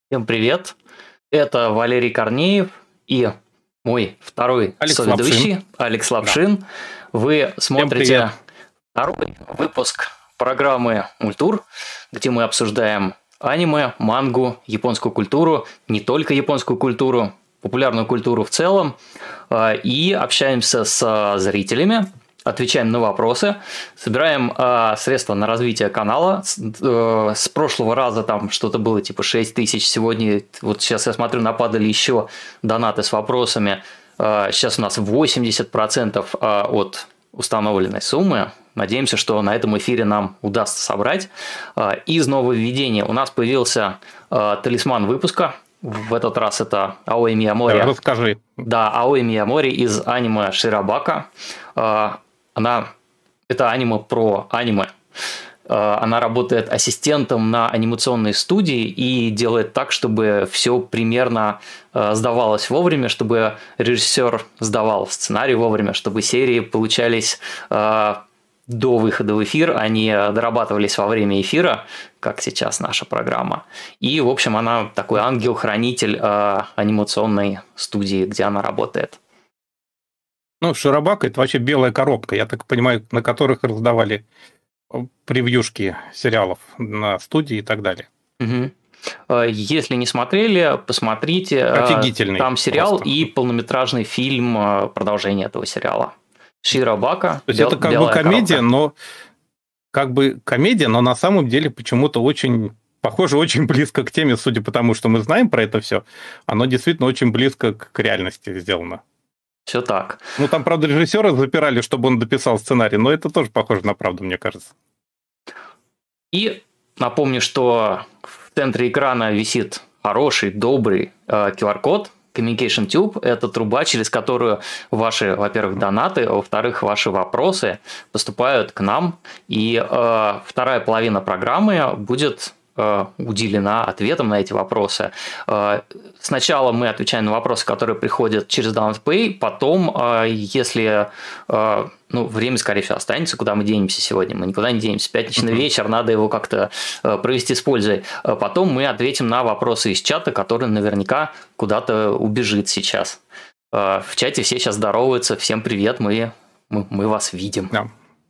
Всем привет! Это Валерий Корнеев и мой второй Алекс соведущий Лапшин. Алекс Да. Лапшин. Вы Всем привет. смотрите второй выпуск программы «Мультур», где мы обсуждаем аниме, мангу, японскую культуру, не только японскую культуру, популярную культуру в целом, и общаемся с зрителями, отвечаем на вопросы, собираем средства на развитие канала. С прошлого раза там что-то было типа 6 тысяч, сегодня, вот сейчас я смотрю, нападали еще донаты с вопросами. Сейчас у нас 80% от установленной суммы. Надеемся, что на этом эфире нам удастся собрать. Из нововведения у нас появился талисман выпуска. В этот раз это Аои Миямори. Да, расскажи. Да, Аои Миямори из аниме Ширабака. Это аниме про аниме. Она работает ассистентом на анимационной студии и делает так, чтобы все примерно сдавалось вовремя, чтобы режиссер сдавал сценарий вовремя, чтобы серии получались до выхода в эфир, а не дорабатывались во время эфира, как сейчас наша программа. И, в общем, она такой ангел-хранитель анимационной студии, где она работает. Ну, Ширабака – это вообще белая коробка, я так понимаю, на которых раздавали превьюшки сериалов на студии и так далее. Угу. Если не смотрели, посмотрите. Офигительный. Там сериал просто. И полнометражный фильм продолжение этого сериала. Ширабака. То есть это как бы комедия, но на самом деле почему-то очень похоже, очень близко к теме, судя по тому, что мы знаем про это все. Оно действительно очень близко к реальности сделано. Все так. Ну, там, правда, режиссера запирали, чтобы он дописал сценарий, но это тоже похоже на правду, мне кажется. И напомню, что в центре экрана висит хороший, добрый QR-код. Communication Tube – это труба, через которую ваши, во-первых, донаты, а во-вторых, ваши вопросы поступают к нам. И вторая половина программы будет уделена ответом на эти вопросы. Сначала мы отвечаем на вопросы, которые приходят через DonutPay, потом, если время, скорее всего, останется, куда мы денемся сегодня, мы никуда не денемся, пятничный вечер, надо его как-то провести с пользой. Потом мы ответим на вопросы из чата, который наверняка куда-то убежит сейчас. В чате все сейчас здороваются, всем привет, мы вас видим. Да.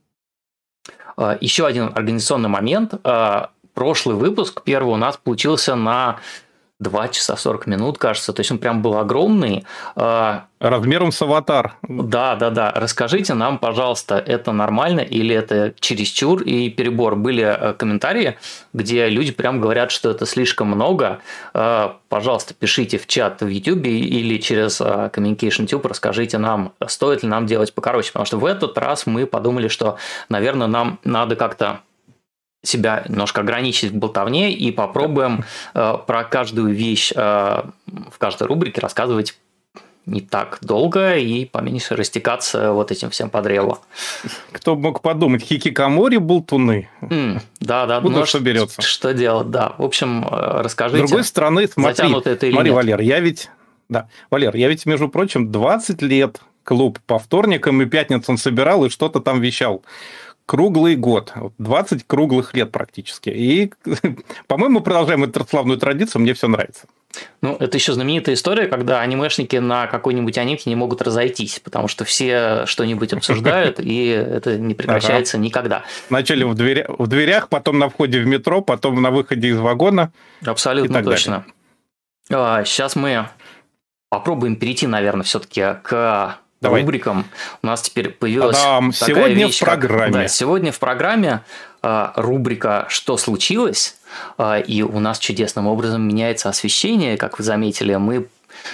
Еще один организационный момент. Прошлый выпуск, первый у нас получился на 2 часа 40 минут, кажется. То есть он прям был огромный. Размером с аватар. Да. Расскажите нам, пожалуйста, это нормально или это чересчур и перебор? Были комментарии, где люди прям говорят, что это слишком много. Пожалуйста, пишите в чат в YouTube или через Communication Tube, расскажите нам, стоит ли нам делать покороче. Потому что в этот раз мы подумали, что, наверное, нам надо как-то себя немножко ограничить в болтовне и попробуем про каждую вещь в каждой рубрике рассказывать не так долго и поменьше растекаться вот этим всем по древу. Кто бы мог подумать, хикикамори болтуны. Да. Ну, что берется. Что делать, да. В общем, расскажите. С другой стороны, смотри, Валер, я ведь, между прочим, 20 лет клуб по вторникам и пятницам собирал и что-то там вещал. Круглый год, 20 круглых лет практически. И, по-моему, продолжаем эту славную традицию, мне все нравится. Ну, это еще знаменитая история, когда анимешники на какой-нибудь анимке не могут разойтись, потому что все что-нибудь обсуждают, и это не прекращается никогда. Вначале в дверях, потом на входе в метро, потом на выходе из вагона. Абсолютно точно. Сейчас мы попробуем перейти, наверное, все-таки к рубрикам. У нас теперь появилась такая вещь, сегодня в программе рубрика «Что случилось?», и у нас чудесным образом меняется освещение, как вы заметили.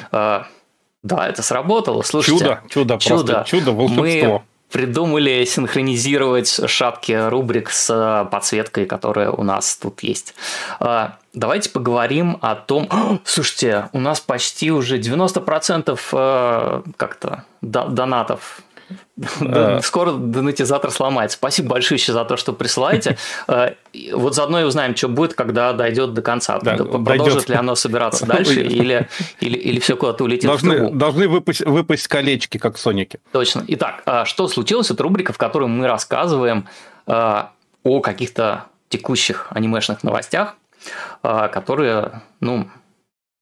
Это сработало. Слушайте, чудо, волшебство. Мы придумали синхронизировать шапки рубрик с подсветкой, которая у нас тут есть. Давайте поговорим о том... Слушайте, у нас почти уже 90% как-то донатов. Скоро донатизатор сломается. Спасибо большое за то, что присылаете. Вот заодно и узнаем, что будет, когда дойдет до конца. Продолжит ли оно собираться дальше или все куда-то улетит в трубу. Должны выпасть колечки, как Соники. Точно. Итак, что случилось? Это рубрика, в которой мы рассказываем о каких-то текущих анимешных новостях, которые,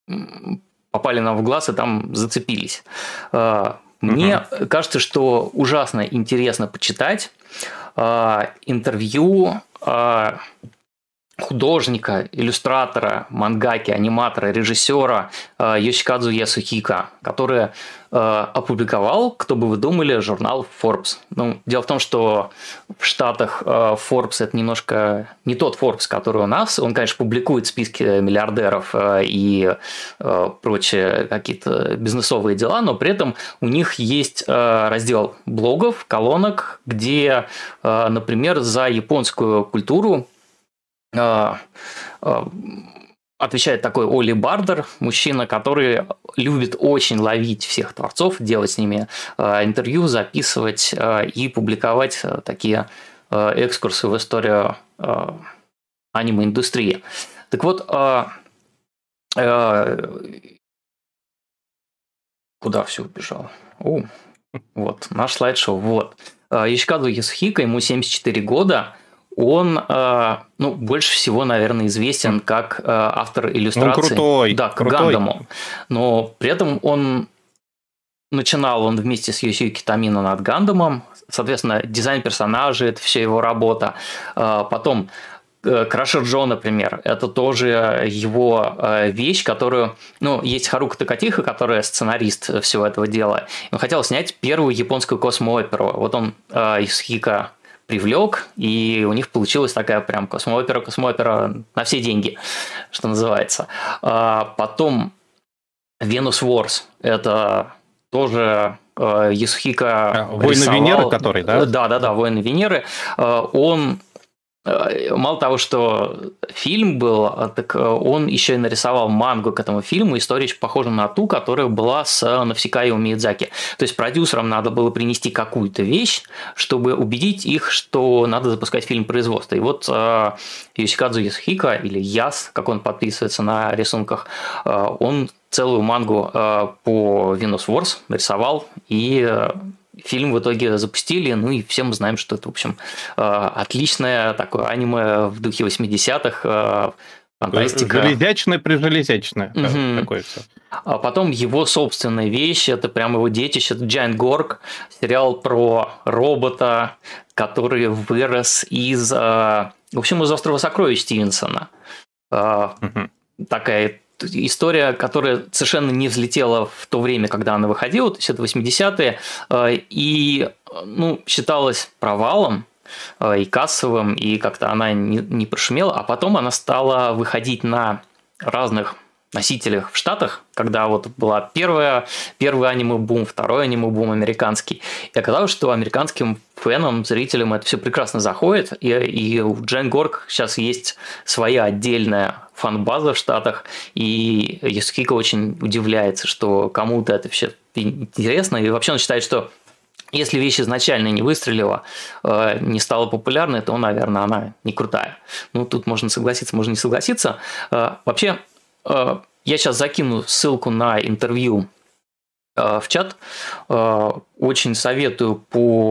попали нам в глаз и там зацепились. Мне кажется, что ужасно интересно почитать интервью художника, иллюстратора, мангаки, аниматора, режиссера Йошикадзу Ясухико, который опубликовал, кто бы вы думали, журнал Forbes. Ну, дело в том, что в Штатах Forbes это немножко не тот Forbes, который у нас. Он, конечно, публикует списки миллиардеров и прочие какие-то бизнесовые дела, но при этом у них есть раздел блогов, колонок, где, например, за японскую культуру отвечает такой Оли Бардер, мужчина, который любит очень ловить всех творцов, делать с ними интервью, записывать и публиковать такие экскурсы в историю аниме-индустрии. Так вот, куда все убежало? Вот, наш слайд-шоу. Вот. Йошикадзу Ясухико, ему 74 года. Он, больше всего, наверное, известен как автор иллюстраций. Крутой. Да, к Гандаму. Но при этом начинал он вместе с Йосио Китамино над Гандамом. Соответственно, дизайн персонажей – это все его работа. Потом Крашер Джо, например, это тоже его вещь, которую... есть Харука Такатиха, которая сценарист всего этого дела. Он хотел снять первую японскую космооперу. Вот он Ясухико привлек, и у них получилась такая прям космоопера на все деньги, что называется. Потом Venus Wars, это тоже Ясухико Войны Венеры, который, да? Да, Войны Венеры. Он мало того, что фильм был, так он еще и нарисовал мангу к этому фильму. История очень похожа на ту, которая была с Навсекая Миядзаки. То есть продюсерам надо было принести какую-то вещь, чтобы убедить их, что надо запускать фильм производства. И вот Йошикадзу Ясухико, или Яс, как он подписывается на рисунках, он целую мангу по Venus Wars нарисовал, и фильм в итоге запустили, и все мы знаем, что это, в общем, отличное такое аниме в духе 80-х, фантастика. Железячное-прижелезячное. Такое все. А потом его собственная вещь, это прям его детище, это Giant Gorg, сериал про робота, который вырос из «Острова сокровищ» Стивенсона. Такая история, которая совершенно не взлетела в то время, когда она выходила, то есть это 80-е, и считалась провалом и кассовым, и как-то она не прошумела, а потом она стала выходить на разных носителях в Штатах, когда вот была первый аниме-бум, второй аниме-бум американский. И оказалось, что американским фенам, зрителям это все прекрасно заходит, и у Giant Gorg сейчас есть своя отдельная фан-база в Штатах, и Ясухико очень удивляется, что кому-то это все интересно, и вообще он считает, что если вещь изначально не выстрелила, не стала популярной, то, наверное, она не крутая. Тут можно согласиться, можно не согласиться. Вообще, я сейчас закину ссылку на интервью в чат. Очень советую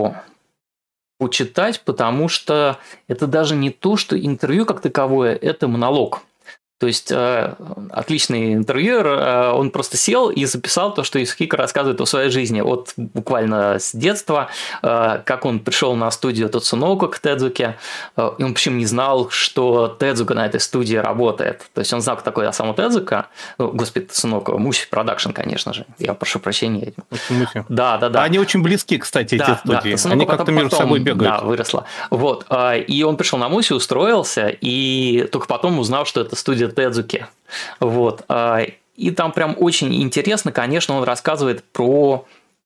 почитать, потому что это даже не то, что интервью как таковое, это монолог. То есть отличный интервьюер, он просто сел и записал то, что Ясухико рассказывает о своей жизни, от буквально с детства, как он пришел на студию Тацуноко к Тедзуке, и он почему не знал, что Тедзука на этой студии работает. То есть он знал, кто такой Осаму Тедзука, Тацуноко, Муси Продакшн, конечно же, я прошу прощения. Муси. Да. Они очень близки, кстати, эти студии. Да, они как-то между собой бегают. Да, выросла. Вот. И он пришел на Муси, устроился, и только потом узнал, что это студия Тедзуки. Вот. И там прям очень интересно, конечно, он рассказывает про...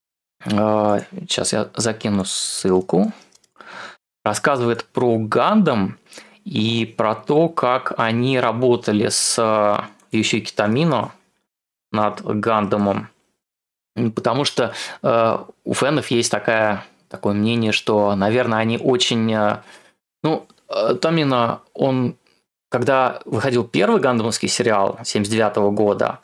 Сейчас я закину ссылку. Рассказывает про Гандам и про то, как они работали с Йошио Китамино над Гандамом. Потому что у фенов есть такое мнение, что, наверное, они очень... Томино, он... Когда выходил первый гандамовский сериал 1979 года,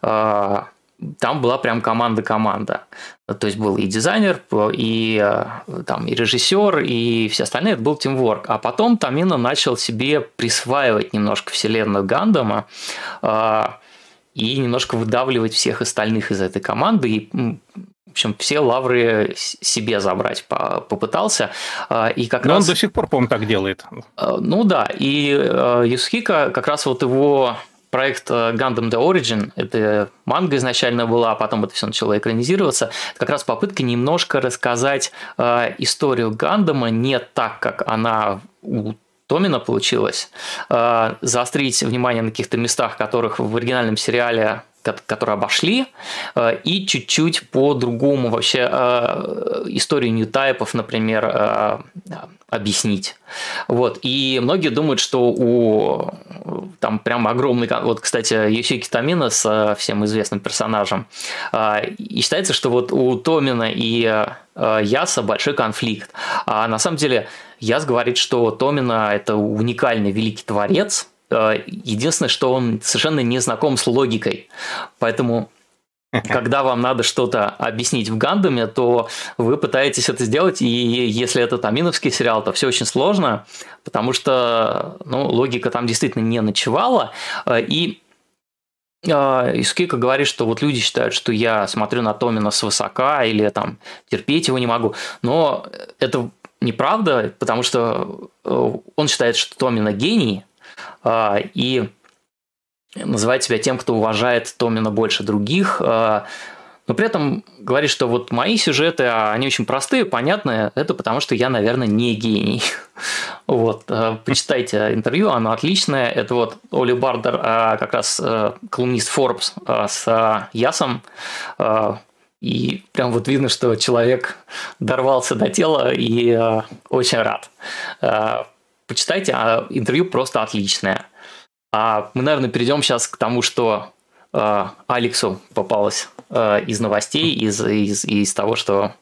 там была прям команда. То есть был и дизайнер, и режиссер, и все остальные. Это был тимворк. А потом Томино начал себе присваивать немножко вселенную Гандама. и немножко выдавливать всех остальных из этой команды, и, в общем, все лавры себе забрать попытался. И как Но раз... он до сих пор, по-моему, так делает. Ну да, и Юсухико, как раз вот его проект Gundam The Origin, это манга изначально была, а потом это все начало экранизироваться, это как раз попытка немножко рассказать историю Гандама не так, как она у Томина получилось, заострить внимание на каких-то местах, которых в оригинальном сериале, которые обошли, и чуть-чуть по-другому вообще историю ньютайпов, например, объяснить. Вот. И многие думают, что там прям огромный... Вот, кстати, Юсихико Томина с всем известным персонажем. И считается, что вот у Томина и Яса большой конфликт. А на самом деле Яс говорит, что Томина – это уникальный великий творец. Единственное, что он совершенно не знаком с логикой. Поэтому, когда вам надо что-то объяснить в Гандаме, то вы пытаетесь это сделать, и если это томиновский сериал, то все очень сложно, потому что логика там действительно не ночевала. И Юсухико говорит, что вот люди считают, что я смотрю на Томина свысока или там терпеть его не могу. Но это неправда, потому что он считает, что Томина гений, и называет себя тем, кто уважает Томина больше других, но при этом говорит, что вот мои сюжеты, они очень простые, понятные, это потому что я, наверное, не гений. Вот, почитайте интервью, оно отличное. Это вот Оли Бардер, как раз колумнист Forbes с Ясом, и прям вот видно, что человек дорвался до тела и очень рад. Почитайте, интервью просто отличное. А мы, наверное, перейдем сейчас к тому, что Алексу попалось из новостей, из того, что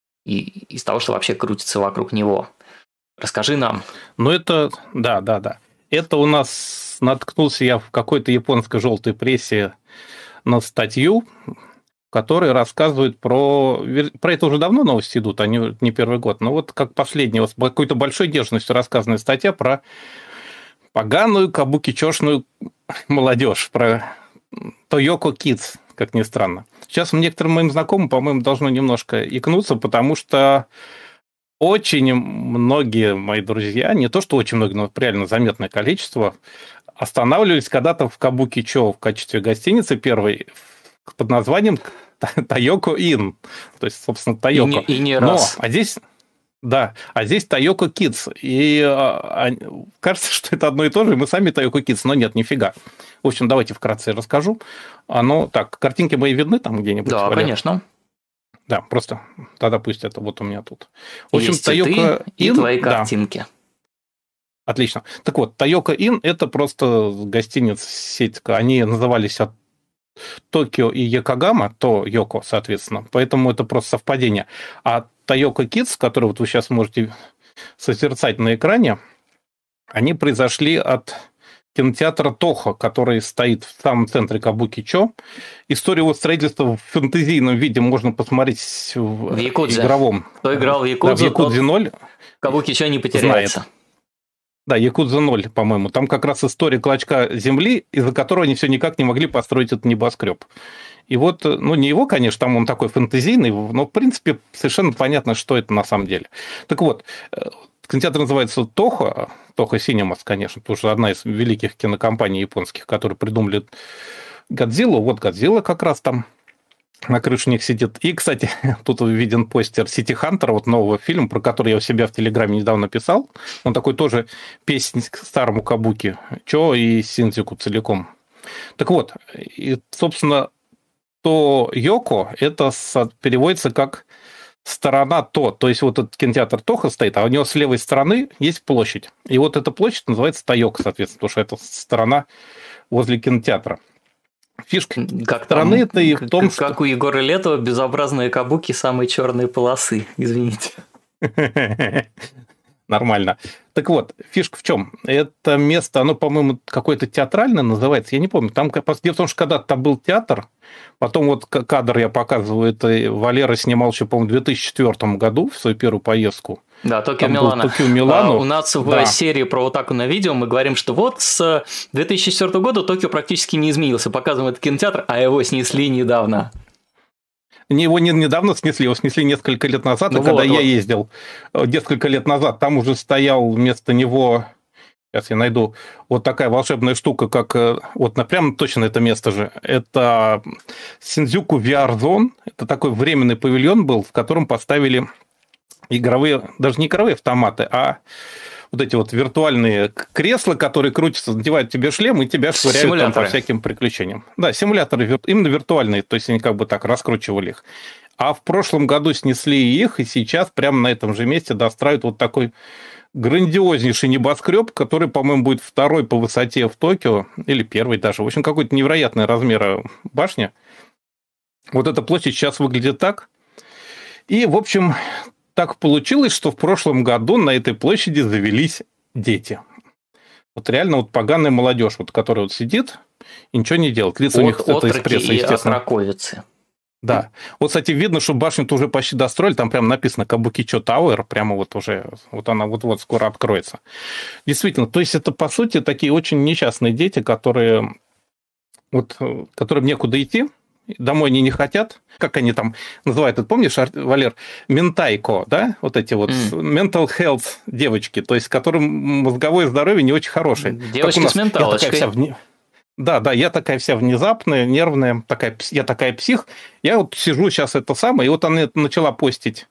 вообще крутится вокруг него. Расскажи нам. Ну, это... Да. Это у нас наткнулся я в какой-то японской желтой прессе на статью, которые рассказывают про это уже давно новости идут, они не первый год, но вот как последняя, с какой-то большой держностью рассказанная статья про поганую кабуки-чошную молодежь, про Тойоко Kids, как ни странно. Сейчас некоторым моим знакомым, по-моему, должно немножко икнуться, потому что очень многие мои друзья, не то что очень многие, но реально заметное количество, останавливались когда-то в Кабуки-чо в качестве гостиницы первой под названием Тойоко Inn. То есть, собственно, Тойоко. И не раз. А здесь Тойоко Kids. И кажется, что это одно и то же, и мы сами Тойоко Kids, но нет, нифига. В общем, давайте вкратце расскажу. Так, картинки мои видны там где-нибудь? Да, Валер? Конечно. Да, просто тогда пусть это вот у меня тут. В общем, есть Тойоко и Inn, твои картинки. Да. Отлично. Так вот, Тойоко Inn – это просто гостиница, сеть. Они назывались от Токио и Йокогама, Тойоко, соответственно. Поэтому это просто совпадение. А Тойоко Kids, который вот вы сейчас можете созерцать на экране, они произошли от кинотеатра Тохо, который стоит в самом центре Кабуки-чо. Историю его строительства в фэнтезийном виде можно посмотреть в Якудзе. Игровом. Кто играл в Якудзу, в Якудзе 0. Кабуки-чо не потеряется. Знает. Да, Якудза 0, по-моему. Там как раз история клочка земли, из-за которого они все никак не могли построить этот небоскреб. И вот, не его, конечно, там он такой фэнтезийный, но, в принципе, совершенно понятно, что это на самом деле. Так вот, кинотеатр называется Тохо Cinemas, конечно, потому что одна из великих кинокомпаний японских, которые придумали Годзиллу. Вот Годзилла как раз там на крыше у них сидит. И, кстати, тут виден постер Сити Хантера, вот нового фильма, про который я у себя в Телеграме недавно писал. Он такой тоже песня к старому Кабуки Чо и Синдзюку целиком. Так вот, и, собственно, Тойоко, это переводится как сторона То есть вот этот кинотеатр Тохо стоит, а у него с левой стороны есть площадь. И вот эта площадь называется Тойоко, соответственно, потому что это сторона возле кинотеатра. Фишка страны это и в том, что... Как у Егора Летова, безобразные кабуки, самые черные полосы, извините. Нормально. Так вот, фишка в чем? Это место, оно, по-моему, какое-то театральное называется, я не помню. Там, дело в том, что когда-то там был театр, потом вот кадр я показываю, это Валера снимал еще, по-моему, в 2004 году, в свою первую поездку. Да, Токио Милано. Токио Милано. У нас в серии про Отаку на видео мы говорим, что вот с 2004 года Токио практически не изменился. Показываем этот кинотеатр, а его снесли недавно. Его недавно снесли, его снесли несколько лет назад, когда я ездил несколько лет назад, там уже стоял вместо него, сейчас я найду, вот такая волшебная штука, как, вот прямо точно это место же, это Синдзюку VR Zone, это такой временный павильон был, в котором поставили игровые, даже не игровые автоматы, а вот эти вот виртуальные кресла, которые крутятся, надевают тебе шлем и тебя швыряют там по всяким приключениям. Да, симуляторы именно виртуальные, то есть они как бы так раскручивали их. А в прошлом году снесли их, и сейчас прямо на этом же месте достраивают вот такой грандиознейший небоскреб, который, по-моему, будет второй по высоте в Токио, или первый даже. В общем, какой-то невероятный размера башня. Вот эта площадь сейчас выглядит так. И, в общем, так получилось, что в прошлом году на этой площади завелись дети. Вот реально вот поганая молодежь, вот, которая вот сидит и ничего не делает. Лица у них это из прессы, естественно. Отроковицы. Да. Вот, кстати, видно, что башню-то уже почти достроили, там прямо написано Кабукичо Тауэр, прямо вот уже, вот она вот-вот скоро откроется. Действительно, то есть это, по сути, такие очень несчастные дети, которым некуда идти, домой они не хотят. Как они там называют, ты помнишь, Валер, ментайко, да? Вот эти вот mental health девочки, то есть которым мозговое здоровье не очень хорошее. Девочки с менталочкой. Да, я такая вся внезапная, нервная, я такая псих. Я вот сижу сейчас это самое, и вот она начала постить.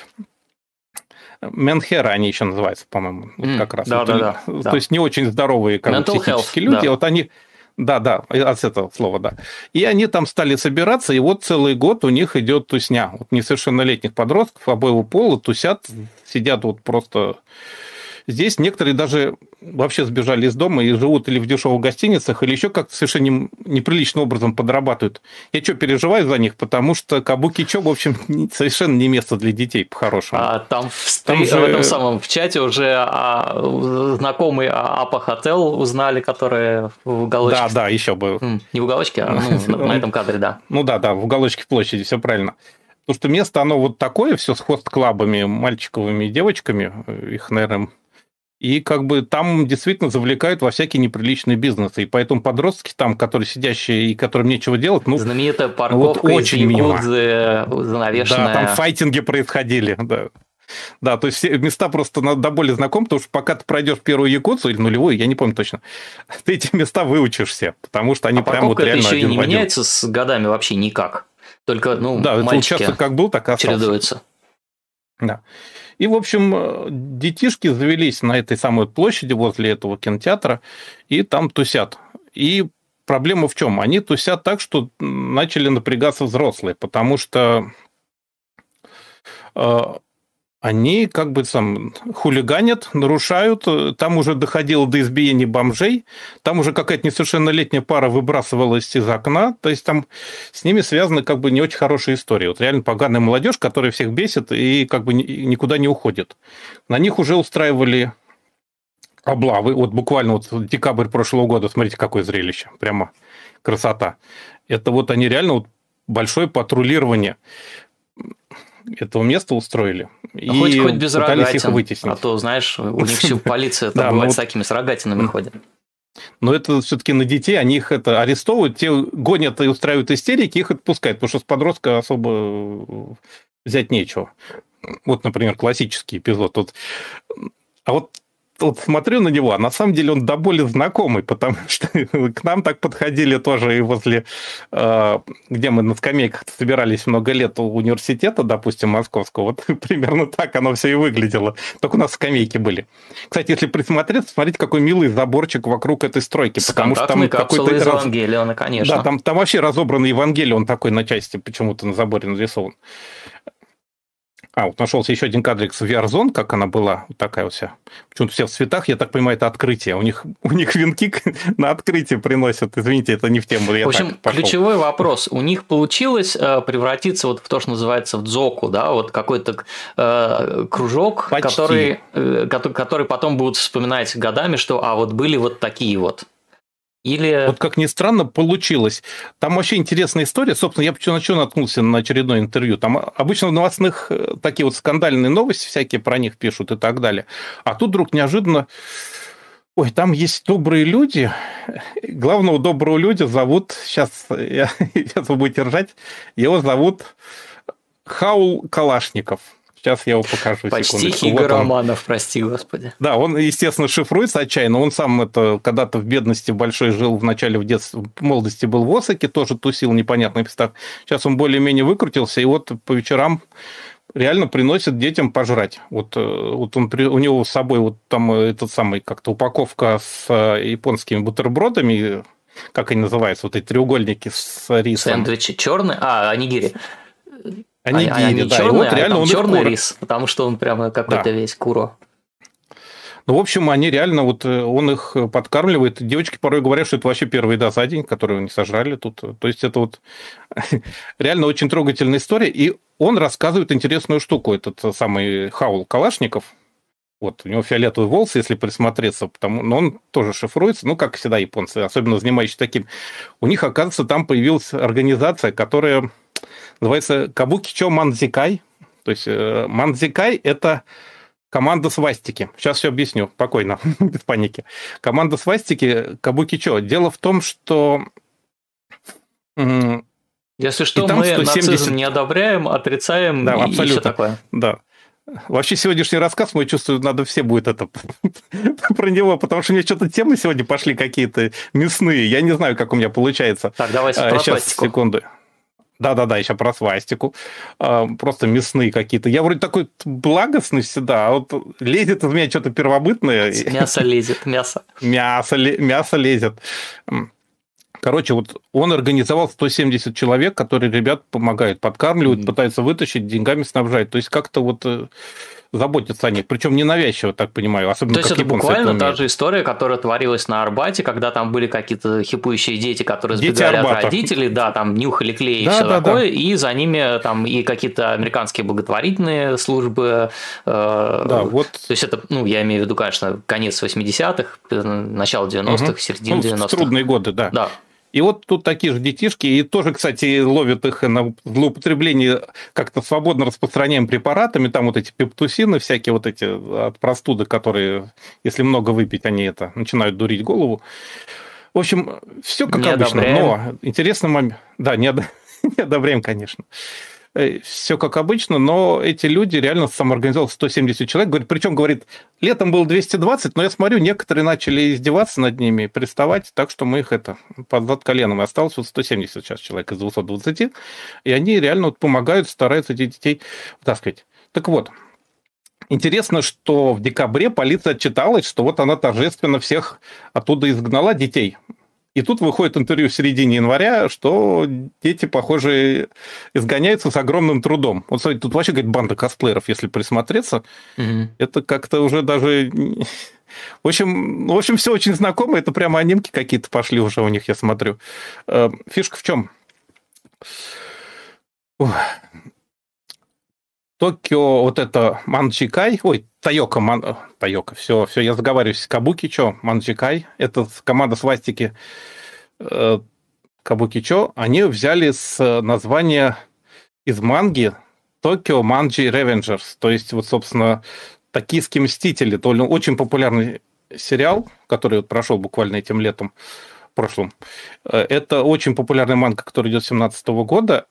Менхера они еще называются, по-моему, вот как раз. Да. То есть не очень здоровые психические люди, вот они... Да, от этого слова, да. И они там стали собираться, и вот целый год у них идет тусня. Вот несовершеннолетних подростков обоего пола тусят, сидят вот просто здесь. Некоторые даже вообще сбежали из дома и живут или в дешевых гостиницах, или еще как-то совершенно неприличным образом подрабатывают. Я переживаю за них, потому что Кабукичо, в общем, совершенно не место для детей, по-хорошему. А там в этом самом в чате уже знакомый Апа Хотел узнали, которые в уголочке. Да, еще бы. Не в уголочке, а на этом кадре, да. Ну да, в уголочке площади, все правильно. Потому что место, оно вот такое, все с хост-клабами, мальчиковыми и девочками, их, наверное... И как бы там действительно завлекают во всякие неприличные бизнесы. И поэтому подростки там, которые сидящие и которым нечего делать, знаменитая парковка вот очень из якудзы занавешенная. Да, там файтинги происходили, да. Да, то есть места просто до боли знакомы, потому что пока ты пройдешь первую якудзу или нулевую, я не помню точно, ты эти места выучишься, потому что они прям вот реально еще один и не в один. меняется с годами вообще никак. Только, да, мальчики участок как был, так и остался. Чередуются. Да. И, в общем, детишки завелись на этой самой площади возле этого кинотеатра, и там тусят. И проблема в чем? Они тусят так, что начали напрягаться взрослые, потому что они как бы хулиганят, нарушают, там уже доходило до избиений бомжей, там уже какая-то несовершеннолетняя пара выбрасывалась из окна, то есть там с ними связаны как бы не очень хорошие истории. Вот реально поганая молодежь, которая всех бесит и как бы никуда не уходит. На них уже устраивали облавы, вот буквально вот декабрь прошлого года, смотрите, какое зрелище, прямо красота. Это вот они реально вот большое патрулирование этого места устроили. И хоть без пытались их вытеснить. А то, знаешь, у них всю полиция бывает с такими с рогатинами ходит. Но это все-таки на детей, они их арестовывают, те гонят и устраивают истерики, их отпускают, потому что с подростка особо взять нечего. Вот, например, классический эпизод. А вот смотрю на него, а на самом деле он до боли знакомый, потому что к нам так подходили тоже и возле, где мы на скамейках собирались много лет у университета, допустим, московского, вот примерно так оно все и выглядело. Только у нас скамейки были. Кстати, если присмотреться, смотрите, какой милый заборчик вокруг этой стройки. Потому что там какой-то из Евангелиона, конечно. Да, там вообще разобранный Евангелион такой на части почему-то на заборе нарисован. Вот нашелся еще один кадрик с VR-зон, как она была, вот такая вот вся. Почему-то все в цветах, я так понимаю, это открытие. У них венки на открытие приносят. Извините, это не в тему. В общем, ключевой вопрос. У них получилось превратиться вот в то, что называется в дзоку, да, вот какой-то кружок, который потом будут вспоминать годами, что вот были вот такие вот. Или... Вот как ни странно, получилось. Там вообще интересная история. Собственно, я на что наткнулся на очередное интервью. Там обычно в новостных такие вот скандальные новости всякие про них пишут и так далее. А тут вдруг неожиданно... Ой, там есть добрые люди. Главного доброго люди зовут... Сейчас вы будете ржать. Его зовут Хаул Калашников. Сейчас я его покажу. Почти Игорь Романов, прости господи. Да, он, естественно, шифруется отчаянно. Он сам когда-то в бедности большой жил, в начале в детстве, в молодости был в Осаке, тоже тусил в непонятных местах. Сейчас он более-менее выкрутился, и вот по вечерам реально приносит детям пожрать. Вот у него с собой вот там этот самый как-то упаковка с японскими бутербродами, как они называются, вот эти треугольники с рисом. Сэндвичи черные? Онигири. Онигири, да. Черные, и вот реально он черный рис, потому что он прямо какой-то весь куро. Ну, в общем, они реально, вот он их подкармливает. Девочки порой говорят, что это вообще первая еда за день, которую они сожрали тут. То есть это вот реально очень трогательная история. И он рассказывает интересную штуку, этот самый Хаул Калашников. Вот, у него фиолетовые волосы, если присмотреться, но он тоже шифруется, как всегда японцы, особенно занимающиеся таким. У них, оказывается, там появилась организация, которая называется Кабукичо Манзикай. То есть Манзикай – это команда свастики. Сейчас все объясню, спокойно, без паники. Команда свастики Кабукичо. Дело в том, что... Если что, мы 170... нацизм не одобряем, отрицаем, да, и абсолютно. все такое. Да. Вообще, сегодняшний рассказ, мой чувствую, надо все будет это про него, потому что у меня что-то темы сегодня пошли какие-то мясные. Я не знаю, как у меня получается. Так, давай про свастику. Секунду. Да, еще про свастику. Просто мясные какие-то. Я вроде такой благостный всегда, а вот лезет из меня что-то первобытное. Мясо лезет, мясо. Мясо лезет. Короче, вот он организовал 170 человек, которые ребят помогают, подкармливают, пытаются вытащить, деньгами снабжать. То есть как-то вот заботятся о них. Причем ненавязчиво, так понимаю. Особенно, то есть это буквально та же история, которая творилась на Арбате, когда там были какие-то хипующие дети, которые сбегали от родителей, да, там нюхали клей и все такое, и за ними там и какие-то американские благотворительные службы. Вот. То есть это, я имею в виду, конечно, конец 80-х, начало 90-х, середина 90-х. В трудные годы, да. Да. И вот тут такие же детишки, и тоже, кстати, ловят их на злоупотребление как-то свободно распространяемыми препаратами, там вот эти пептусины всякие вот эти от простуды, которые, если много выпить, они начинают дурить голову. В общем, все как обычно, но интересный момент. Да, не одобряем, конечно. Все как обычно, но эти люди реально самоорганизовали 170 человек. Причем, говорит, летом было 220, но я смотрю, некоторые начали издеваться над ними, приставать, так что мы их под зад коленом. И осталось вот 170 сейчас человек из 220, и они реально помогают, стараются этих детей вытаскивать. Так вот, интересно, что в декабре полиция отчиталась, что вот она торжественно всех оттуда изгнала, детей. И тут выходит интервью в середине января, что дети, похоже, изгоняются с огромным трудом. Вот, смотрите, тут вообще, говорит, банда косплееров, если присмотреться. Это как-то уже даже... В общем, все очень знакомо. Это прямо анимки какие-то пошли уже у них, я смотрю. Фишка в чем? Токио, вот это Манджикай, Тайока, все, я заговариваюсь, Кабукичо, Манджикай, это команда свастики Кабукичо, они взяли с названия из манги Токио Манджи Ревенджерс, то есть, вот, собственно, токийские мстители, то очень популярный сериал, который вот прошел буквально этим летом, прошлом. Это очень популярный манга, который идет с 2017 года,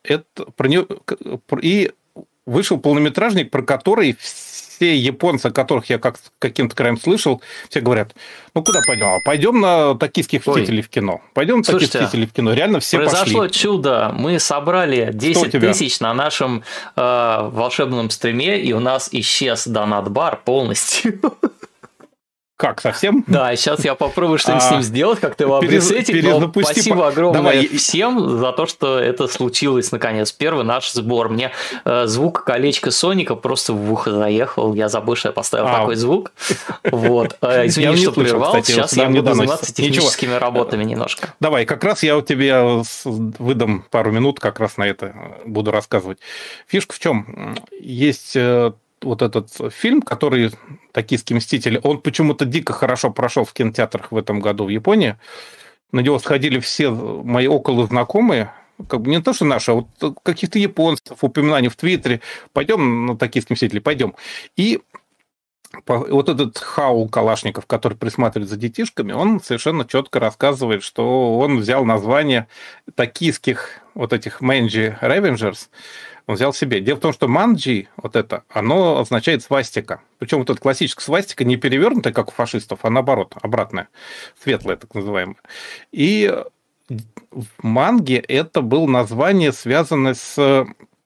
и вышел полнометражник, про который все японцы, о которых я каким-то краем слышал, все говорят, куда пойдем? Пойдем на токийских мстителей в кино. Пойдем на токийских мстителей в кино. Реально все произошло пошли. чудо. Мы собрали 10 тысяч на нашем волшебном стриме, и у нас исчез донат-бар полностью. Как, совсем? Да, сейчас я попробую что-нибудь с ним сделать, как-то его обресетить, но спасибо огромное всем за то, что это случилось наконец. Первый наш сбор. Мне звук колечка Соника просто в ухо заехал. Я забыл, что я поставил такой звук. Вот. Извини, что прервал. Сейчас я буду заниматься техническими работами немножко. Давай, как раз я тебе выдам пару минут, как раз на это буду рассказывать. Фишка в чем? Есть вот этот фильм, который «Токийский мститель», он почему-то дико хорошо прошел в кинотеатрах в этом году в Японии. На него сходили все мои около знакомые, как бы не то, что наши, а вот каких-то японцев, упоминаний в Твиттере. Пойдем на «Токийский мститель», пойдем. И вот этот Хау Калашников, который присматривает за детишками, он совершенно четко рассказывает, что он взял название токийских вот этих Manji Revengers, он взял себе. Дело в том, что манджи, вот это, оно означает свастика. Причем вот эта классическая свастика не перевернутая, как у фашистов, а наоборот, обратная, светлая, так называемая. И в манге это было название, связанное с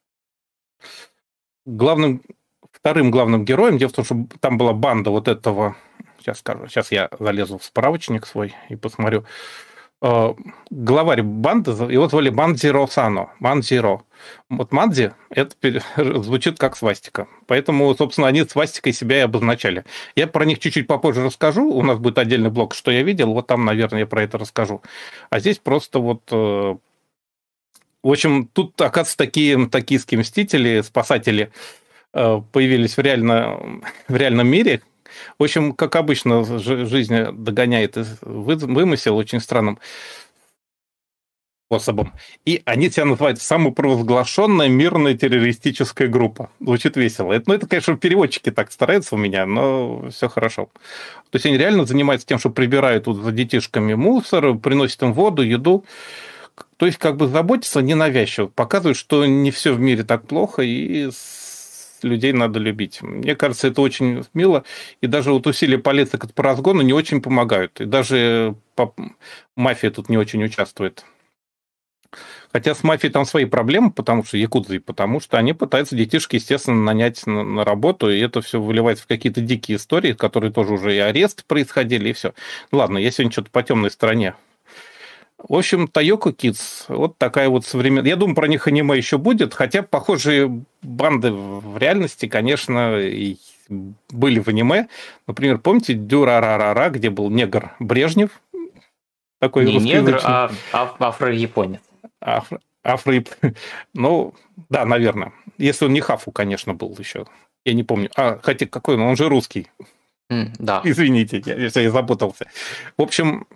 вторым главным героем. Дело в том, что там была банда вот этого... Сейчас скажу. Сейчас я залезу в справочник свой и посмотрю. Главарь банды, его звали Манзиро Сано. Манзиро. Вот Манзи, это звучит как свастика. Поэтому, собственно, они свастикой себя и обозначали. Я про них чуть-чуть попозже расскажу. У нас будет отдельный блок, что я видел. Вот там, наверное, я про это расскажу. А здесь просто вот... В общем, тут, оказывается, такие токийские мстители, спасатели появились в реальном мире. В общем, как обычно, жизнь догоняет вымысел очень странным способом. И они себя называют самопровозглашенная мирная террористическая группа. Звучит весело. Это, конечно, переводчики так стараются у меня, но все хорошо. То есть они реально занимаются тем, что прибирают тут за детишками мусор, приносят им воду, еду. То есть как бы заботятся ненавязчиво. Показывают, что не все в мире так плохо, и людей надо любить. Мне кажется, это очень мило. И даже вот усилия полиции по разгону не очень помогают. И даже мафия тут не очень участвует. Хотя с мафией там свои проблемы, потому что якудзы, потому что они пытаются детишки, естественно, нанять на работу, и это все выливается в какие-то дикие истории, которые тоже уже и аресты происходили, и все. Ладно, я сегодня что-то по темной стороне. В общем, Тайоко Kids, вот такая вот современная... Я думаю, про них аниме еще будет, хотя похожие банды в реальности, конечно, и были в аниме. Например, помните Дюрарарара, где был негр Брежнев? Такой не негр, а афро-японец. Ну, да, наверное. Если он не хафу, конечно, был еще. Я не помню. Хотя какой он же русский. Да. Извините, я запутался. В общем...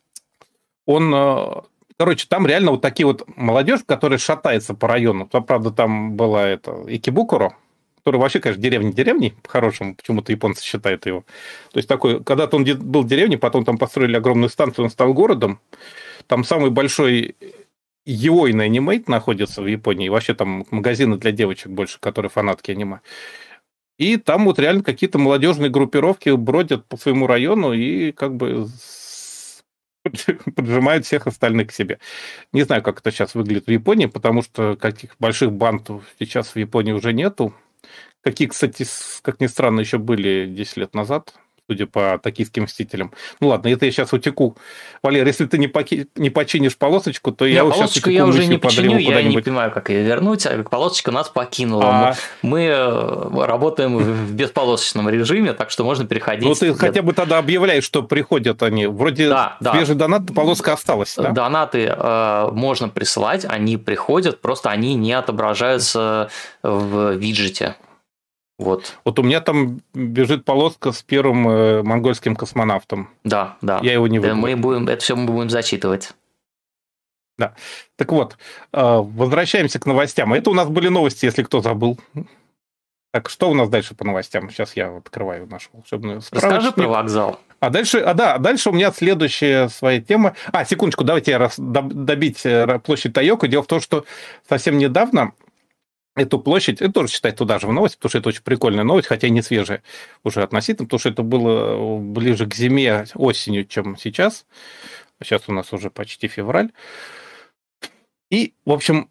там реально вот такие вот молодежь, которая шатается по району. Правда, там была Икебукуро, который вообще, конечно, деревней, по-хорошему, почему-то японцы считают его. То есть такой, когда-то он был деревней, потом там построили огромную станцию, он стал городом. Там самый большой яойный анимейт находится в Японии. И вообще там магазины для девочек больше, которые фанатки аниме. И там вот реально какие-то молодежные группировки бродят по своему району и как бы... поджимают всех остальных к себе. Не знаю, как это сейчас выглядит в Японии, потому что каких больших банд сейчас в Японии уже нету. Какие, кстати, как ни странно, еще были 10 лет назад, судя по токийским мстителям. Ну ладно, это я сейчас утеку. Валер, если ты не починишь полосочку, то я сейчас полосочку я уже не починю, я не понимаю, как ее вернуть. Полосочка нас покинула. Мы работаем в бесполосочном режиме, так что можно переходить. Ну ты хотя бы тогда объявляешь, что приходят они. Вроде свежий донат, полоска осталась. Да? Донаты можно присылать, они приходят, просто они не отображаются в виджете. Вот у меня там бежит полоска с первым монгольским космонавтом. Да. Я его не выбрал. Это все мы будем зачитывать. Да. Так вот, возвращаемся к новостям. Это у нас были новости, если кто забыл. Так, что у нас дальше по новостям? Сейчас я открываю нашу волшебную справочник. Расскажи про вокзал. Дальше у меня следующая своя тема. Секундочку, давайте я добить площадь Тайоко. Дело в том, что совсем недавно эту площадь, это тоже читать туда же в новости, потому что это очень прикольная новость, хотя и не свежая уже относительно, потому что это было ближе к зиме, осенью, чем сейчас. Сейчас у нас уже почти февраль. И, в общем,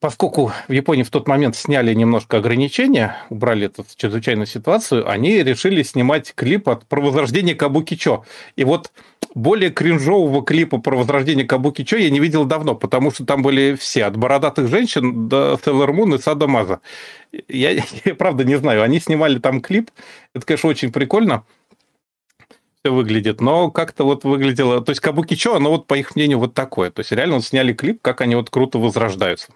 поскольку в Японии в тот момент сняли немножко ограничения, убрали эту чрезвычайную ситуацию, они решили снимать клип про возрождение Кабукичо. И вот более кринжового клипа про возрождение Кабукичо я не видел давно, потому что там были все, от бородатых женщин до Sailor Moon и Садо-Мазо. Я правда не знаю, они снимали там клип, это, конечно, очень прикольно все выглядит, но как-то вот выглядело... То есть Кабукичо, оно вот, по их мнению, вот такое. То есть реально вот сняли клип, как они вот круто возрождаются.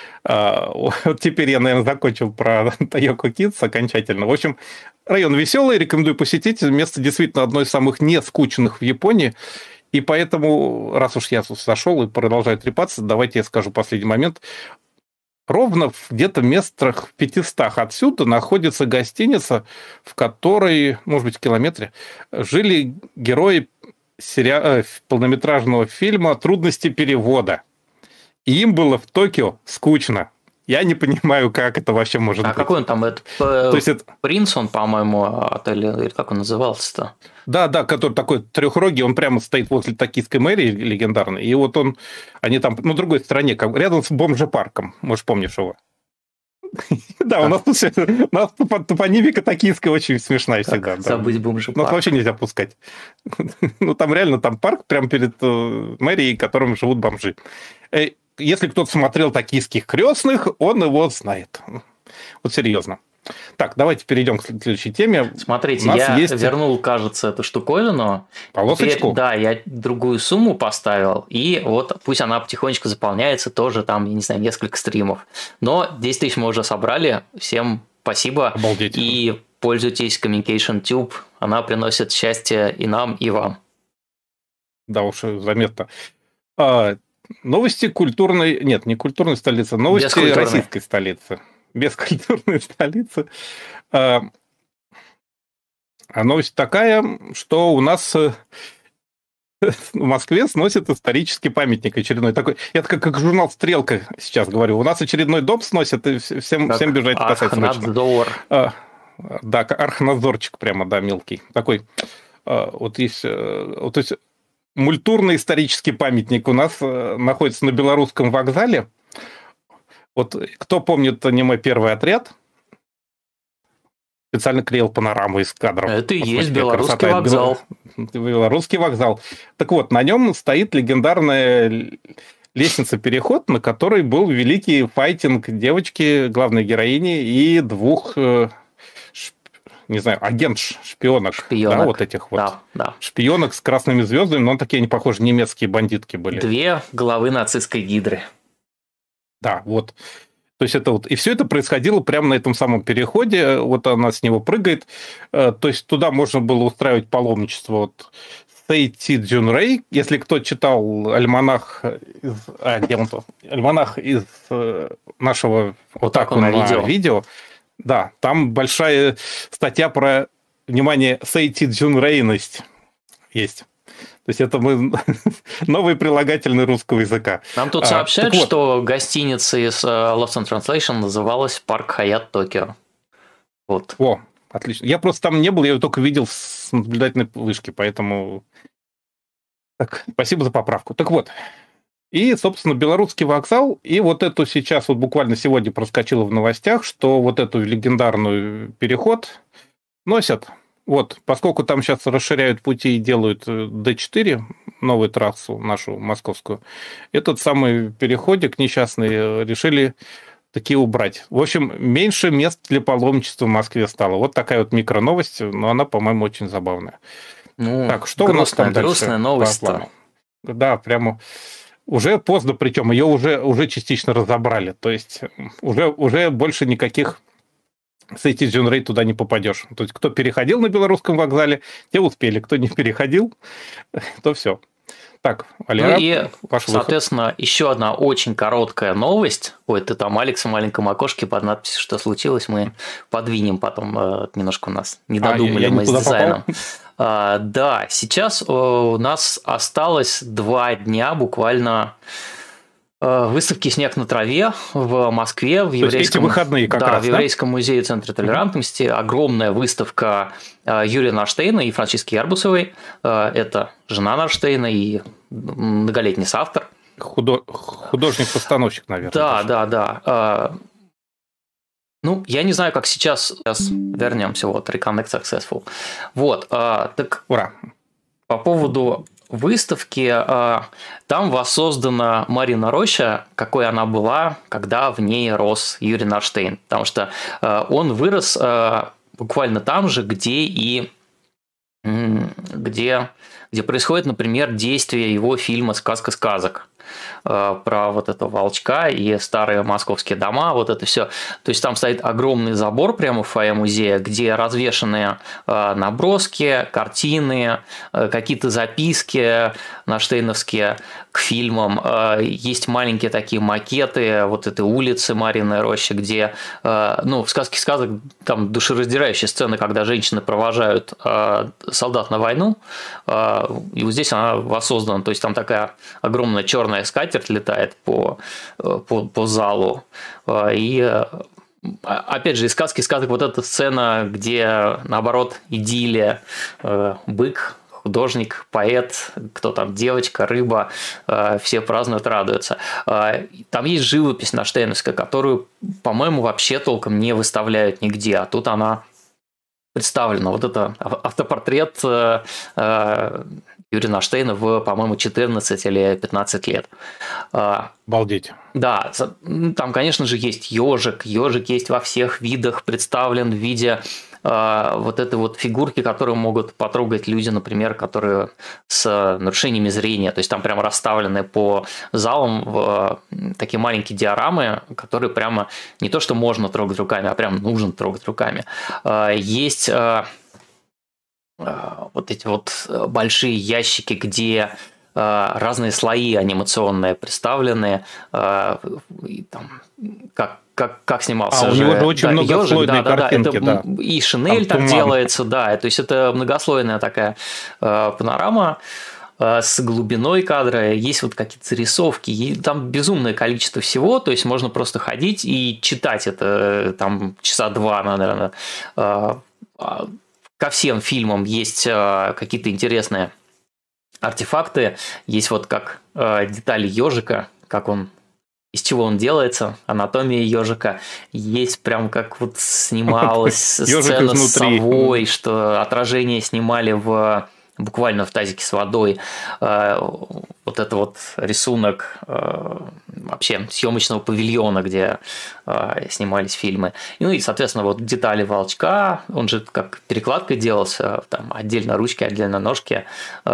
Вот теперь я, наверное, закончил про Тайоко Кидс окончательно. В общем, район веселый, рекомендую посетить. Место действительно одно из самых нескучных в Японии. И поэтому, раз уж я сошел и продолжаю трепаться, давайте я скажу последний момент. Ровно где-то метрах в 500 отсюда находится гостиница, в которой, может быть, в километре, жили герои полнометражного фильма «Трудности перевода». И им было в Токио скучно. Я не понимаю, как это вообще может быть. А какой он там? То есть это Принц, он, по-моему, отель, или как он назывался-то? Да, который такой трехрогий, он прямо стоит возле токийской мэрии легендарной. И вот они там, на другой стороне, рядом с бомжепарком. Может, помнишь его? Да, у нас топонимика токийская очень смешная всегда. Забыть бомжепарк. Нас вообще нельзя пускать. Ну, там реально там парк прямо перед мэрией, в котором живут бомжи. Если кто-то смотрел «Токийских крестных», он его знает. Вот серьезно. Так, давайте перейдем к следующей теме. Смотрите, я вернул, кажется, эту штуковину. Полосочку? Теперь, да, я другую сумму поставил, и вот пусть она потихонечку заполняется, тоже там, я не знаю, несколько стримов. Но 10 тысяч мы уже собрали, всем спасибо. Обалдеть. И пользуйтесь Communication Tube, она приносит счастье и нам, и вам. Да уж, заметно. Новости культурной... Нет, не культурной столицы, новости российской столицы. Бескультурной столицы. А новость такая, что у нас в Москве сносят исторический памятник очередной. Такой, я как журнал «Стрелка» сейчас говорю. У нас очередной дом сносят, и всем бежать спасать срочно. Архнадзор. Да, архнадзорчик прямо, да, мелкий. Такой, вот есть... То есть мультурно-исторический памятник у нас находится на Белорусском вокзале. Вот кто помнит аниме «Первый отряд», специально клеил панораму из кадров. Это и есть Белорусский вокзал. Белорусский вокзал. Так вот, на нем стоит легендарная лестница-переход, на которой был великий файтинг девочки, главной героини, и двух... не знаю, шпионок. Да, вот этих вот. Да. Шпионок с красными звездами, но такие они, похоже, немецкие бандитки были. 2 главы нацистской гидры. Да, вот. То есть это вот... И все это происходило прямо на этом самом переходе. Вот она с него прыгает. То есть туда можно было устраивать паломничество. Вот Сейти Джунрей, если кто читал альманах из нашего Отаку на видео. Да, там большая статья про, внимание, сейти-джунрейность есть. То есть это новые прилагательные русского языка. Нам тут сообщают, что гостиница из Lost in Translation называлась Парк Хаят Токио. Вот. О, отлично. Я просто там не был, я ее только видел с наблюдательной вышки, поэтому... Так, спасибо за поправку. Так вот, и, собственно, Белорусский вокзал, и вот эту сейчас, вот буквально сегодня проскочило в новостях, что вот эту легендарную переход носят. Вот, поскольку там сейчас расширяют пути и делают Д4, новую трассу нашу московскую, этот самый переходик несчастный решили такие убрать. В общем, меньше мест для паломничества в Москве стало. Вот такая вот микроновость, но она, по-моему, очень забавная. Ну, так, что у нас там дальше? Грустная новость. Да, прямо... Уже поздно, причем ее уже частично разобрали. То есть уже больше никаких Сейти Джунрей туда не попадешь. То есть кто переходил на Белорусском вокзале, те успели. Кто не переходил, то все. Так, Алира, и, соответственно, еще одна очень короткая новость. Ой, ты там Алекс в маленьком окошке под надписью «Что случилось?» мы подвинем потом. Немножко у нас не додумали мы с дизайном. Да, сейчас у нас осталось 2 дня буквально выставки «Снег на траве» в Москве, в еврейском, выходные как раз, в Еврейском музее Центра толерантности. Огромная выставка Юрия Нарштейна и Франциски Ярбусовой. Это жена Нарштейна и многолетний соавтор. Художник-постановщик, наверное. Да. Ну, я не знаю, как сейчас вернемся, вот, Reconnect Successful. Вот, так Ура! По поводу выставки, там воссоздана Марьина роща, какой она была, когда в ней рос Юрий Нарштейн. Потому что он вырос буквально там же, где происходит, например, действие его фильма «Сказка сказок», про вот этого волчка и старые московские дома, вот это все. То есть там стоит огромный забор прямо в фойе музея, где развешаны наброски, картины, какие-то записки наштейновские к фильмам. Есть маленькие такие макеты вот этой улицы Марьиной рощи, где, в «Сказке сказок» там душераздирающие сцены, когда женщины провожают солдат на войну, и вот здесь она воссоздана. То есть там такая огромная черная скатерть летает по залу. И опять же, из «Сказки сказок» вот эта сцена, где, наоборот, идиллия, бык, художник, поэт, кто там, девочка, рыба, все празднуют, радуются. Там есть живопись наштейновская, которую, по-моему, вообще толком не выставляют нигде, а тут она представлена. Вот это автопортрет Юрия Нарштейна в, по-моему, 14 или 15 лет. Обалдеть. Да, там, конечно же, есть ежик. Ежик есть во всех видах, представлен в виде вот этой вот фигурки, которые могут потрогать люди, например, которые с нарушениями зрения. То есть там прямо расставлены по залам такие маленькие диорамы, которые прямо не то, что можно трогать руками, а прям нужно трогать руками. Есть вот эти вот большие ящики, где разные слои анимационные представлены, там, как снимался у него же очень многослойные картинки, да. И Шинель так делается, да, то есть это многослойная такая панорама с глубиной кадра, есть вот какие-то зарисовки, и там безумное количество всего, то есть можно просто ходить и читать это там часа два, наверное. Ко всем фильмам есть какие-то интересные артефакты, есть вот как детали ежика, как он, из чего он делается, анатомия ежика, есть прям как вот снималась сцена с совой, что отражение снимали буквально в тазике с водой. Вот это вот рисунок вообще съемочного павильона, где снимались фильмы. Ну и, соответственно, вот детали волчка, он же как перекладкой делался, там отдельно ручки, отдельно ножки.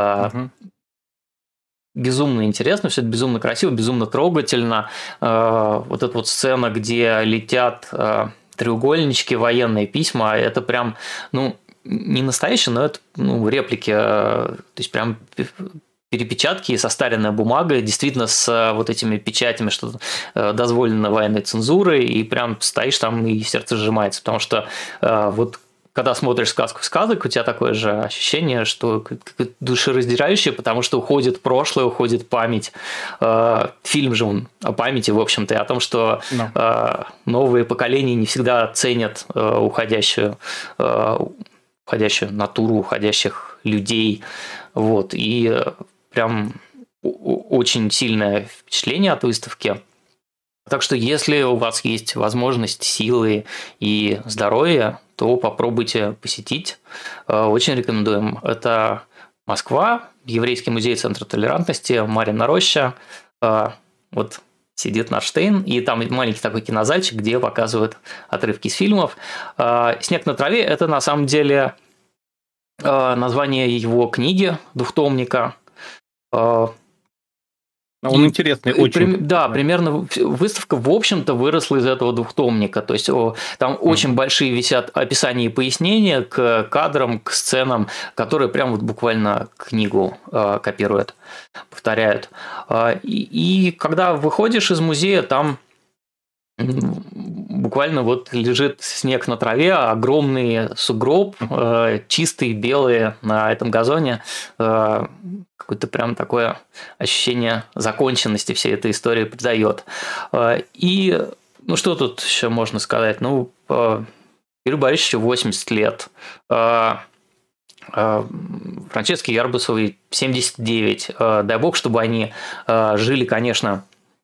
Безумно интересно, все это безумно красиво, безумно трогательно. Вот эта вот сцена, где летят треугольнички, военные письма, это прям, не настоящие, но это реплики, то есть прям перепечатки, состаренная бумага, действительно с вот этими печатями, что дозволено военной цензурой, и прям стоишь там и сердце сжимается, потому что вот когда смотришь «Сказку сказок», у тебя такое же ощущение, что душераздирающее, потому что уходит прошлое, уходит память. Фильм же он о памяти, в общем-то, и о том, что новые поколения не всегда ценят уходящую натуру, уходящих людей. Вот. И прям очень сильное впечатление от выставки. Так что, если у вас есть возможность, силы и здоровье, то попробуйте посетить. Очень рекомендуем. Это Москва, Еврейский музей Центра толерантности, Марьина роща. Вот сидит Нарштейн, и там маленький такой кинозальчик, где показывают отрывки из фильмов. «Снег на траве» – это на самом деле название его книги, двухтомника. Он интересный очень. Да, примерно выставка, в общем-то, выросла из этого двухтомника. То есть там очень большие висят описания и пояснения к кадрам, к сценам, которые прям вот буквально книгу копируют, повторяют. И когда выходишь из музея, там буквально вот лежит снег на траве, огромный сугроб, чистый, белый на этом газоне. Какое-то прям такое ощущение законченности всей этой истории придает. И, что тут еще можно сказать? Юрию Борисовичу 80 лет. Франческо Ярбусовой 79. Дай бог, чтобы они жили, конечно,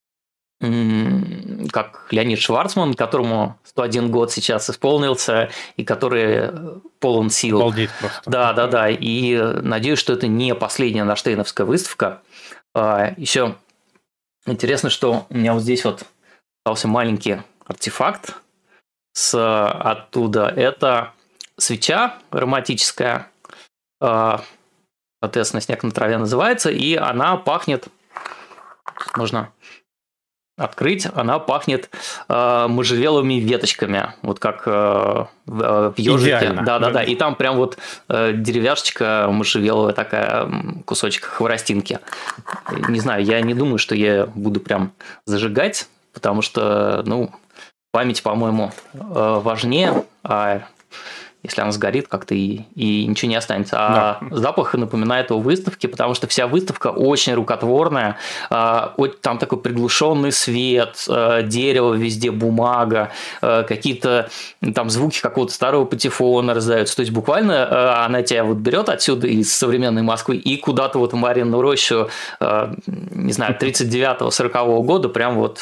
как Леонид Шварцман, которому 101 год сейчас исполнился, и который полон сил. Обалдеть просто. Да. И надеюсь, что это не последняя наштейновская выставка. Еще интересно, что у меня вот здесь вот остался маленький артефакт оттуда. Это свеча ароматическая, соответственно, «Снег на траве» называется, и она пахнет, можно открыть, она пахнет можжевеловыми веточками, вот как в ежике. Да. И там прям вот деревяшечка можжевеловая такая, кусочек хворостинки. Не знаю, я не думаю, что я буду прям зажигать, потому что, память, по-моему, важнее, а если она сгорит, как-то и ничего не останется. А запах напоминает о выставке, потому что вся выставка очень рукотворная. Там такой приглушенный свет, дерево везде, бумага, какие-то там звуки какого-то старого патефона раздаются. То есть буквально она тебя вот берет отсюда из современной Москвы и куда-то вот в Марьину рощу, не знаю, 39-40 года прям вот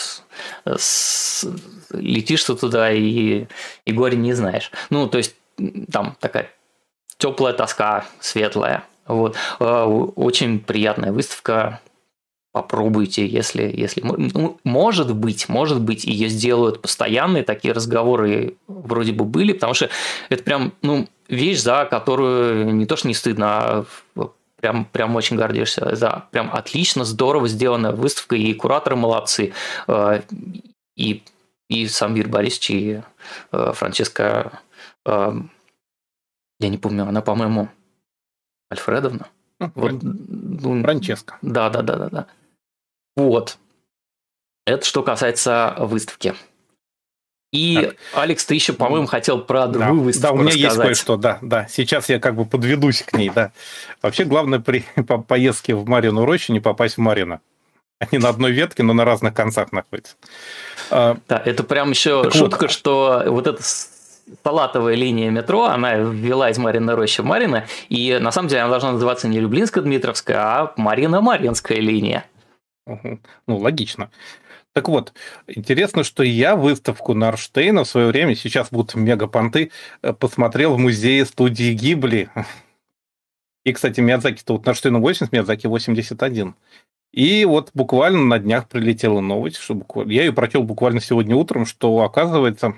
летишь ты туда и горе не знаешь. То есть там такая теплая тоска, светлая. Вот. Очень приятная выставка. Попробуйте, если может быть, ее сделают постоянные, такие разговоры вроде бы были, потому что это прям, вещь, за которую не то что не стыдно, а прям очень гордишься. За прям отлично, здорово сделанная выставка, и кураторы молодцы, и сам Юрий Борисович, и Франческа. Я не помню, она, по-моему, Альфредовна. Франческа. Да. Вот. Это что касается выставки. И, так. Алекс, ты еще, по-моему, хотел про другую выставку рассказать. Да, у меня есть кое-что, да. Сейчас я как бы подведусь к ней, да. Вообще, главное при поездке в Марьину рощу не попасть в Марьино. Они на одной ветке, но на разных концах находятся. Да, это прям еще шутка, что вот эта салатовая линия метро, она ввела из Марьиной рощи в Марьино, и на самом деле она должна называться не Люблинско-Дмитровская, а Марьино-Марьинская линия. Логично. Так вот, интересно, что я выставку Нарштейна в свое время, сейчас будут мегапонты, посмотрел в музее студии Гибли. И, кстати, Миядзаки-то вот Нарштейну 80, Миядзаки 81. И вот буквально на днях прилетела новость, что я ее прочел буквально сегодня утром, что, оказывается,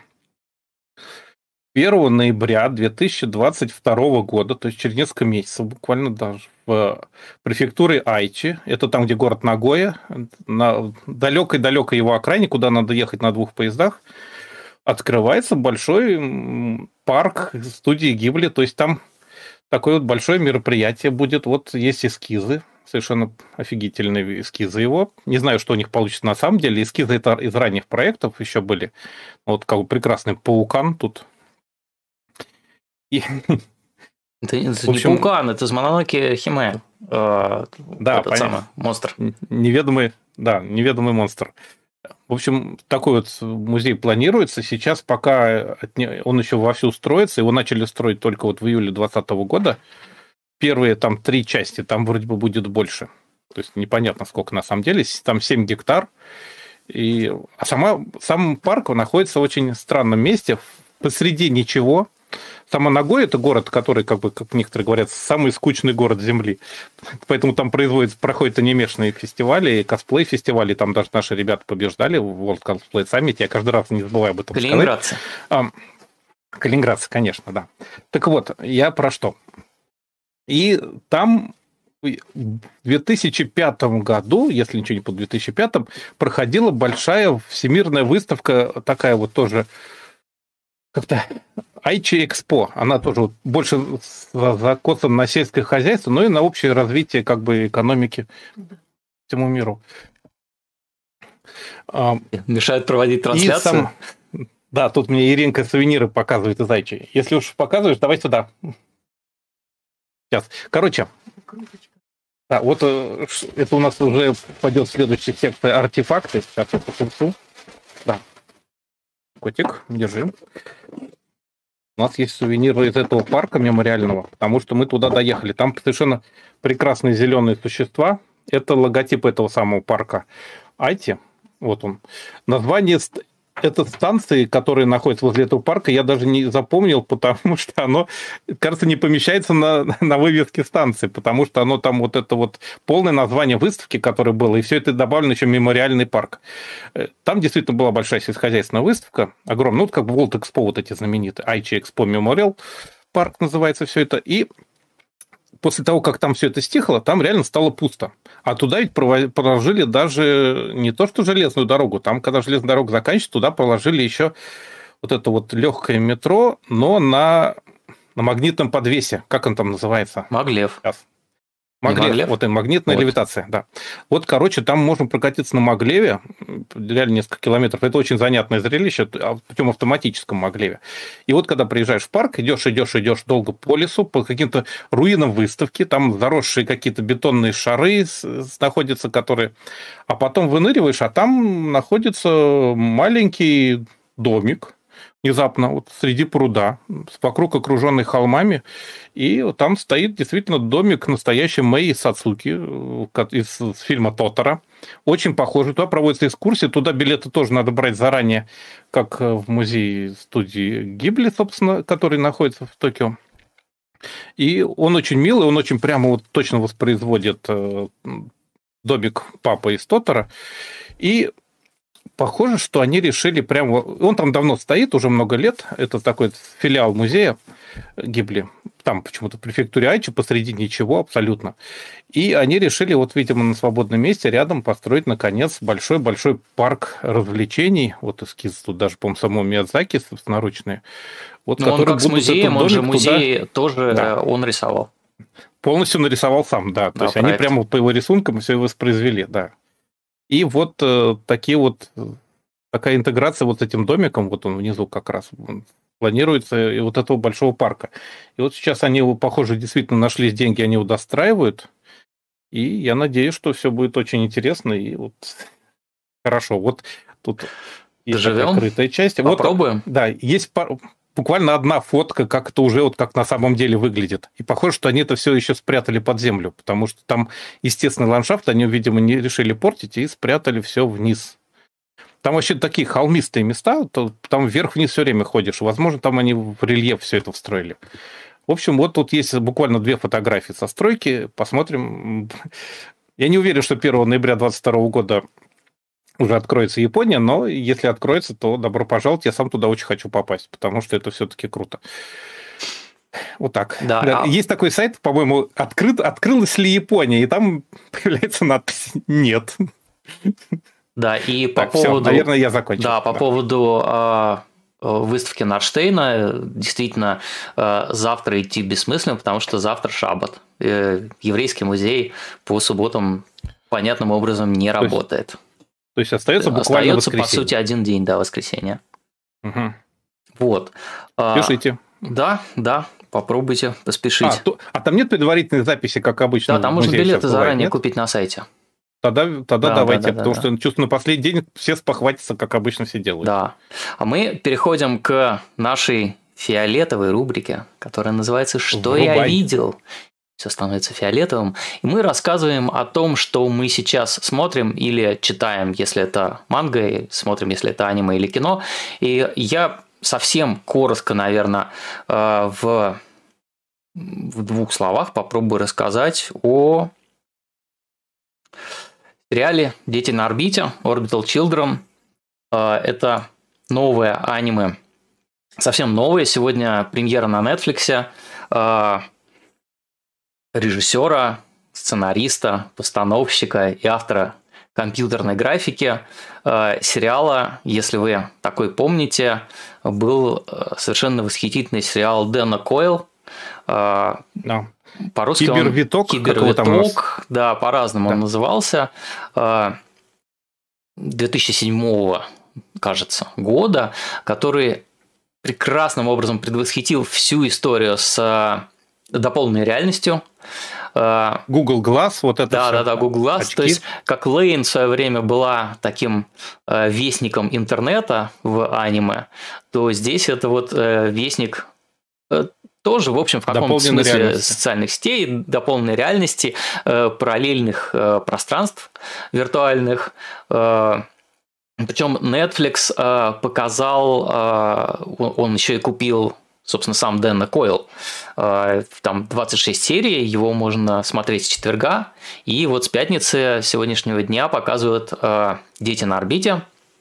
1 ноября 2022 года, то есть через несколько месяцев, буквально даже в префектуре Айчи, это там, где город Нагоя, на далекой-далекой его окраине, куда надо ехать на 2 поездах, открывается большой парк студии Гибли, то есть там такое вот большое мероприятие будет, вот есть эскизы, совершенно офигительные эскизы его. Не знаю, что у них получится на самом деле. Эскизы это из ранних проектов еще были. Вот как бы прекрасный паукан тут. Это не паукан, это из Мононоке Химе. Да, этот самый монстр. Неведомый монстр. В общем, такой вот музей планируется. Сейчас пока он еще вовсю строится. Его начали строить только вот в июле 2020 года. Первые там 3 части, там вроде бы будет больше. То есть непонятно, сколько на самом деле. Там 7 гектар. А сам парк находится в очень странном месте, посреди ничего. Сама Нагоя – это город, который, как некоторые говорят, самый скучный город Земли. Поэтому там проходят анимешные фестивали, косплей-фестивали. Там даже наши ребята побеждали в World Cosplay Summit. Я каждый раз не забываю об этом сказать. Калининградцы, конечно, да. Так вот, я про что? И там в 2005 году, если ничего не по 2005, проходила большая всемирная выставка, такая вот тоже как-то Айчи Экспо. Она тоже больше закосана на сельское хозяйство, но и на общее развитие как бы экономики всему миру. Мешает проводить трансляцию? Да, тут мне Иринка сувениры показывает из Айчи. Если уж показываешь, давай сюда. Сейчас. Короче, да, вот это у нас уже пойдет следующий секция артефакты. Сейчас я покажу. Да. Котик, держи. У нас есть сувениры из этого парка мемориального, потому что мы туда доехали. Там совершенно прекрасные зеленые существа. Это логотип этого самого парка Айти. Вот он. Название этой станции, которая находится возле этого парка, я даже не запомнил, потому что оно, кажется, не помещается на вывеске станции, потому что оно там вот это вот полное название выставки, которое было, и все это добавлено еще мемориальный парк. Там действительно была большая сельскохозяйственная выставка, огромная, ну, как бы World Expo вот эти знаменитые, Aichi Expo Memorial парк называется все это, и после того, как там все это стихло, там реально стало пусто. А туда ведь проложили даже не то что железную дорогу, там, когда железная дорога заканчивается, туда проложили еще вот это вот легкое метро, но на магнитном подвесе. Как он там называется? Маглев. Сейчас. Маглев. Вот и магнитная левитация, да. Вот, короче, там можно прокатиться на Маглеве, реально несколько километров. Это очень занятное зрелище, причем автоматическом Маглеве. И вот, когда приезжаешь в парк, идешь долго по лесу, по каким-то руинам выставки, там заросшие какие-то бетонные шары находятся, которые... А потом выныриваешь, а там находится маленький домик, внезапно вот среди пруда, вокруг окруженный холмами, и там стоит действительно домик настоящий Мэй Сацуки из фильма «Тотора». Очень похожий. Туда проводятся экскурсии, туда билеты тоже надо брать заранее, как в музее студии Гибли, собственно, который находится в Токио. И он очень милый, он очень прямо вот точно воспроизводит домик папы из «Тотора». И похоже, что они решили прямо... Он там давно стоит, уже много лет. Это такой филиал музея Гибли. Там почему-то в префектуре Айчи посреди ничего абсолютно. И они решили, вот, видимо, на свободном месте рядом построить, наконец, большой-большой парк развлечений. Вот эскиз тут даже, по-моему, самого Миядзаки собственноручные. Вот, но он как с музеем, он же музей туда... тоже да. Он рисовал. Полностью нарисовал сам, да. То есть проект. Они прямо по его рисункам все воспроизвели, да. И вот такая интеграция вот с этим домиком, вот он внизу как раз планируется, и вот этого большого парка. И вот сейчас они, похоже, действительно нашлись деньги, они его достраивают, и я надеюсь, что все будет очень интересно, и вот хорошо. Вот тут есть такая открытая часть. Попробуем. Вот, да, есть буквально одна фотка, как это уже вот как на самом деле выглядит. И похоже, что они это все еще спрятали под землю, потому что там естественный ландшафт, они, видимо, не решили портить и спрятали все вниз. Там вообще такие холмистые места, там вверх-вниз все время ходишь. Возможно, там они в рельеф все это встроили. В общем, вот тут есть буквально 2 фотографии со стройки. Посмотрим. Я не уверен, что 1 ноября 2022 года уже откроется Япония, но если откроется, то добро пожаловать, я сам туда очень хочу попасть, потому что это все-таки круто. Вот так. Да, есть такой сайт, по-моему, открылась ли Япония, и там появляется надпись «Нет». Да, и по поводу... Все, наверное, я закончил. Да, по поводу выставки Нарштейна, действительно, завтра идти бессмысленно, потому что завтра шаббат. Еврейский музей по субботам понятным образом не работает. То есть остается буквально воскресенье. По сути, один день, да, воскресенье. Угу. Вот. Спешите. Да, попробуйте поспешить. А там нет предварительной записи, как обычно? Да, там можно билеты заранее купить на сайте. Тогда давайте, потому что чувствую, на последний день все спохватятся, как обычно все делают. Да. А мы переходим к нашей фиолетовой рубрике, которая называется «Что я видел?». Все становится фиолетовым. И мы рассказываем о том, что мы сейчас смотрим или читаем, если это манга, и смотрим, если это аниме или кино. И я совсем коротко, наверное, в 2 словах попробую рассказать о сериале «Дети на орбите», Orbital Children. Это новое аниме, совсем новое. Сегодня премьера на Netflix. Режиссера, сценариста, постановщика и автора компьютерной графики сериала, если вы такой помните, был совершенно восхитительный сериал Дэна Койл. По-русски Кибервиток, да, по-разному он назывался. 2007, кажется, года, который прекрасным образом предвосхитил всю историю с дополненной реальностью. Google Glass, вот это да, Google Glass. Очки. То есть, как Лейн в свое время была таким вестником интернета в аниме, то здесь это вот вестник тоже, в общем, в каком-то смысле социальных сетей, дополненной реальности, параллельных пространств виртуальных. Причем Netflix показал, он еще и купил, собственно, сам Дэн Койл. Там 26 серий, его можно смотреть с четверга. И вот с пятницы сегодняшнего дня показывают «Дети на орбите».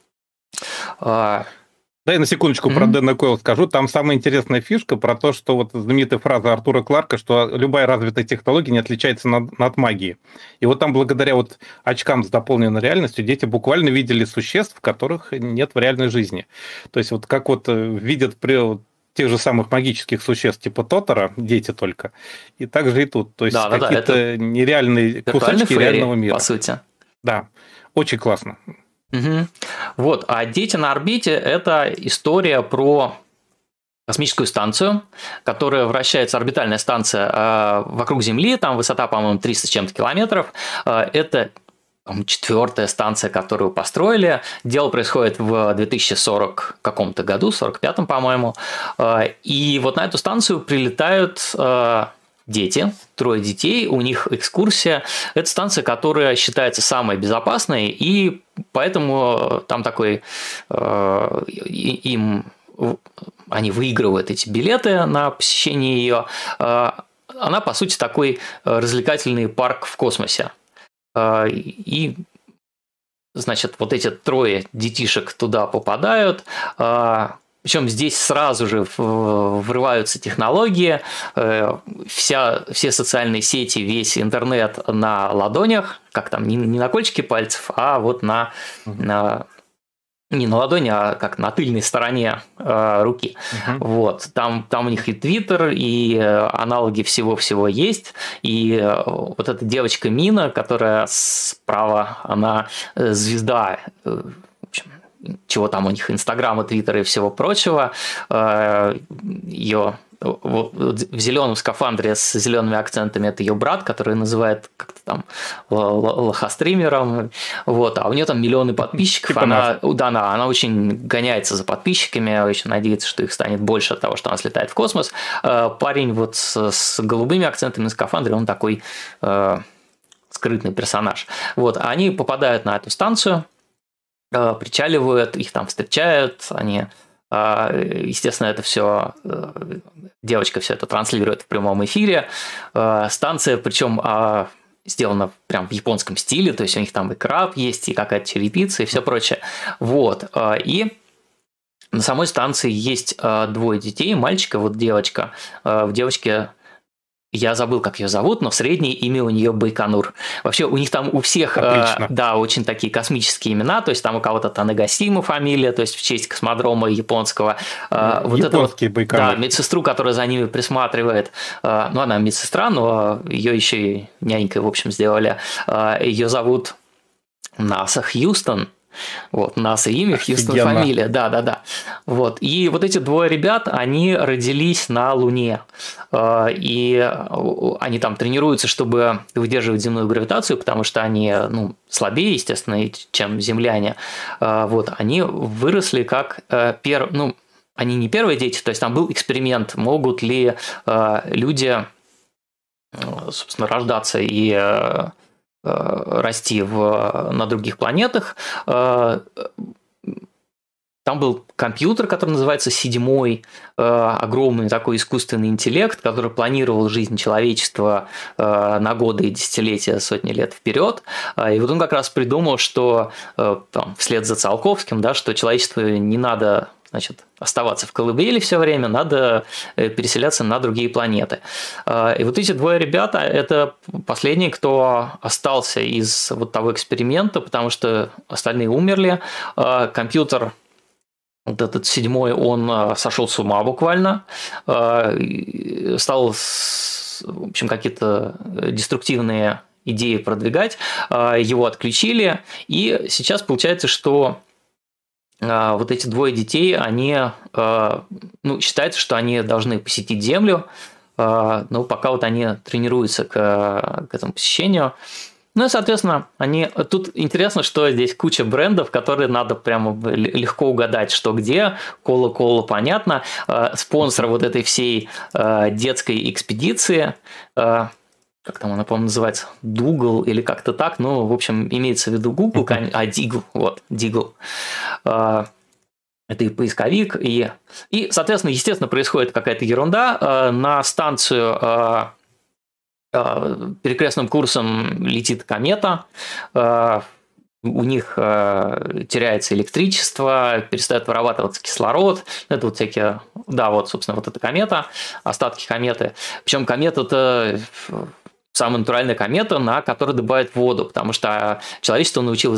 Да, я на секундочку про Дэна Койла скажу. Там самая интересная фишка про то, что вот знаменитая фраза Артура Кларка, что любая развитая технология не отличается от магии. И вот там благодаря вот очкам с дополненной реальностью дети буквально видели существ, которых нет в реальной жизни. То есть вот как вот видят при тех же самых магических существ типа Тотора, дети только, и также и тут. То есть какие-то нереальные кусочки реального мира. По сути. Да, очень классно. Угу. Вот, а «Дети на орбите» – это история про космическую станцию, которая вращается, орбитальная станция вокруг Земли, там высота, по-моему, 300 с чем-то километров. Это 4-я станция, которую построили. Дело происходит в 2040 каком-то году, 45-м, по-моему. И вот на эту станцию прилетают дети, 3 детей, у них экскурсия. Это станция, которая считается самой безопасной, и поэтому там такой они выигрывают эти билеты на посещение ее. Она, по сути, такой развлекательный парк в космосе. И, значит, вот эти 3 детишек туда попадают. Причем здесь сразу же врываются технологии, все социальные сети, весь интернет на ладонях, как там, не на кончике пальцев, а вот не на ладони, а как на тыльной стороне руки. Вот. Там у них и Твиттер, и аналоги всего-всего есть. И вот эта девочка Мина, которая справа, она звезда, в общем, чего там у них, Инстаграма, Твиттера и всего прочего. Ее в зеленом скафандре с зелеными акцентами это ее брат, который называет как-то там лохостримером. Вот, а у нее там миллионы подписчиков. Она очень гоняется за подписчиками, очень надеется, что их станет больше от того, что она слетает в космос. Парень вот с голубыми акцентами на скафандре, он такой скрытный персонаж. Вот, они попадают на эту станцию, причаливают, их там встречают, они, естественно, это все, девочка все это транслирует в прямом эфире. Станция, причем сделана прям в японском стиле, то есть у них там и краб есть, и какая-то черепица, и все прочее. Вот, и на самой станции есть 2 детей, мальчика, вот девочка. В девочке, я забыл, как ее зовут, но среднее имя у нее Байконур. Вообще у них там у всех, да, очень такие космические имена, то есть там у кого-то Танагасима фамилия, то есть в честь космодрома японского. Вот это вот, Байконур. Да, медсестру, которая за ними присматривает. Ну, она медсестра, но ее еще и нянькой, в общем, сделали. Ее зовут Наса Хьюстон. Вот, НАСА имя, Хьюстон фамилия, да. Вот, и вот эти 2 ребят, они родились на Луне, и они там тренируются, чтобы выдерживать земную гравитацию, потому что они, слабее, естественно, чем земляне. Вот, они выросли как они не первые дети, то есть там был эксперимент, могут ли люди, собственно, рождаться и расти на других планетах. Там был компьютер, который называется 7-й, огромный такой искусственный интеллект, который планировал жизнь человечества на годы и десятилетия, сотни лет вперед. И вот он как раз придумал, что вслед за Циолковским, да, что человечеству не надо, значит, оставаться в колыбели все время, надо переселяться на другие планеты. И вот эти 2 ребята – это последние, кто остался из вот того эксперимента, потому что остальные умерли. Компьютер, вот этот 7-й, он сошел с ума буквально, стал, в общем, какие-то деструктивные идеи продвигать, его отключили, и сейчас получается, что вот эти 2 детей, они, считается, что они должны посетить Землю, но пока вот они тренируются к этому посещению. Ну и, соответственно, тут интересно, что здесь куча брендов, которые надо прямо легко угадать, что где. Кола-кола, понятно. Спонсор вот этой всей детской экспедиции, как там она, по-моему, называется, Дугл или как-то так. Ну, в общем, имеется в виду Google, Дигл, вот, Дигл. Это и поисковик, и, соответственно, естественно, происходит какая-то ерунда. На станцию перекрестным курсом летит комета, у них теряется электричество, перестает вырабатываться кислород. Это вот всякие... Да, вот, собственно, вот эта комета, остатки кометы. Причем комета-то самая натуральная комета, на которой добывают воду, потому что человечество научилось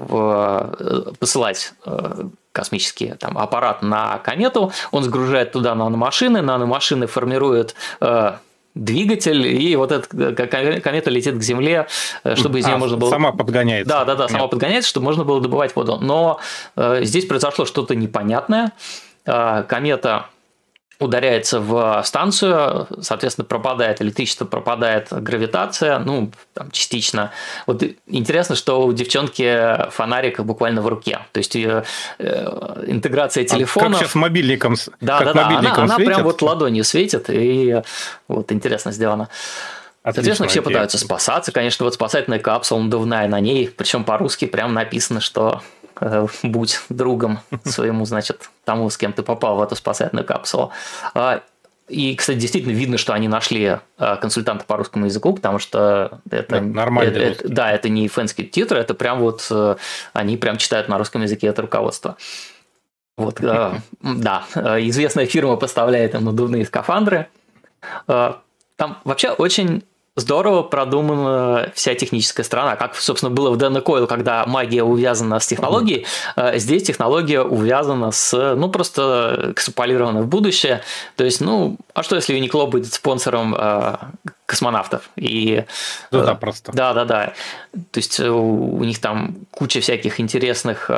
посылать космический аппарат на комету, он сгружает туда наномашины формируют двигатель, и вот эта комета летит к Земле, чтобы из нее можно было... Сама подгоняется. Да, сама подгоняется, чтобы можно было добывать воду. Но здесь произошло что-то непонятное. Комета ударяется в станцию, соответственно, пропадает электричество, пропадает гравитация, ну, там, частично. Вот интересно, что у девчонки фонарик буквально в руке. То есть интеграция телефонов... Как сейчас мобильником Да, она прям вот ладонью светит, и вот интересно сделано. Соответственно, все пытаются спасаться. Конечно, вот спасательная капсула надувная на ней, причем по-русски прям написано, что будь другом своему, значит, тому, с кем ты попал в эту спасательную капсулу. И, кстати, действительно видно, что они нашли консультанта по русскому языку, потому что это нормально. Да, это не фэнские титры, это прям вот они прям читают на русском языке это руководство. Вот, да, известная фирма поставляет им надувные скафандры. Там вообще очень здорово продумана вся техническая сторона. Как, собственно, было в DNA Coil, когда магия увязана с технологией, здесь технология увязана с, просто экстраполирована в будущее. То есть, а что, если Uniqlo будет спонсором космонавтов? Да, просто. Да. То есть, у них там куча всяких интересных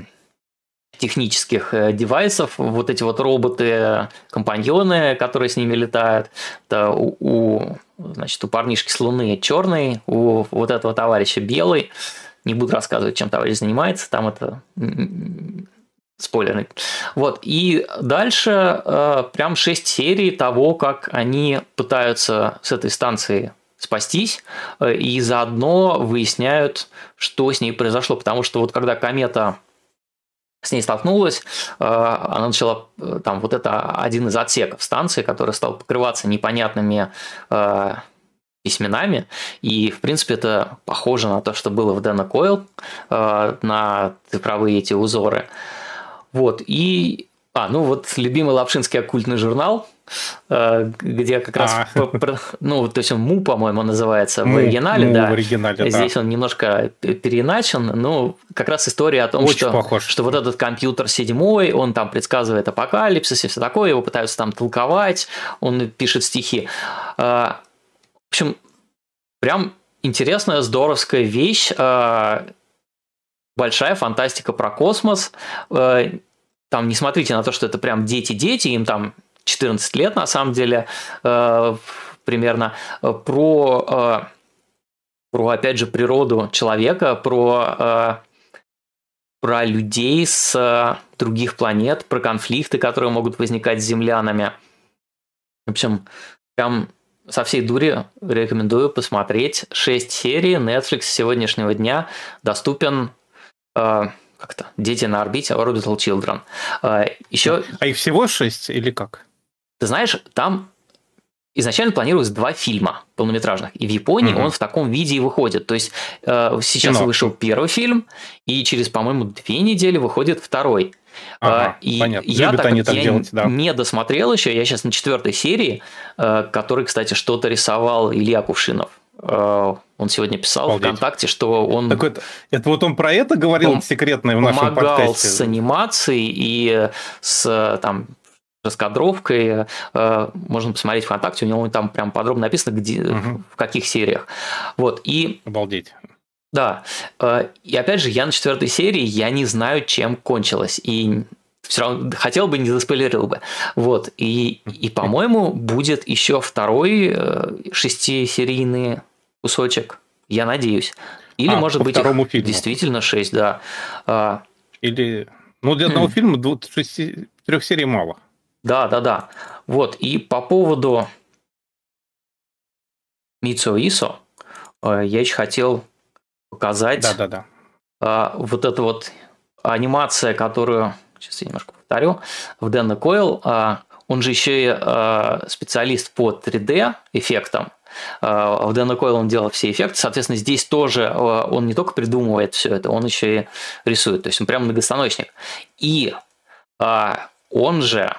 технических девайсов, вот эти вот роботы-компаньоны, которые с ними летают, это у парнишки с Луны черный, у вот этого товарища белый. Не буду рассказывать, чем товарищ занимается, там это спойлеры. Вот, и дальше прям 6 серий того, как они пытаются с этой станции спастись, и заодно выясняют, что с ней произошло, потому что вот когда комета с ней столкнулась, она начала, там вот это один из отсеков станции, который стал покрываться непонятными письменами, и, в принципе, это похоже на то, что было в DNA Coil, на цифровые эти узоры. Вот, и... любимый лапшинский оккультный журнал, где как раз, то есть он Му, по-моему, называется в оригинале, да. В оригинале, здесь он немножко переиначен, как раз история о том, что вот этот компьютер 7-й, он там предсказывает апокалипсис и все такое, его пытаются там толковать, он пишет стихи. В общем, прям интересная, здоровская вещь, большая фантастика про космос. Там не смотрите на то, что это прям дети-дети, им там 14 лет на самом деле примерно, про опять же природу человека, про людей с других планет, про конфликты, которые могут возникать с землянами. В общем, прям со всей дури рекомендую посмотреть. 6 серий, Netflix с сегодняшнего дня доступен... как-то «Дети на орбите», Orbital Children. Еще... А их всего 6 или как? Ты знаешь, там изначально планировалось 2 фильма полнометражных, и в Японии он в таком виде и выходит. То есть сейчас вышел первый фильм, и через, по-моему, 2 недели выходит второй. И понятно. Я делать, да. не досмотрел еще, я сейчас на 4 серии, который, кстати, что-то рисовал Илья Кувшинов. Он сегодня писал ВКонтакте, что он... Так это вот он про это говорил секретное в нашем подкасте? Помогал с анимацией и с раскадровкой. Можно посмотреть ВКонтакте, у него там прям подробно написано, где, в каких сериях. Вот, и... Обалдеть. Да. И опять же, я на 4 серии, я не знаю, чем кончилось. И все равно хотел бы, не заспойлерил бы. Вот. И по-моему, будет еще второй 6-серийный кусочек. Я надеюсь. Или, может по быть, второму их фильму. действительно 6, да. Или... Ну, для одного фильма 3 серий мало. Да. Вот, и по поводу Мицуо Исо я еще хотел показать Да. вот эта вот анимация, которую, сейчас я немножко повторю, в Дэнна Койл, он же еще и специалист по 3D-эффектам. В Дэнна Койл он делал все эффекты, соответственно, здесь тоже он не только придумывает все это, он еще и рисует, то есть он прям многостаночник. И он же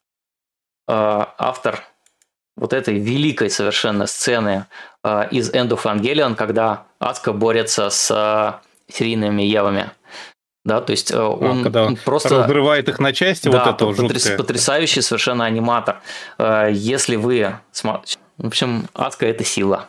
автор вот этой великой совершенно сцены из End of Evangelion, когда Аска борется с серийными Евами. Да, то есть он просто разрывает их на части, да, вот это жуткое. Потрясающий совершенно аниматор. Если вы смотрите... В общем, Аска – это сила.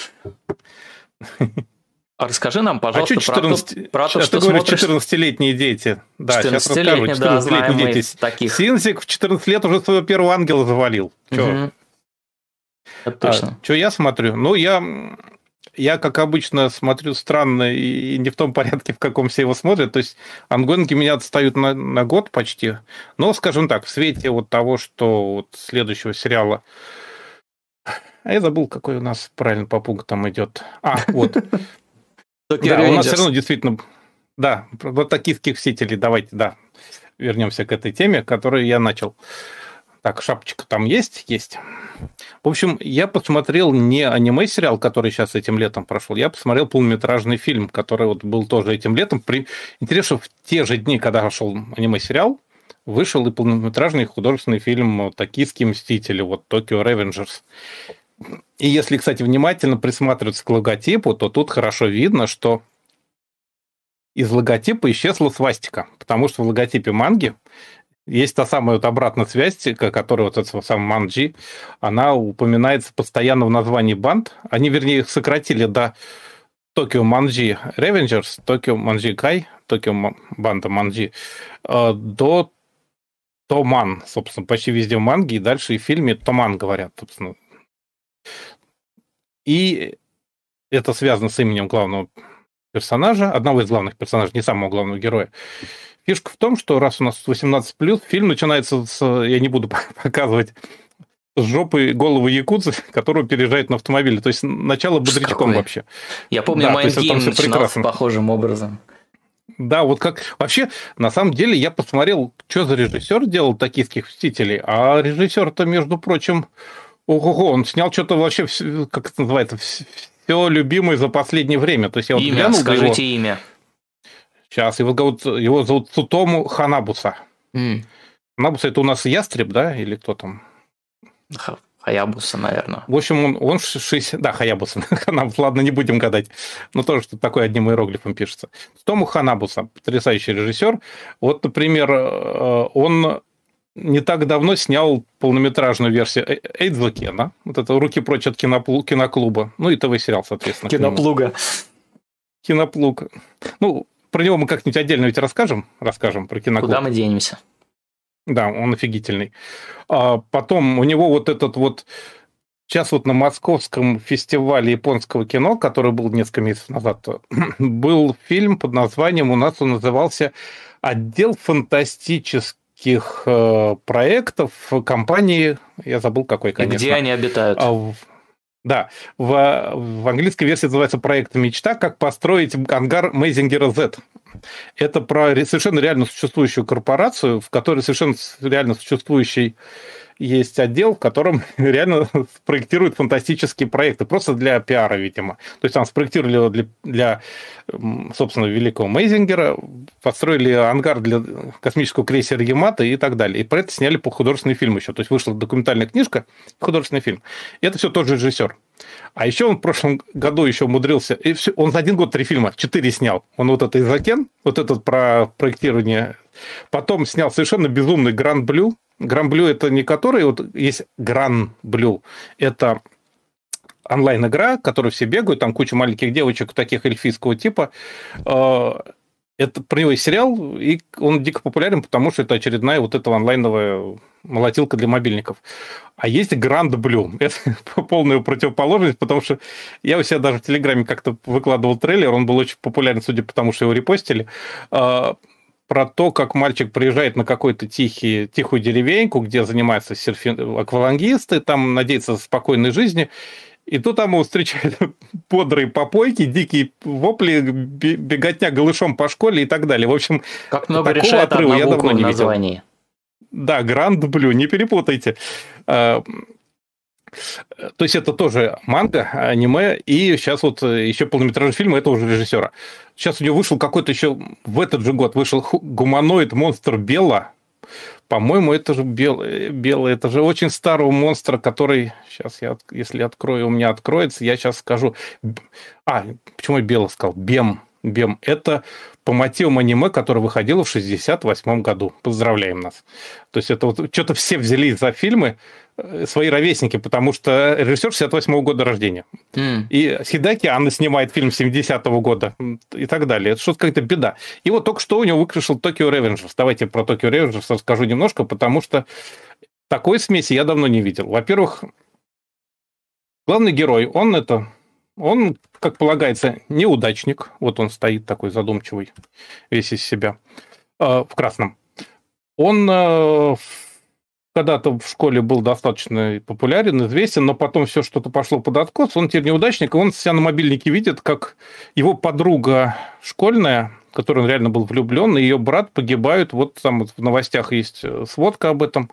Расскажи нам, пожалуйста, 14... про то, что ты говоришь, смотришь... 14-летние дети. Да, сейчас расскажу. 14-летние, да, дети. Таких. Синзик в 14 лет уже своего первого ангела завалил. Это точно. Что я смотрю? Ну, я, как обычно, смотрю странно и не в том порядке, в каком все его смотрят. То есть ангоинги меня отстают на год почти. Но, скажем так, в свете вот того, что вот следующего сериала... А я забыл, какой у нас правильно по пунктам идет. Вот. Да, у нас все равно действительно... Да, вот токийских мстителей. Давайте, да, вернемся к этой теме, которую я начал. Так, шапочка там есть? Есть. В общем, я посмотрел не аниме-сериал, который сейчас этим летом прошел, я посмотрел полнометражный фильм, который вот был тоже этим летом. Интересно, в те же дни, когда шел аниме-сериал, вышел и полнометражный художественный фильм «Токийские мстители», вот «Tokyo Revengers». И если, кстати, внимательно присматриваться к логотипу, то тут хорошо видно, что из логотипа исчезла свастика, потому что в логотипе манги есть та самая вот обратная связь, которая вот этого самого манджи, она упоминается постоянно в названии банд. Они, вернее, их сократили до Tokyo Manji Revengers, Tokyo Manji Kai, Tokyo Banda Manji, до Томан, собственно, почти везде в манге, и дальше и в фильме Томан говорят, собственно. И это связано с именем главного персонажа, одного из главных персонажей, не самого главного героя. Фишка в том, что раз у нас 18+, фильм начинается с, я не буду показывать, с жопы головы якудзы, которую переезжает на автомобиле. То есть начало бодрячком вообще. Я помню, да, Майндгейм начинался похожим образом. Да, вот как... Вообще, на самом деле, я посмотрел, что за режиссер делал «Токийских мстителей», а режиссер-то, между прочим, ого-го, он снял что-то вообще, как это называется, все любимое за последнее время. То есть я вот глянул, скажите имя. Сейчас, его зовут Цутому Ханабуса. Ханабуса – это у нас ястреб, да, или кто там? Хаябуса, наверное. В общем, он 60... Да, Хаябуса. Ханабуса, ладно, не будем гадать. Но тоже что такое одним иероглифом пишется. Цутому Ханабуса, потрясающий режиссер. Вот, например, он не так давно снял полнометражную версию Эйдзо Кена. Вот это «Руки прочь от киноклуба». Ну и ТВ-сериал, соответственно. Киноплуга. Киноплуг. Ну, про него мы как-нибудь отдельно ведь расскажем про киноклуб. Куда мы денемся? Да, он офигительный. Потом у него вот этот вот... Сейчас вот на Московском фестивале японского кино, который был несколько месяцев назад, был фильм под названием, у нас он назывался «Отдел фантастических проектов компании...» Я забыл, какой, конечно. И где они обитают? Да, в английской версии называется «Проект Мечта. Как построить ангар Мейзингера Z». Это про совершенно реально существующую корпорацию, в которой совершенно реально существующий есть отдел, в котором реально спроектируют фантастические проекты, просто для пиара, видимо. То есть там спроектировали для собственно, великого Мейзингера, построили ангар для космического крейсера Ямато и так далее. И про это сняли художественный фильм еще. То есть вышла документальная книжка, художественный фильм. И это все тот же режиссер. А еще он в прошлом году еще умудрился... И все, он за один год 3 фильма, 4 снял. Он вот это «Изакен», вот этот про проектирование. Потом снял совершенно безумный «Гранд Блю». «Гранд Блю» — это не который... Вот есть «Гранд Блю». Это онлайн-игра, в которой все бегают, там куча маленьких девочек таких эльфийского типа. Это про него есть сериал, и он дико популярен, потому что это очередная вот эта онлайновая молотилка для мобильников. А есть Grand Blue. Это полная противоположность, потому что я у себя даже в Телеграме как-то выкладывал трейлер, он был очень популярен, судя по тому, что его репостили, про то, как мальчик приезжает на какую-то тихую деревеньку, где занимаются аквалангисты, там надеется спокойной жизни. И тут там его встречают бодрые попойки, дикие вопли, беготня голышом по школе и так далее. В общем, как много решает одна буква в названии. Да, Grand Blue, не перепутайте. То есть это тоже манга, аниме, и сейчас вот еще полнометражный фильм, это уже режиссера. Сейчас у него вышел какой-то еще, в этот же год вышел гуманоид монстр Белла. По-моему, это же белый, это же очень старого монстра, который... Сейчас я, если открою, у меня откроется, я сейчас скажу... почему я белый сказал? Бем. Это по мотивам аниме, которое выходило в 1968 году. Поздравляем нас. То есть это вот что-то все взялись за фильмы, свои ровесники, потому что режиссер 68 года рождения. И Хидаки Анна снимает фильм 70-го года и так далее. Это что-то какая-то беда. И вот только что у него вышел Tokyo Revengers. Давайте про Tokyo Revengers расскажу немножко, потому что такой смеси я давно не видел. Во-первых, главный герой, он, как полагается, неудачник. Вот он стоит такой задумчивый, весь из себя, в красном. Он когда-то в школе был достаточно популярен, известен, но потом все что-то пошло под откос, он теперь неудачник, и он себя на мобильнике видит, как его подруга школьная, в которую он реально был влюблен, и ее брат погибают, вот там в новостях есть сводка об этом,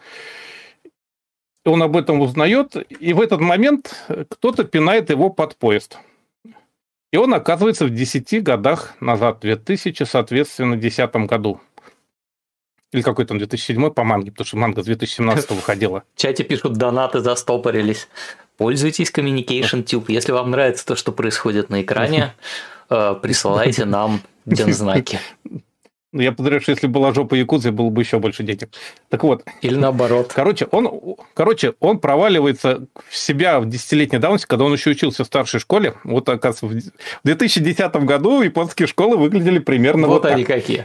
он об этом узнает, и в этот момент кто-то пинает его под поезд. И он оказывается в 10 годах назад, в 2000, соответственно, 10 году. Или какой там 2007 по манге, потому что манга с 2017 выходила. В чате пишут, донаты застопорились. Пользуйтесь Communication Tube. Если вам нравится то, что происходит на экране, присылайте нам знаки. Я подозреваю, что если была жопа якудзы, было бы еще больше денег. Так вот. Или наоборот. Короче, он проваливается в себя в 10-летней давности, когда он еще учился в старшей школе. Вот, оказывается, в 2010 году японские школы выглядели примерно вот так. Вот они какие.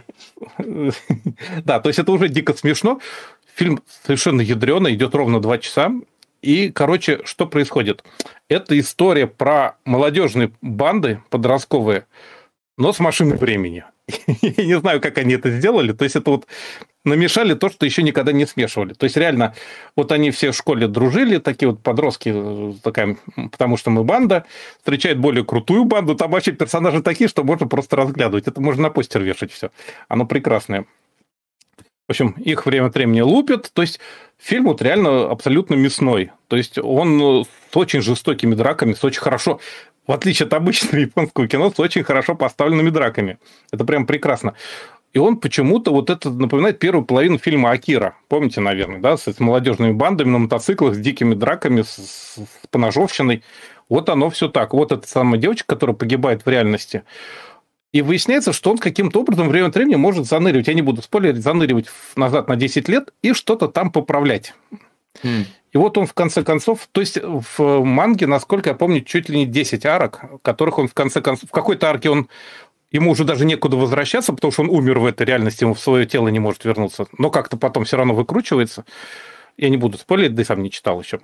Да, то есть это уже дико смешно. Фильм совершенно ядреный, идет ровно 2 часа. И, короче, что происходит? Это история про молодежные банды подростковые, но с машиной времени. Я не знаю, как они это сделали. То есть это вот намешали то, что еще никогда не смешивали. То есть реально, вот они все в школе дружили, такие вот подростки, потому что мы банда, встречают более крутую банду, там вообще персонажи такие, что можно просто разглядывать. Это можно на постер вешать все. Оно прекрасное. В общем, их время от времени лупят. То есть фильм вот реально абсолютно мясной. То есть он с очень жестокими драками, с очень хорошо... В отличие от обычного японского кино, с очень хорошо поставленными драками. Это прям прекрасно. И он почему-то вот это напоминает первую половину фильма «Акира». Помните, наверное, да? С молодежными бандами на мотоциклах, с дикими драками, с поножовщиной. Вот оно все так. Вот эта самая девочка, которая погибает в реальности. И выясняется, что он каким-то образом время от времени может заныривать, я не буду спойлерить, заныривать назад на 10 лет и что-то там поправлять. И вот он в конце концов, то есть в манге, насколько я помню, чуть ли не 10 арок, которых он в конце концов, в какой-то арке ему уже даже некуда возвращаться, потому что он умер в этой реальности, ему в свое тело не может вернуться, но как-то потом все равно выкручивается. Я не буду спойлерить, да и сам не читал еще.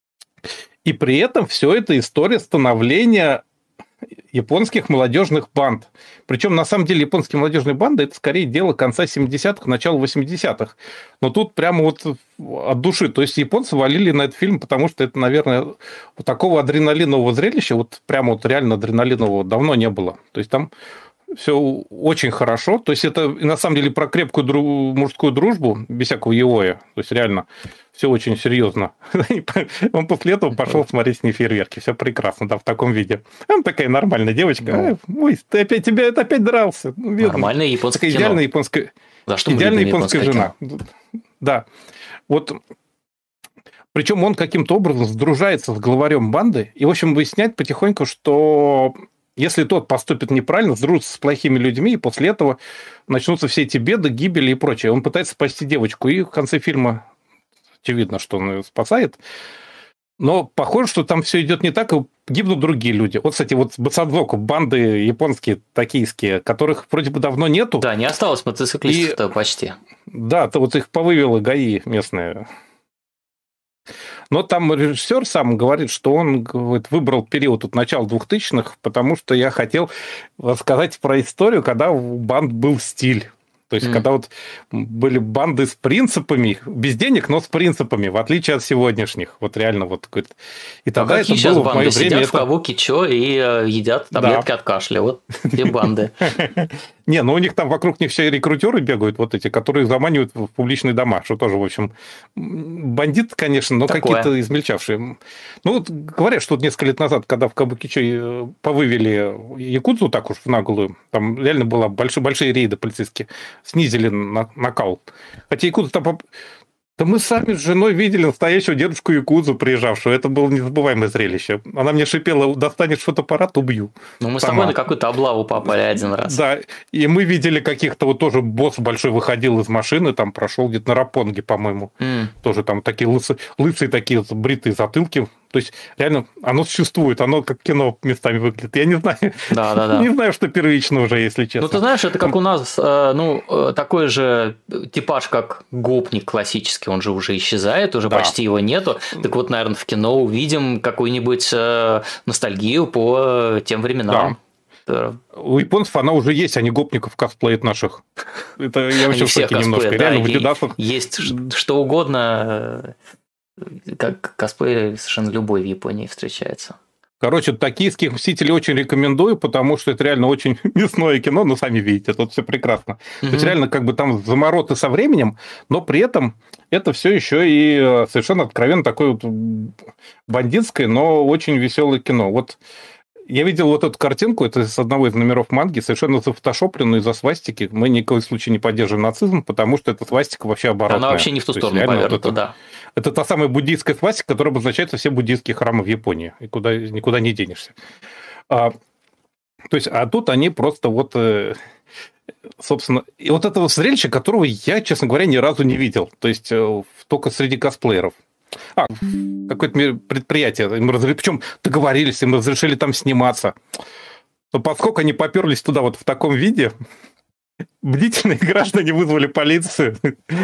И при этом все это история становления японских молодежных банд. Причем, на самом деле, японские молодежные банды – это скорее дело конца 70-х, начала 80-х. Но тут прямо вот от души. То есть японцы валили на этот фильм, потому что это, наверное, вот такого адреналинового зрелища, вот прямо вот реально адреналинового давно не было. То есть там все очень хорошо. То есть это, на самом деле, про крепкую мужскую дружбу, без всякого еоя. То есть реально все очень серьезно. Он после этого пошел смотреть с ней фейерверки. Все прекрасно, да, в таком виде. Она такая нормальная девочка. Ой, ты опять дрался. Нормальная японская кино. Идеальная японская, идеальная японская жена. Да. Вот. Причем он каким-то образом сдружается с главарем банды и, в общем, выясняет потихоньку, что если тот поступит неправильно, сдружится с плохими людьми, и после этого начнутся все эти беды, гибели и прочее. Он пытается спасти девочку, и в конце фильма очевидно, что он ее спасает. Но похоже, что там все идет не так, и гибнут другие люди. Вот, кстати, вот Басадзоку, банды японские, токийские, которых вроде бы давно нету. Да, не осталось мотоциклистов-то почти. Да, то вот их повывело ГАИ местные. Но там режиссер сам говорит, что он выбрал период от начала 2000-х, потому что я хотел рассказать про историю, когда у банд был стиль. То есть, когда вот были банды с принципами, без денег, но с принципами, в отличие от сегодняшних. Вот реально вот. И тогда это было в мое время. Сидят в Кабуки-чо и едят таблетки от кашля. Вот те банды. Не, ну у них там вокруг них все рекрутеры бегают, вот эти, которые заманивают в публичные дома, что тоже, в общем, бандиты, конечно, но какие-то измельчавшие. Ну, вот говорят, что несколько лет назад, когда в Кабукичо повывели якудзу так уж в наглую, там реально было большие рейды полицейские, снизили накал. Хотя якудза там... Да мы сами с женой видели настоящего дедушку якудзу, приезжавшего. Это было незабываемое зрелище. Она мне шипела: достанешь фотоаппарат, убью. Ну, мы с тобой на какую-то облаву попали один раз. Да, и мы видели каких-то, вот тоже босс большой выходил из машины, там прошел где-то на Рапонге, по-моему. Тоже там такие лысые такие бритые затылки. То есть, реально, оно существует, оно как кино местами выглядит. Я не знаю, не знаю, что первично уже, если честно. Ну, ты знаешь, это как у нас, такой же типаж, как гопник классический, он же уже исчезает, уже почти его нету. Так вот, наверное, в кино увидим какую-нибудь ностальгию по тем временам. Да. У японцев она уже есть, они гопников косплеят наших. Это я вообще в шоке немножко. Реально, в Адидасах. Есть что угодно. Как косплей совершенно любой в Японии встречается. Короче, «Токийских мстителей» очень рекомендую, потому что это реально очень мясное кино, ну, сами видите, тут все прекрасно. То есть, реально, как бы там замороты со временем, но при этом это все еще и совершенно откровенно такое вот бандитское, но очень веселое кино. Вот я видел вот эту картинку, это с одного из номеров манги, совершенно зафотошопленную из-за свастики. Мы ни в коем случае не поддерживаем нацизм, потому что эта свастика вообще оборотная. Она вообще не в ту сторону повернута, да. Это та самая буддийская свастика, которая обозначает все буддийские храмы в Японии, и никуда не денешься. То есть, а тут они просто вот, собственно... И вот этого зрелища, которого я, честно говоря, ни разу не видел. То есть, только среди косплееров. Какое-то предприятие, причем договорились, им разрешили там сниматься. Но поскольку они поперлись туда вот в таком виде, бдительные граждане вызвали полицию,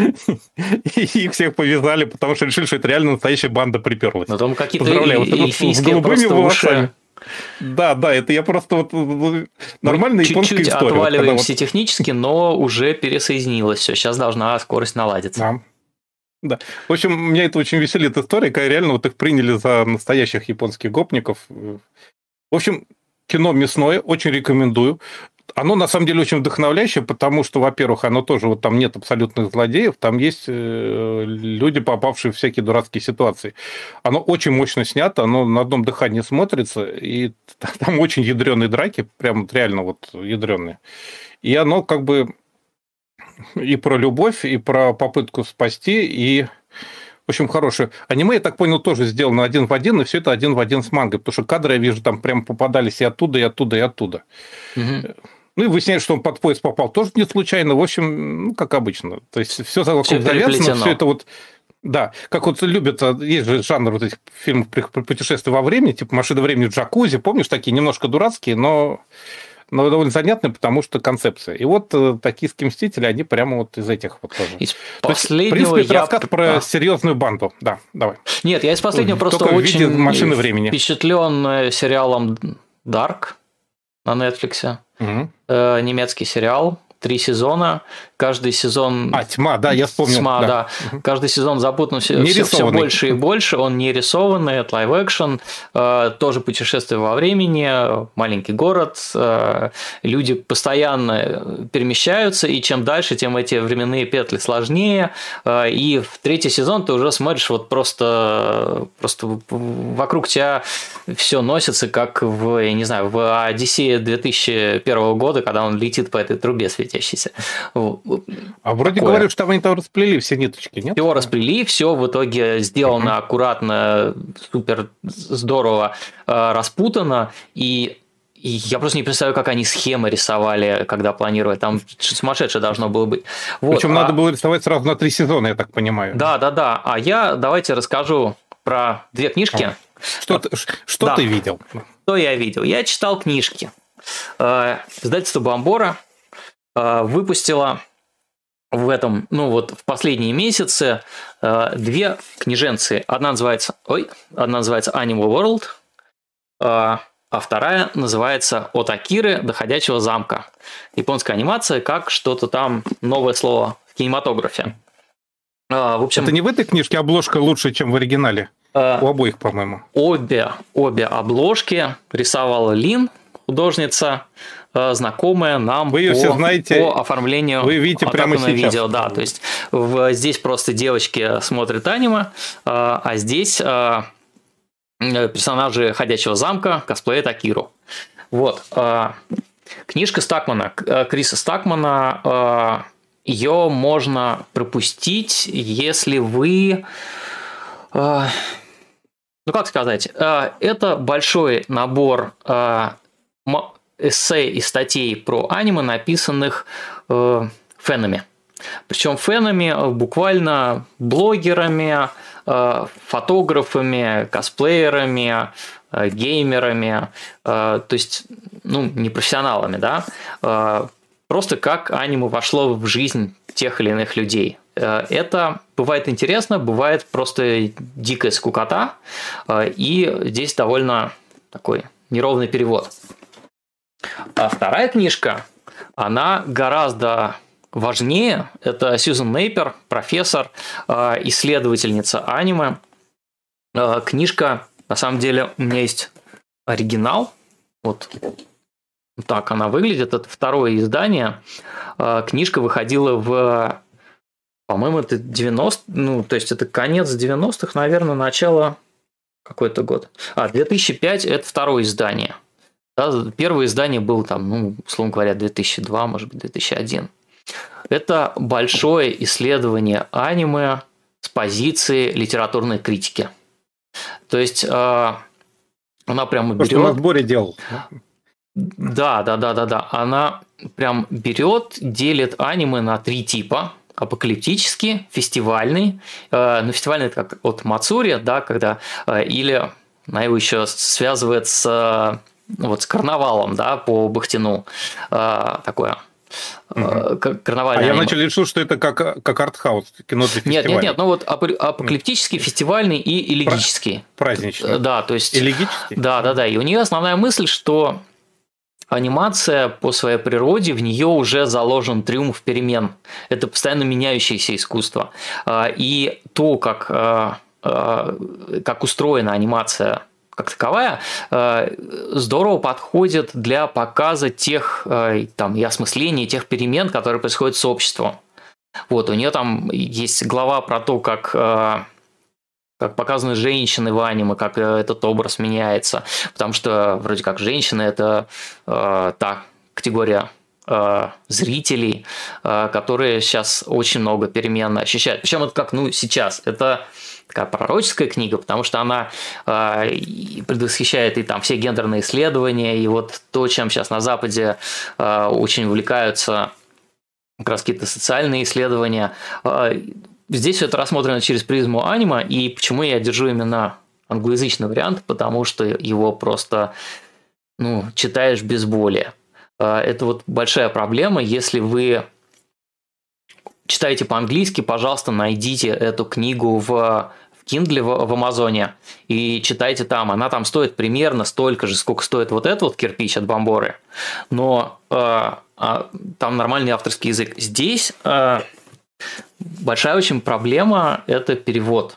и их всех повязали, потому что решили, что это реально настоящая банда приперлась. Но там какие-то эльфийские просто уши. Да, это я просто вот нормальная японская история. Чуть-чуть отваливаемся технически, но уже пересоединилось все. Сейчас должна скорость наладиться. Да. В общем, меня это очень веселит история, когда реально вот их приняли за настоящих японских гопников. В общем, кино мясное, очень рекомендую. Оно, на самом деле, очень вдохновляющее, потому что, во-первых, оно тоже, вот там нет абсолютных злодеев, там есть люди, попавшие в всякие дурацкие ситуации. Оно очень мощно снято, оно на одном дыхании смотрится, и там очень ядреные драки, прям реально вот ядреные. И оно как бы и про любовь, и про попытку спасти, и... В общем, хорошее. Аниме, я так понял, тоже сделано один в один, и все это один в один с мангой, потому что кадры, я вижу, там прям попадались и оттуда, и оттуда, и оттуда. Ну, и выясняется, что он под поезд попал тоже не случайно. В общем, ну, как обычно. То есть, все вокруг завязано, все это вот... Да, как вот любят, есть же жанр вот этих фильмов про путешествия во времени, типа «Машина времени в джакузи», помнишь, такие немножко дурацкие, но довольно занятные, потому что концепция. И вот «Токийские мстители», они прямо вот из этих вот тоже. Из последнего в принципе, это рассказ про серьезную банду. Да, давай. Нет, я из последнего просто очень «Машины времени» впечатлен сериалом «Дарк» на Netflix. Немецкий сериал. 3 сезона, каждый сезон... «Тьма», да, я вспомнил. «Тьма», да. Каждый сезон запутан все больше и больше, он не рисованный, это лайв-экшн, тоже путешествие во времени, маленький город, люди постоянно перемещаются, и чем дальше, тем эти временные петли сложнее, и в 3-й сезон ты уже смотришь, вот просто вокруг тебя все носится, как в, я не знаю, в «Одиссее» 2001 года, когда он летит по этой трубе светящейся. А вроде говорят, что они там расплели все ниточки, нет? Все расплели, все в итоге сделано аккуратно, супер здорово распутано, и я просто не представляю, как они схемы рисовали, когда планировали. Там сумасшедшее должно было быть. Вот. Причем надо было рисовать сразу на 3 сезона, я так понимаю. Да. А я давайте расскажу про две книжки. Что ты видел? Что я видел? Я читал книжки. Издательство Бомбора выпустило в последние месяцы две книженцы. Одна называется Animal World, а вторая называется «От Акиры до ходячего замка». Японская анимация как что-то там, новое слово в кинематографе. В общем, это не в этой книжке обложка лучше, чем в оригинале? У обоих, по-моему. Обе обложки рисовала Лин, художница, знакомая нам вы ее все знаете, по оформлению. Вы видите прямо сейчас. Видео, да, то есть здесь просто девочки смотрят аниме, а здесь персонажи «Ходячего замка» косплеят Акиру. Вот. Книжка Стакмана, Криса Стакмана, ее можно пропустить, если вы... как сказать? Это большой набор эссе и статей про аниме, написанных фэнами. Причем фэнами буквально блогерами, фотографами, косплеерами, геймерами, то есть, не профессионалами, да, просто как аниме вошло в жизнь тех или иных людей. Это бывает интересно, бывает просто дикая скукота, и здесь довольно такой неровный перевод. А вторая книжка, она гораздо важнее. Это Сьюзен Нейпер, профессор, исследовательница аниме. Книжка, на самом деле, у меня есть оригинал. Вот так она выглядит. Это второе издание. Книжка выходила по-моему, это 90, то есть это конец 90-х, наверное, начало какой-то год. 2005 это второе издание. Да, первое издание было там, условно говоря, 2002, может быть, 2001. Это большое исследование аниме с позиции литературной критики. То есть она прямо берет... То, что на сборе делал. Да. Она прям берет, делит аниме на 3 типа. Апокалиптический, фестивальный. Фестивальный это как от Мацури, да, когда... Или она его еще связывает с карнавалом, да, по Бахтину. Такое... карнавальное я аниме. начал решил, что это как артхаус, кино для фестиваля. Нет, апокалиптический, фестивальный и элегический. Праздничный. Да, то есть... Элегический? Да. И у нее основная мысль, что анимация по своей природе, в нее уже заложен триумф перемен. Это постоянно меняющееся искусство. И то, как устроена анимация как таковая, здорово подходит для показа тех и осмысления тех перемен, которые происходят с обществом. Вот, у нее там есть глава про то, как показаны женщины в аниме, как этот образ меняется, потому что вроде как женщины – это та категория зрителей, которые сейчас очень много перемен ощущают. Причем это как сейчас. Это такая пророческая книга, потому что она предвосхищает и там все гендерные исследования, и вот то, чем сейчас на Западе очень увлекаются как раз какие-то социальные исследования. Здесь все это рассмотрено через призму аниме, и почему я держу именно англоязычный вариант, потому что его просто читаешь без боли. Это большая проблема. Если вы читаете по-английски, пожалуйста, найдите эту книгу в Kindle в Амазоне и читайте там. Она там стоит примерно столько же, сколько стоит вот этот кирпич от Бомборы, но там нормальный авторский язык. Здесь большая очень проблема – это перевод.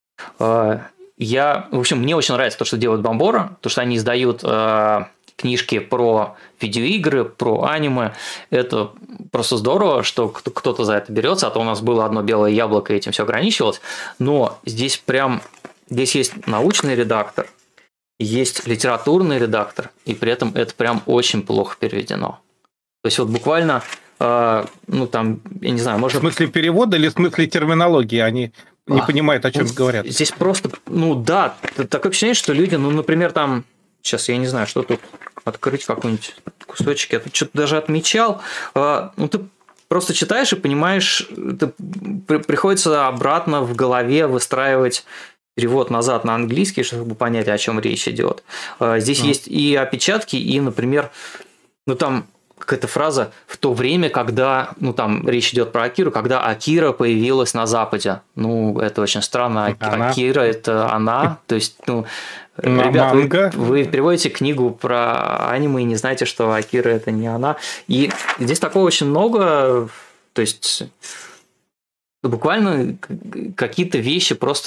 Мне очень нравится то, что делает Бомбора, то, что они издают книжки про видеоигры, про аниме. Это просто здорово, что кто-то за это берется, а то у нас было одно белое яблоко, и этим все ограничивалось. Но здесь есть научный редактор, есть литературный редактор, и при этом это прям очень плохо переведено. То есть буквально, я не знаю, можно... В смысле перевода или в смысле терминологии? Они не понимают, о чем говорят. Здесь просто, такое впечатление, что люди, например, там, сейчас я не знаю, что тут, открыть какой-нибудь кусочек, я тут что-то даже отмечал, ты просто читаешь и понимаешь, приходится обратно в голове выстраивать перевод назад на английский, чтобы понять, о чем речь идет. Здесь есть и опечатки, и, например, ну там какая-то фраза «в то время, когда…», ну там речь идет про Акиру, когда Акира появилась на Западе. Ну, это очень странно. Акира – это она. То есть, ну, ребят, вы переводите книгу про аниме и не знаете, что Акира – это не она. И здесь такого очень много. То есть, буквально какие-то вещи просто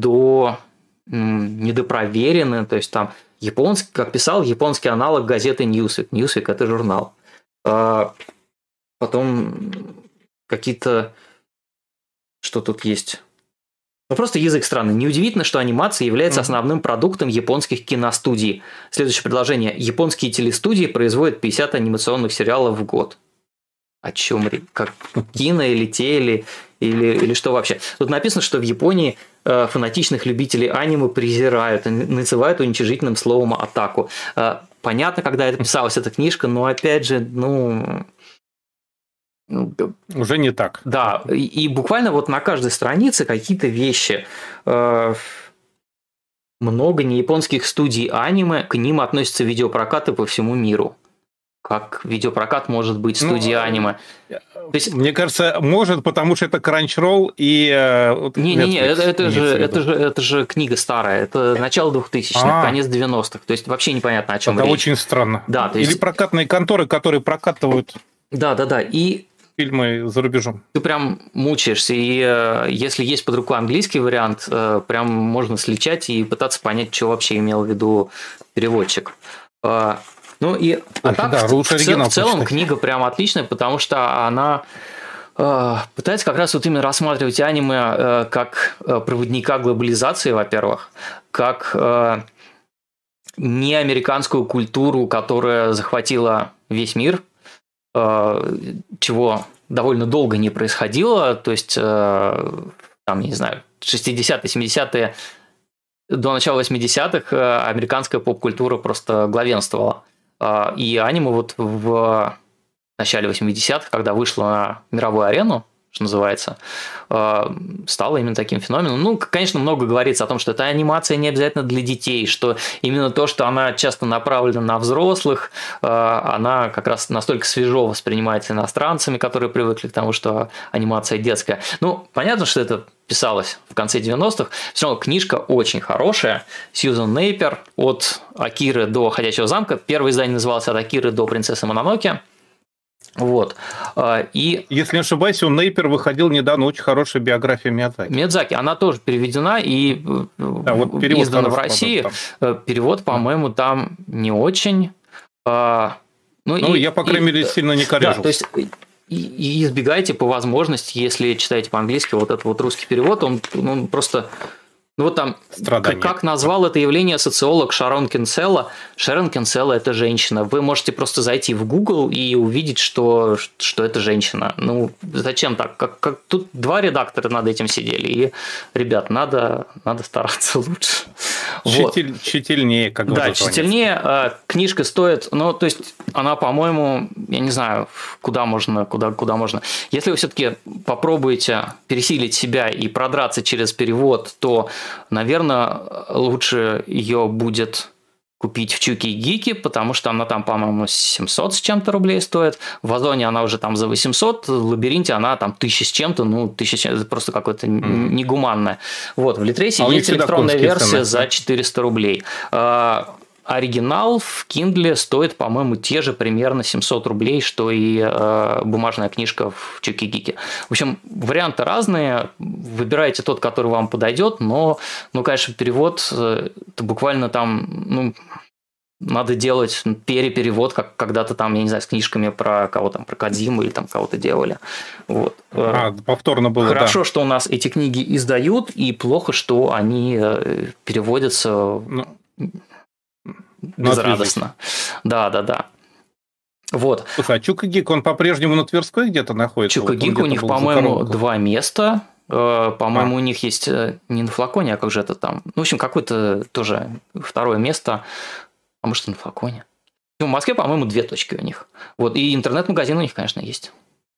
недопроверены. То есть, там японский, как писал, японский аналог газеты Newsweek. Newsweek – это журнал. Потом какие-то… Что тут есть? Ну, просто язык странный. Неудивительно, что анимация является основным продуктом японских киностудий. Следующее предложение. Японские телестудии производят 50 анимационных сериалов в год. О чем речь? Как кино или теле? Или что вообще? Тут написано, что в Японии фанатичных любителей аниме презирают, называют уничижительным словом атаку. Понятно, когда это писалась эта книжка, но опять же, уже не так. Да, и буквально вот на каждой странице какие-то вещи. Много неяпонских студий аниме, к ним относятся видеопрокаты по всему миру. Как видеопрокат может быть студией аниме? То есть, мне кажется, может, потому что это Crunchyroll и… Не-не-не, это же книга старая, это начало 2000-х, конец 90-х, то есть вообще непонятно, о чем речь. Это очень странно. Да, то есть… Или прокатные конторы, которые прокатывают… Да, и… фильмы за рубежом. Ты прям мучаешься, и если есть под рукой английский вариант, прям можно сличать и пытаться понять, что вообще имел в виду переводчик. Ну и в целом книга прям отличная, потому что она пытается как раз вот именно рассматривать аниме как проводника глобализации, во-первых, как неамериканскую культуру, которая захватила весь мир, чего довольно долго не происходило, то есть там, не знаю, 60-е, 70-е, до начала 80-х американская поп-культура просто главенствовала. И аниме вот в начале 80-х, когда вышло на мировую арену, что называется, стало именно таким феноменом. Ну, конечно, много говорится о том, что эта анимация не обязательно для детей, что именно то, что она часто направлена на взрослых, она как раз настолько свежо воспринимается иностранцами, которые привыкли к тому, что анимация детская. Ну, понятно, что это писалось в конце 90-х. Все равно книжка очень хорошая. Сьюзан Нейпер «От Акиры до Ходячего замка». Первое издание называлось «От Акиры до принцессы Мононоке». Вот. И… Если не ошибаюсь, у Нейпер выходил недавно очень хорошая биография Миядзаки. Миядзаки, она тоже переведена и вот издана в России. Перевод, по-моему, там не очень. Я, по крайней мере, сильно не корежу. Да, то есть и избегайте по возможности, если читаете по-английски вот этот вот русский перевод, он просто… Ну вот там, как назвал это явление социолог Шарон Кинселла. Шарон Кинселла – это женщина. Вы можете просто зайти в Google и увидеть, что это женщина. Ну, зачем так? Как тут два редактора над этим сидели. И, ребят, надо стараться лучше. Тщательнее, как да, тщательнее. Книжка стоит, то есть она, по-моему, я не знаю, куда можно. Если вы все-таки попробуете пересилить себя и продраться через перевод, то, наверное, лучше ее будет купить в Чуки и Гики, потому что она там, по-моему, 700 с чем-то рублей стоит. В Озоне она уже там за 800, в Лабиринте она там 1000 с чем-то, 1000 это просто какое-то негуманное. Вот, в Литресе есть электронная версия за 400 рублей. Оригинал в Kindle стоит, по-моему, те же примерно 700 рублей, что и бумажная книжка в Чуки-Гике. В общем, варианты разные. Выбирайте тот, который вам подойдет, но, конечно, перевод это буквально там, надо делать переперевод, как когда-то там, я не знаю, с книжками про кого там, про Кодзиму или там кого-то делали. Вот. Повторно было, Хорошо, что у нас эти книги издают, и плохо, что они переводятся… безрадостно. Да. Вот. Слушай, а Чука-Гик, он по-прежнему на Тверской где-то находится? Чука-Гик у них, по-моему, 2 места. По-моему, у них есть не на флаконе, а как же это там? В общем, какое-то тоже второе место. А может, и на флаконе. В Москве, по-моему, 2 точки у них. Вот. И интернет-магазин у них, конечно, есть.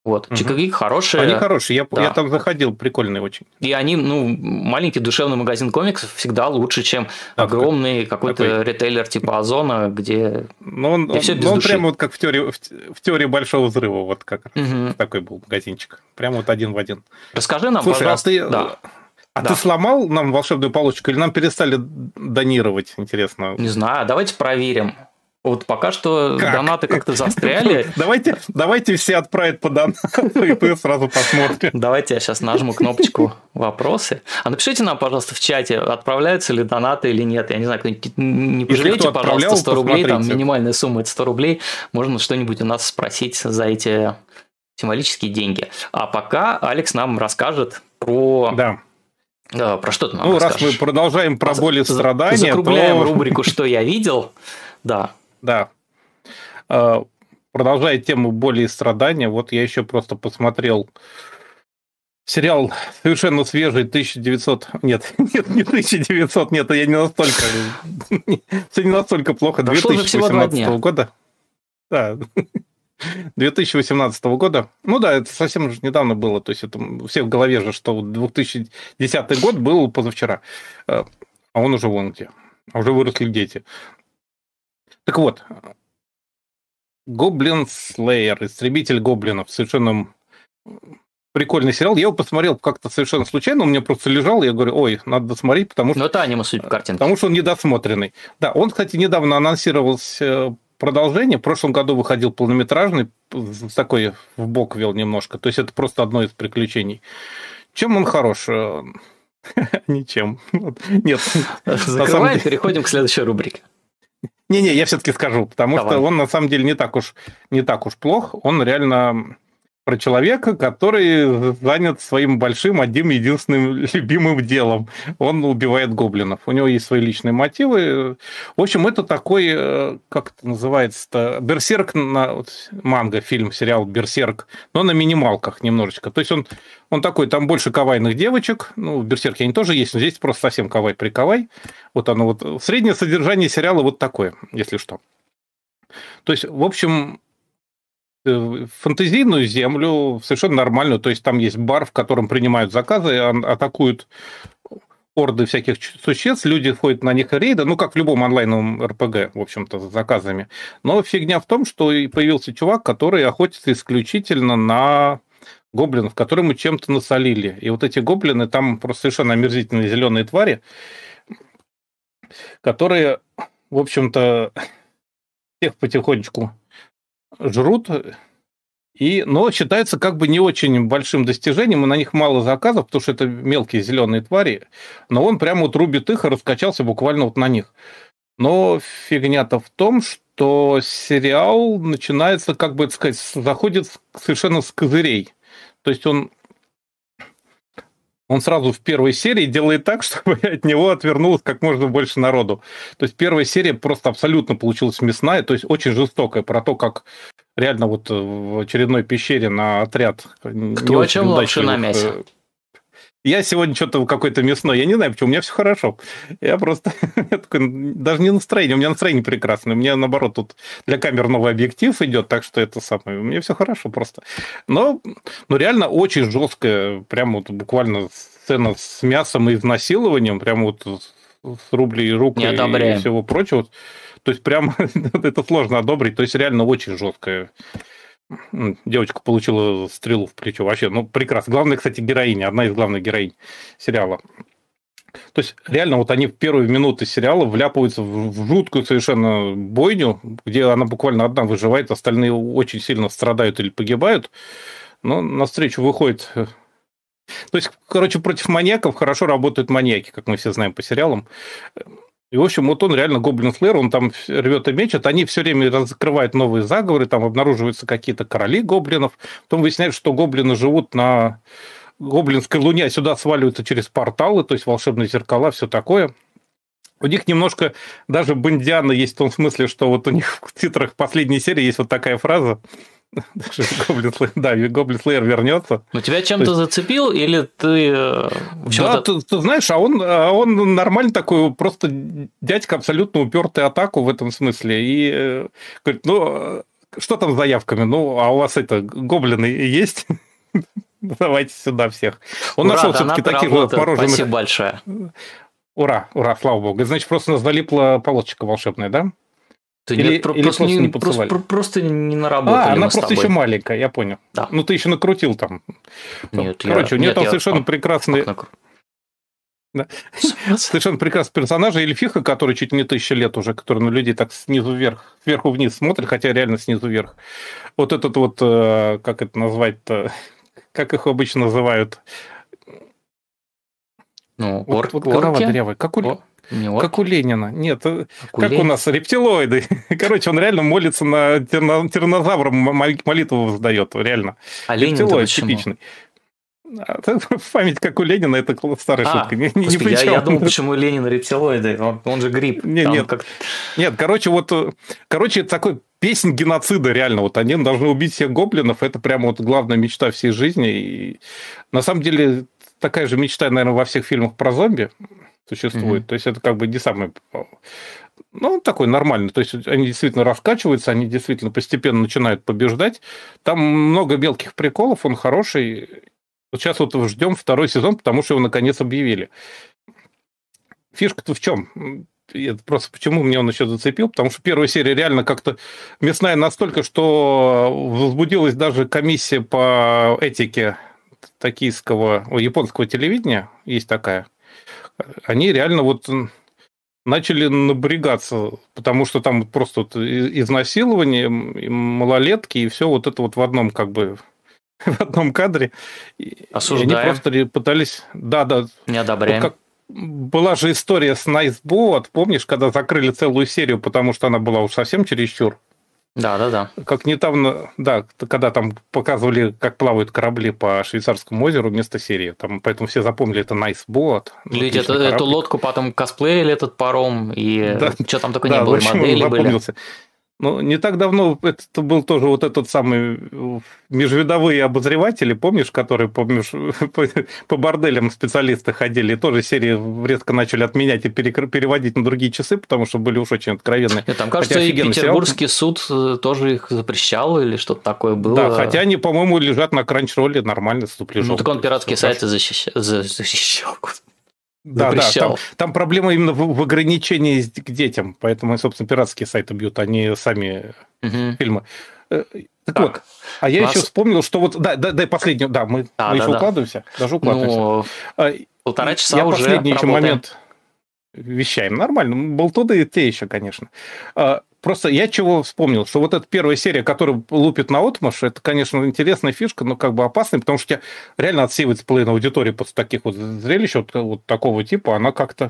Вот. Чикагик хорошие. Они хорошие, Да. я там заходил, прикольные очень. И они, маленький душевный магазин комиксов всегда лучше, чем огромный какой-то ритейлер типа Озона, где все без души. Прямо вот как в теории Большого Взрыва, вот как такой был магазинчик. Прямо вот один в один. Расскажи нам, слушай, пожалуйста. Ты сломал нам волшебную палочку или нам перестали донировать, интересно? Не знаю, давайте проверим. Вот пока что донаты как-то застряли. Давайте все отправят по донату, и ты сразу посмотришь. Давайте я сейчас нажму кнопочку «Вопросы». А напишите нам, пожалуйста, в чате, отправляются ли донаты или нет. Я не знаю, не пожалейте, пожалуйста, 100 рублей, там минимальная сумма – это 100 рублей. Можно что-нибудь у нас спросить за эти символические деньги. А пока Алекс нам расскажет про... Да. Про что ты нам расскажешь? Раз мы продолжаем про боль и страдания, закругляем рубрику «Что я видел». Да. Продолжая тему боли и страдания, вот я еще просто посмотрел сериал совершенно свежий 1900... Нет, не 1900, нет, я не настолько... Все не настолько плохо. 2018 года. Да. 2018 года. Ну да, это совсем же недавно было. То есть это у всех в голове же, что 2010 год был позавчера. А он уже вон где. А уже выросли дети. Так вот. Гоблин Слеер, истребитель гоблинов. Совершенно прикольный сериал. Я его посмотрел как-то совершенно случайно. Он у меня просто лежал. Я говорю, ой, надо досмотреть, потому что... Ну, это аниме, судя по картинке. Потому что он недосмотренный. Да, он, кстати, недавно анонсировался... Продолжение. В прошлом году выходил полнометражный, такой в бок вел немножко. То есть это просто одно из приключений. Чем он хорош? Ничем. Нет. Закрываем, переходим к следующей рубрике. Не-не, я все-таки скажу, потому что он на самом деле не так уж плох. Он реально про человека, который занят своим большим, одним единственным любимым делом. Он убивает гоблинов. У него есть свои личные мотивы. В общем, это такой, как это называется-то, Берсерк, манга, фильм, сериал Берсерк, но на минималках немножечко. То есть он такой, там больше кавайных девочек. Ну, в Берсерке они тоже есть, но здесь просто совсем кавай-прикавай. Вот оно вот. Среднее содержание сериала вот такое, если что. То есть, в общем... фэнтезийную землю, совершенно нормальную, то есть там есть бар, в котором принимают заказы, атакуют орды всяких существ, люди ходят на них рейды, ну, как в любом онлайновом РПГ, в общем-то, с заказами. Но фигня в том, что появился чувак, который охотится исключительно на гоблинов, которым чем-то насолили. И вот эти гоблины, там просто совершенно омерзительные зеленые твари, которые, в общем-то, всех потихонечку жрут, но считается как бы не очень большим достижением, и на них мало заказов, потому что это мелкие зеленые твари, но он прямо вот рубит их и раскачался буквально вот на них. Но фигня-то в том, что сериал начинается, как бы сказать, заходит совершенно с козырей. То есть он сразу в первой серии делает так, чтобы от него отвернулось как можно больше народу. То есть первая серия просто абсолютно получилась мясная, то есть очень жестокая, про то, как реально вот в очередной пещере на отряд... Кто о чем лучше на мясе? Я сегодня что-то какой-то мясной, я не знаю, почему, у меня все хорошо. Я просто... даже не настроение, у меня настроение прекрасное. У меня, наоборот, тут для камер новый объектив идет, так что это самое... У меня все хорошо просто. Но реально очень жесткая, прямо вот буквально сцена с мясом и изнасилованием, прямо вот с рублей рук и всего прочего. То есть прям это сложно одобрить. То есть реально очень жесткая. Девочка получила стрелу в плечо. Вообще, прекрасно. Главная, кстати, героиня, одна из главных героинь сериала. То есть, реально, вот они в первые минуты сериала вляпываются в жуткую совершенно бойню, где она буквально одна выживает, остальные очень сильно страдают или погибают. Но навстречу выходит... То есть, короче, против маньяков хорошо работают маньяки, как мы все знаем по сериалам. И, в общем, вот он реально Гоблин Слеер, он там рвет и мечет, они все время раскрывают новые заговоры, там обнаруживаются какие-то короли гоблинов, потом выясняется, что гоблины живут на Гоблинской луне, а сюда сваливаются через порталы, то есть волшебные зеркала, все такое. У них немножко даже бондиана есть в том смысле, что вот у них в титрах последней серии есть вот такая фраза, Гоблин Слеер вернется. Но тебя чем-то зацепил, или ты... Да, ты знаешь, а он нормально такой, просто дядька абсолютно упертый атаку в этом смысле. И говорит, Что там с заявками? Ну, а у вас это, гоблины есть? Давайте сюда всех. Он нашел все-таки таких вот отмороженных... Спасибо большое. Ура, слава богу. Значит, просто у нас залипла полосочка волшебная, да? Или просто не наработали она просто еще маленькая, я понял. Да. Ну, ты еще накрутил там. Нет, короче, у нее там совершенно прекрасный... Совершенно прекрасный персонаж, эльфиха, который чуть не 1000 лет уже, который на людей так снизу вверх, сверху вниз смотрит, хотя реально снизу вверх. Вот этот вот, как это назвать-то, как их обычно называют? Ну, вот голова дырявая, как у Ленина. Нет, как у нас рептилоиды. Короче, он реально молится на тираннозавра, молитву воздает, реально. А Ленин-то типичный. Память, как у Ленина, это старая шутка. Я думал, почему Ленин рептилоиды, он же гриб. Нет, короче, это такой песнь геноцида, реально. Вот они должны убить всех гоблинов, это прямо вот главная мечта всей жизни. И на самом деле такая же мечта, наверное, во всех фильмах про зомби существует. То есть это как бы не самый... Ну, такой нормальный. То есть они действительно раскачиваются, они действительно постепенно начинают побеждать. Там много мелких приколов, он хороший. Вот сейчас вот ждем 2-й сезон, потому что его наконец объявили. Фишка-то в чем? Просто почему мне он еще зацепил? Потому что первая серия реально как-то мясная настолько, что возбудилась даже комиссия по этике японского телевидения, есть такая. Они реально вот начали напрягаться, потому что там просто вот изнасилование, малолетки, и все вот это вот в одном как бы... в одном кадре. Осуждаем. И они просто пытались... Да. Не одобряем. Вот была же история с Niceboat, помнишь, когда закрыли целую серию, потому что она была уж совсем чересчур? Да. Как недавно, да, когда там показывали, как плавают корабли по Швейцарскому озеру вместо серии. Там, поэтому все запомнили, это Niceboat. Люди эту лодку потом косплеили, этот паром, и что там только не было, модели были. Ну, не так давно это был тоже вот этот самый межвидовые обозреватели, помнишь, которые по борделям специалисты ходили, и тоже серии резко начали отменять и переводить на другие часы, потому что были уж очень откровенные. Там, кажется, и Петербургский суд тоже их запрещал или что-то такое было. Да, хотя они, по-моему, лежат на кранч-ролле нормально, супляжом. Ну, так он пиратские сайты защищал. Да, там проблема именно в ограничении к детям, поэтому, собственно, пиратские сайты бьют, а не сами фильмы. Так вот, а я еще вспомнил, что вот... Да, последний, да, мы еще укладываемся, даже укладываемся. Ну, 1,5 часа я уже последний еще работаем. момент вещаем. Нормально, болтуды те еще, конечно. Просто я чего вспомнил, что вот эта первая серия, которая лупит наотмашь, это, конечно, интересная фишка, но как бы опасная, потому что у тебя реально отсеивается половина аудитории после таких вот зрелищ вот такого типа, она как-то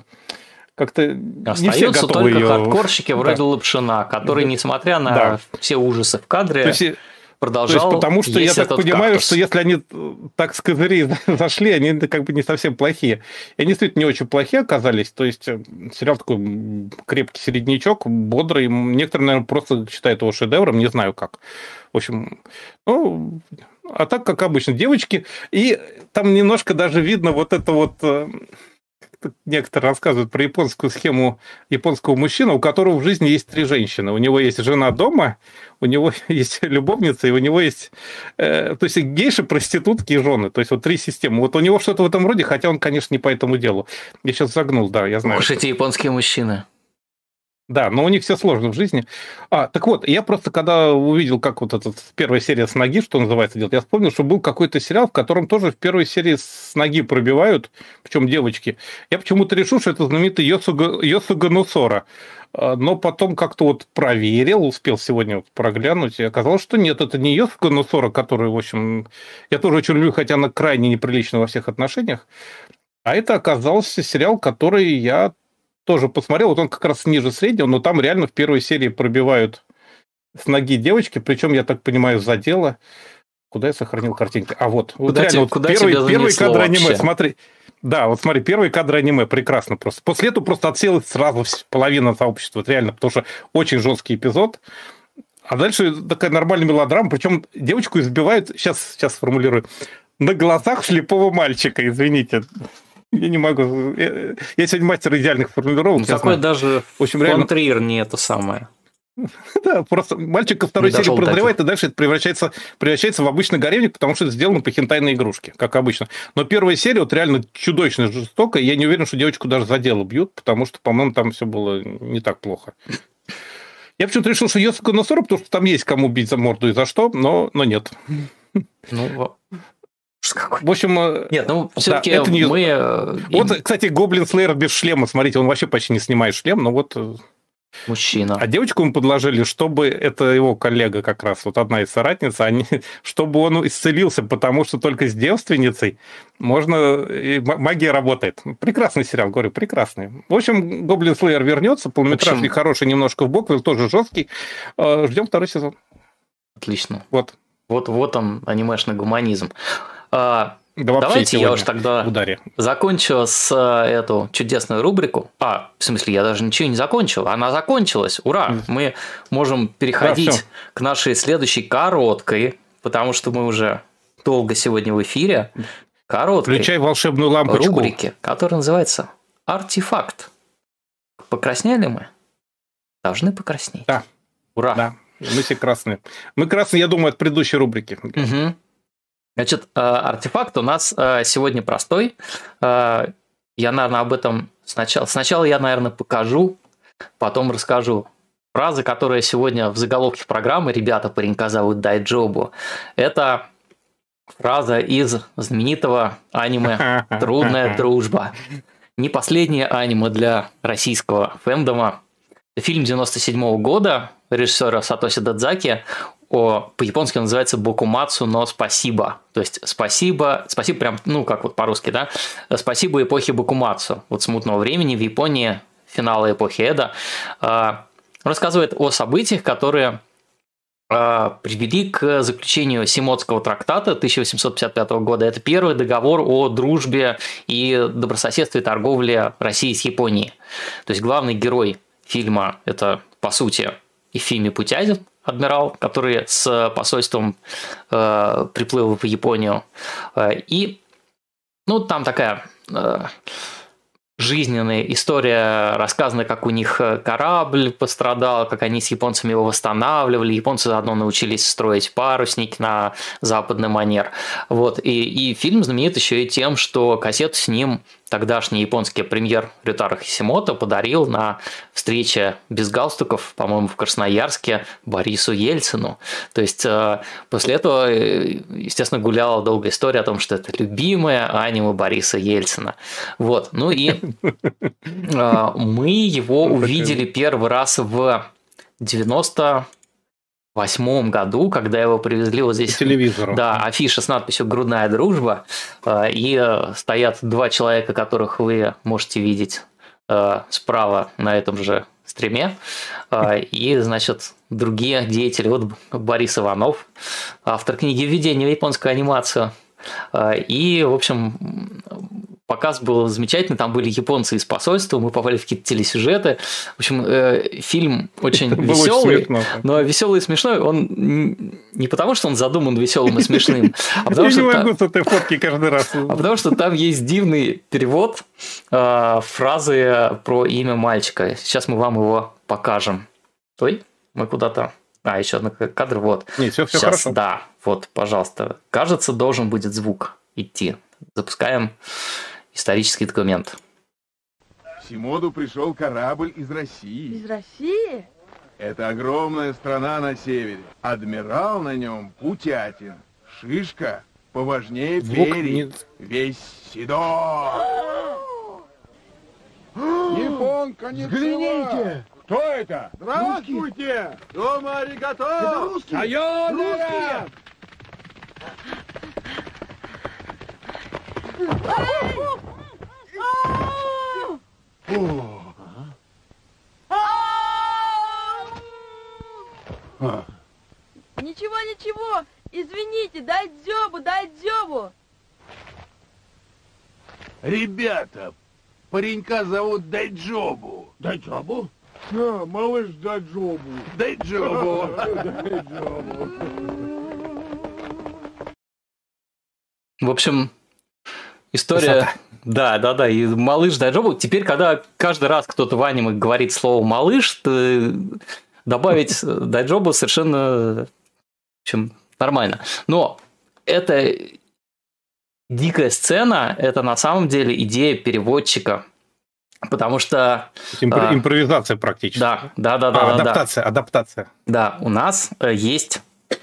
не все готовы только ее... хардкорщики вроде Лапшина, которые, несмотря на все ужасы в кадре, продолжал. Потому что я так понимаю, что если они так с козырей зашли, они как бы не совсем плохие. И они действительно не очень плохие оказались. То есть сериал такой крепкий середнячок, бодрый. Некоторые, наверное, просто считают его шедевром, не знаю как. В общем, ну, а так, как обычно, девочки. И там немножко даже видно вот это вот... Некоторые рассказывают про японскую схему японского мужчины, у которого в жизни есть 3 женщины. У него есть жена дома, у него есть любовница, и у него есть... то есть гейши, проститутки и жены. То есть вот 3 системы. Вот у него что-то в этом роде, хотя он, конечно, не по этому делу. Я сейчас загнул, да, я знаю. Уж эти японские мужчины. Да, но у них все сложно в жизни. Так вот, я просто когда увидел, как вот эта первая серия с ноги, что называется, делать, я вспомнил, что был какой-то сериал, в котором тоже в первой серии с ноги пробивают, причем девочки. Я почему-то решил, что это знаменитый Йосуга Носора. Но потом как-то вот проверил, успел сегодня вот проглянуть, и оказалось, что нет, это не Йосуга Носора, который, в общем, я тоже очень люблю, хотя она крайне неприлична во всех отношениях, а это оказался сериал, который я тоже посмотрел, вот он как раз ниже среднего, но там реально в первой серии пробивают с ноги девочки, причем, я так понимаю, за дело. Куда я сохранил картинки? Вот реально, вот первый кадр аниме, смотри. Да, вот смотри, первый кадр аниме, прекрасно просто. После этого просто отсела сразу половина сообщества, вот реально, потому что очень жесткий эпизод. А дальше такая нормальная мелодрама, причем девочку избивают, сейчас сформулирую, на глазах слепого мальчика, извините. Я не могу. Я сегодня мастер идеальных формулировок. Такой даже в общем, фон Триер не это самое. Да, просто мальчик ко второй серии прозревает, и дальше это превращается в обычный гаремник, потому что это сделано по хентайной игрушке, как обычно. Но первая серия вот реально чудовищно жестокая, я не уверен, что девочку даже за дело бьют, потому что, по-моему, там все было не так плохо. Я почему-то решил, что Йосука Носора, потому что там есть кому бить за морду и за что, но нет. Ну, в общем, нет, ну, все-таки да, мы... Вот, кстати, Гоблин Слеер без шлема, смотрите, он вообще почти не снимает шлем, но вот... Мужчина. А девочку ему подложили, чтобы это его коллега как раз, вот одна из соратниц, чтобы он исцелился, потому что только с девственницей можно... Магия работает. Прекрасный сериал, говорю, прекрасный. В общем, Гоблин Слеер вернется, полнометражный хороший, немножко в бок, тоже жесткий. Ждем второй сезон. Отлично. Вот он, анимешный гуманизм. Давайте я уж тогда закончу с эту чудесную рубрику. В смысле, я даже ничего не закончил. Она закончилась. Ура! Мы можем переходить к нашей следующей короткой, потому что мы уже долго сегодня в эфире. Короткой. Включай волшебную лампочку. Рубрики, которая называется «Артефакт». Покраснели мы? Должны покраснеть. Да. Ура! Да. Мы все красные. Мы красные, я думаю, от предыдущей рубрики. Угу. Значит, артефакт у нас сегодня простой. Я, наверное, об этом сначала я, наверное, покажу, потом расскажу. Фраза, которая сегодня в заголовке программы «Ребята, паренька зовут Дайджобу», это фраза из знаменитого аниме «Трудная дружба». Не последнее аниме для российского фэндома. Фильм 97 года режиссера Сатоси Дадзаки. По-японски он называется «Бокумацу, но спасибо». То есть спасибо прям, как вот по-русски, да? Спасибо эпохе Бокумацу. Вот смутного времени в Японии, финала эпохи Эдо. Рассказывает о событиях, которые привели к заключению Симотского трактата 1855 года. Это первый договор о дружбе и добрососедстве и торговле России с Японией. То есть главный герой фильма – это, по сути, Ифими Путязин, адмирал, который с посольством приплыл в Японию. И там такая жизненная история рассказана, как у них корабль пострадал, как они с японцами его восстанавливали. Японцы заодно научились строить парусники на западный манер. Вот. И фильм знаменит еще и тем, что кассету с ним тогдашний японский премьер Рютаро Хисимото подарил на встрече без галстуков, по-моему, в Красноярске Борису Ельцину. То есть после этого, естественно, гуляла долгая история о том, что это любимое аниме Бориса Ельцина. Вот. Ну и мы его увидели первый раз в 98 году, когда его привезли вот здесь. По телевизору. Да, афиша с надписью «Грудная дружба». И стоят два человека, которых вы можете видеть справа на этом же стриме. И, значит, другие деятели. Вот Борис Иванов, автор книги «Введение в японскую анимацию». И, в общем, показ был замечательный, там были японцы из посольства, мы попали в какие-то телесюжеты. В общем, фильм очень веселый, но веселый и смешной. Он не потому, что он задуман веселым и смешным, а потому, что могу с этой фотки каждый раз. А потому что там есть дивный перевод фразы про имя мальчика. Сейчас мы вам его покажем. Ой, мы куда-то... еще один кадр, вот. Нет, все сейчас, хорошо. Да, вот, пожалуйста. Кажется, должен будет звук идти. Запускаем исторический документ. В Симоду пришел корабль из России. Из России? Это огромная страна на севере. Адмирал на нем Путятин. Шишка поважнее перьев. Весь седой. Японка, не взгляните! Кто это? Здравствуйте! Дома аригато! Это русские! Сайонара! Ничего, ничего! Извините, дай дзёбу! Ребята, паренька зовут Дайджобу. Дайджобу? Малыш Дайджобу. Дайджобу. В общем, история... Да, и малыш Дайджобу. Теперь, когда каждый раз кто-то в аниме говорит слово «малыш», добавить дайджобу совершенно, в общем, нормально. Но это дикая сцена, это на самом деле идея переводчика. Потому что... Импровизация практически. Да. Адаптация. Да, у нас есть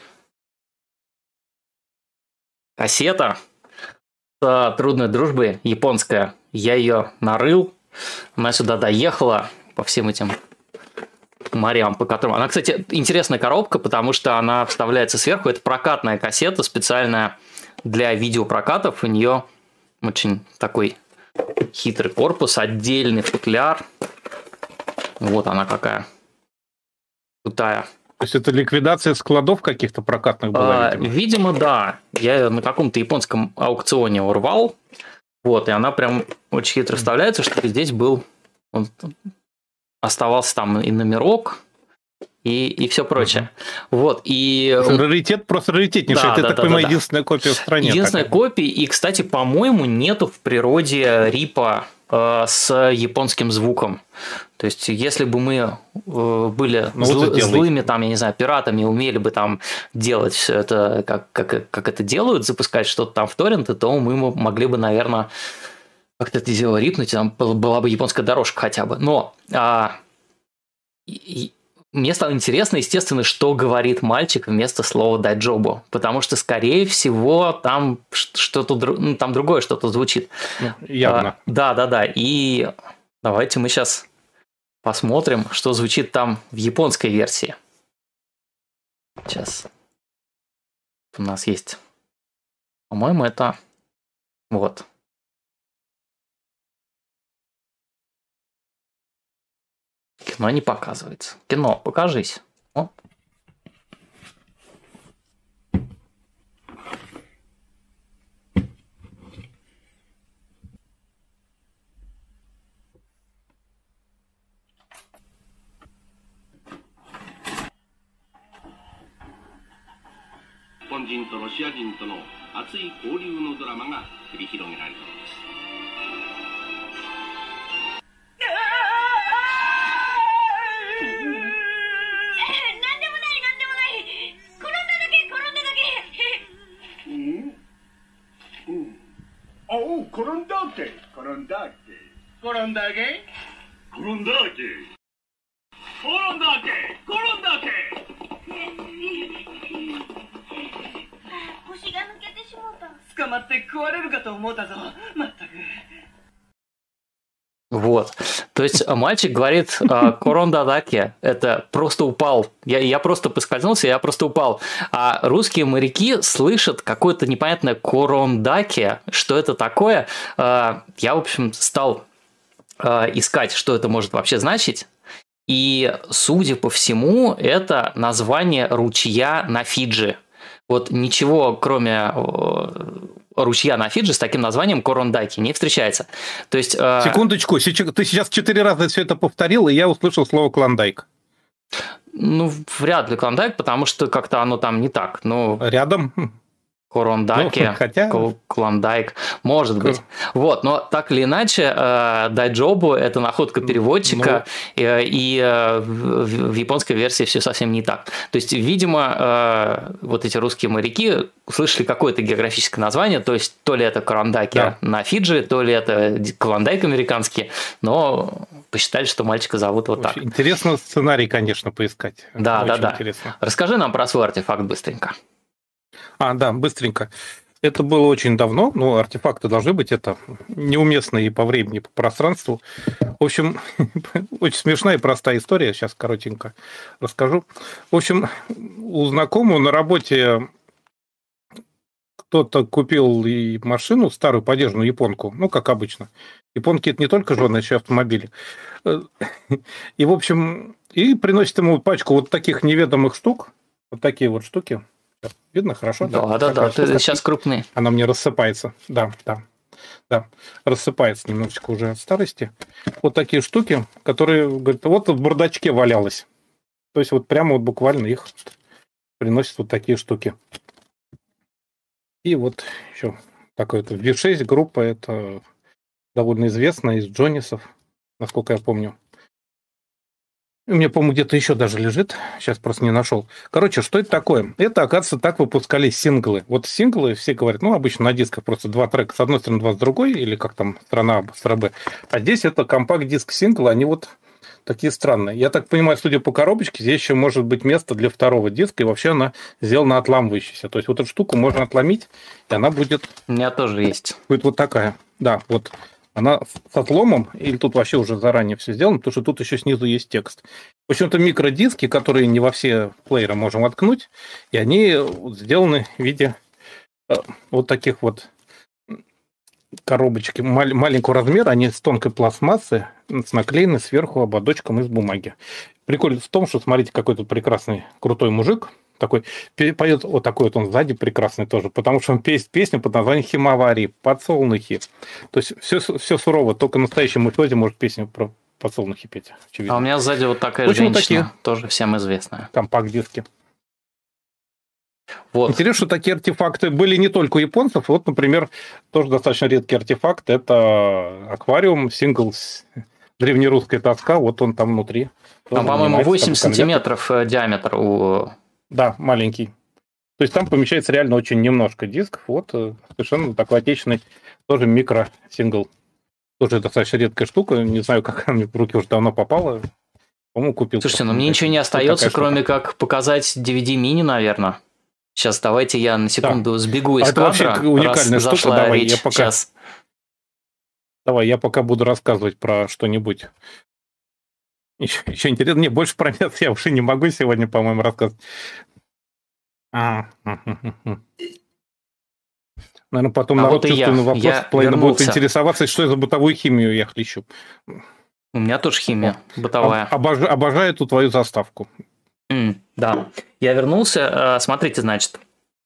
кассета с «Трудной дружбой» японская. Я ее нарыл, она сюда доехала по всем этим морям, по которым... Она, кстати, интересная коробка, потому что она вставляется сверху. Это прокатная кассета, специальная для видеопрокатов. У нее очень такой хитрый корпус, отдельный футляр. Вот она какая крутая. То есть это ликвидация складов каких-то прокатных была, видимо, да. Я ее на каком-то японском аукционе урвал. Вот, и она прям очень хитро вставляется, чтобы здесь был... Оставался там и номерок, и все прочее. Вот, и... Раритет просто раритетнейший. Это, так понимаю, единственная копия в стране. Единственная копия. И, кстати, по-моему, нету в природе рипа с японским звуком. То есть, если бы мы были злыми, там, я не знаю, пиратами, умели бы там делать все это, как это делают, запускать что-то там в торренты, то мы могли бы, наверное, как-то это дело рипнуть, там была бы японская дорожка хотя бы. Но мне стало интересно, естественно, что говорит мальчик вместо слова дайджобу, потому что, скорее всего, там что-то, там другое что-то звучит. Явно. Да. И давайте мы сейчас посмотрим, что звучит там в японской версии. Сейчас. У нас есть, по-моему, это вот. Кино не показывается. Кино, покажись. О. Вот. То есть мальчик говорит корондадаке, это просто упал. Я просто поскользнулся, я просто упал. А русские моряки слышат какое-то непонятное корондаке. Что это такое? Я, в общем, стал искать, что это может вообще значить. И, судя по всему, это название ручья на Фиджи. Вот ничего, кроме ручья на Фиджи с таким названием Корондаки не встречается. То есть, секундочку, ты сейчас 4 раза все это повторил, и я услышал слово клондайк. Ну, вряд ли клондайк, потому что как-то оно там не так. Ну, рядом? Корондаки, хотя... клондайк, может быть. Вот, но так или иначе, дайджобу – это находка переводчика, и в японской версии все совсем не так. То есть, видимо, вот эти русские моряки услышали какое-то географическое название, то есть, то ли это корондаки на Фиджи, то ли это клондайк американский, но посчитали, что мальчика зовут вот так. Интересно сценарий, конечно, поискать. Да. Интересно. Расскажи нам про свой артефакт быстренько. Да, быстренько. Это было очень давно, но артефакты должны быть, это неуместно и по времени, и по пространству. В общем, очень смешная и простая история, сейчас коротенько расскажу. В общем, у знакомого на работе кто-то купил и машину, старую подержанную японку, ну, как обычно. Японки – это не только жены, еще и автомобили. И, в общем, и приносит ему пачку вот таких неведомых штук, вот такие вот штуки. Видно хорошо? Да, сейчас крупные. Она мне рассыпается. Да. Рассыпается немножечко уже от старости. Вот такие штуки, которые, говорят, вот в бардачке валялось. То есть вот прямо вот буквально их приносят вот такие штуки. И вот еще такой вот V6 группа, это довольно известная из Джонисов, насколько я помню. У меня, по-моему, где-то еще даже лежит. Сейчас просто не нашел. Короче, что это такое? Это, оказывается, так выпускались синглы. Вот синглы, все говорят, ну, обычно на дисках просто два трека с одной стороны, два с другой, или как там, страна А, страна Б. А здесь это компакт-диск синглы, они вот такие странные. Я так понимаю, судя по коробочке, здесь еще может быть место для второго диска, и вообще она сделана отламывающаяся. То есть вот эту штуку можно отломить, и она будет... У меня тоже есть. Будет вот такая. Да, вот. Она с отломом, или тут вообще уже заранее все сделано, потому что тут еще снизу есть текст. В общем-то, микродиски, которые не во все плееры можем воткнуть, и они сделаны в виде вот таких вот коробочки маленького размера, они с тонкой пластмассы, наклеены сверху ободочком из бумаги. Прикольно в том, что, смотрите, какой тут прекрасный крутой мужик, такой, поет вот такой вот он сзади прекрасный тоже, потому что он песню под названием «Химавари», «Подсолнухи». То есть все сурово, только настоящий мужчина может песню про подсолнухи петь. Очевидно. А у меня сзади вот такая женщина, такие тоже всем известная. Компакт-диски. Вот. Интересно, что такие артефакты были не только у японцев. Вот, например, тоже достаточно редкий артефакт. Это аквариум, сингл древнерусская тоска. Вот он там внутри. Там, по-моему, 8 сантиметров диаметр у... Да, маленький. То есть там помещается реально очень немножко дисков. Вот совершенно такой отечественный тоже микро-сингл. Тоже достаточно редкая штука. Не знаю, как она мне в руки уже давно попала. По-моему, купил. Слушайте, ну мне ничего не остается, кроме как показать DVD-мини, наверное. Сейчас давайте я на секунду сбегу из кадра. Это вообще уникальная штука. Давай, речь. Давай, я пока буду рассказывать про что-нибудь. Еще интересно. Не, больше про мясо я уже не могу сегодня, по-моему, рассказывать. Наверное, потом народ вот чувствует на вопрос, половина будет интересоваться, что за бытовую химию я хлещу. У меня тоже химия бытовая. Обожаю эту твою заставку. Да. Я вернулся. Смотрите, значит.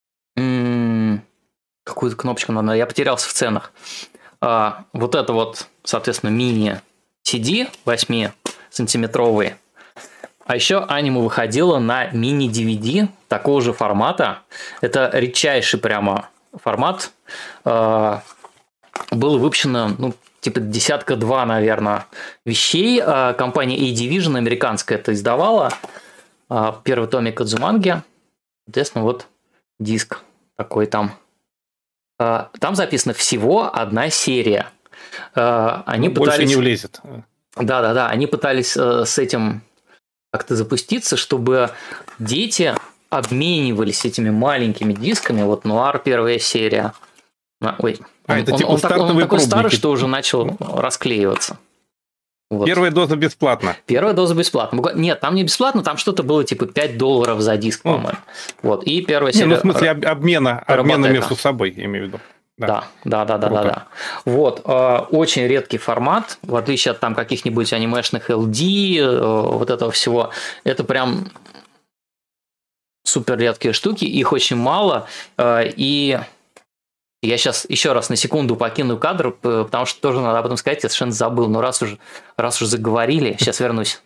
Какую-то кнопочку надо. Я потерялся в ценах. Вот это вот, соответственно, мини-CD 8-сантиметровый. А еще аниме выходило на мини-DVD такого же формата. Это редчайший прямо формат. Было выпущено, ну, типа десятка-два, наверное, вещей. Компания A-Division американская это издавала. Первый томик Адзуманги. Соответственно, вот диск такой там. Там записана всего одна серия. Они больше пытались... не влезет. Да. Они пытались с этим как-то запуститься, чтобы дети обменивались этими маленькими дисками. Вот «Нуар» первая серия. Ой, это типа он стартовые такой старый, пробники. что уже начал расклеиваться. Вот. Первая доза бесплатно. Первая доза бесплатно. Нет, там не бесплатно, там что-то было типа $5 за диск, по-моему. Вот. И первая серия... Ну, в смысле обмена между собой, я имею в виду. Да. Вот. Очень редкий формат, в отличие от там каких-нибудь анимешных LD, вот этого всего. Это прям супер редкие штуки, их очень мало. И я сейчас еще раз на секунду покину кадр, потому что тоже надо об этом сказать, я совершенно забыл. Но раз уже заговорили, сейчас вернусь.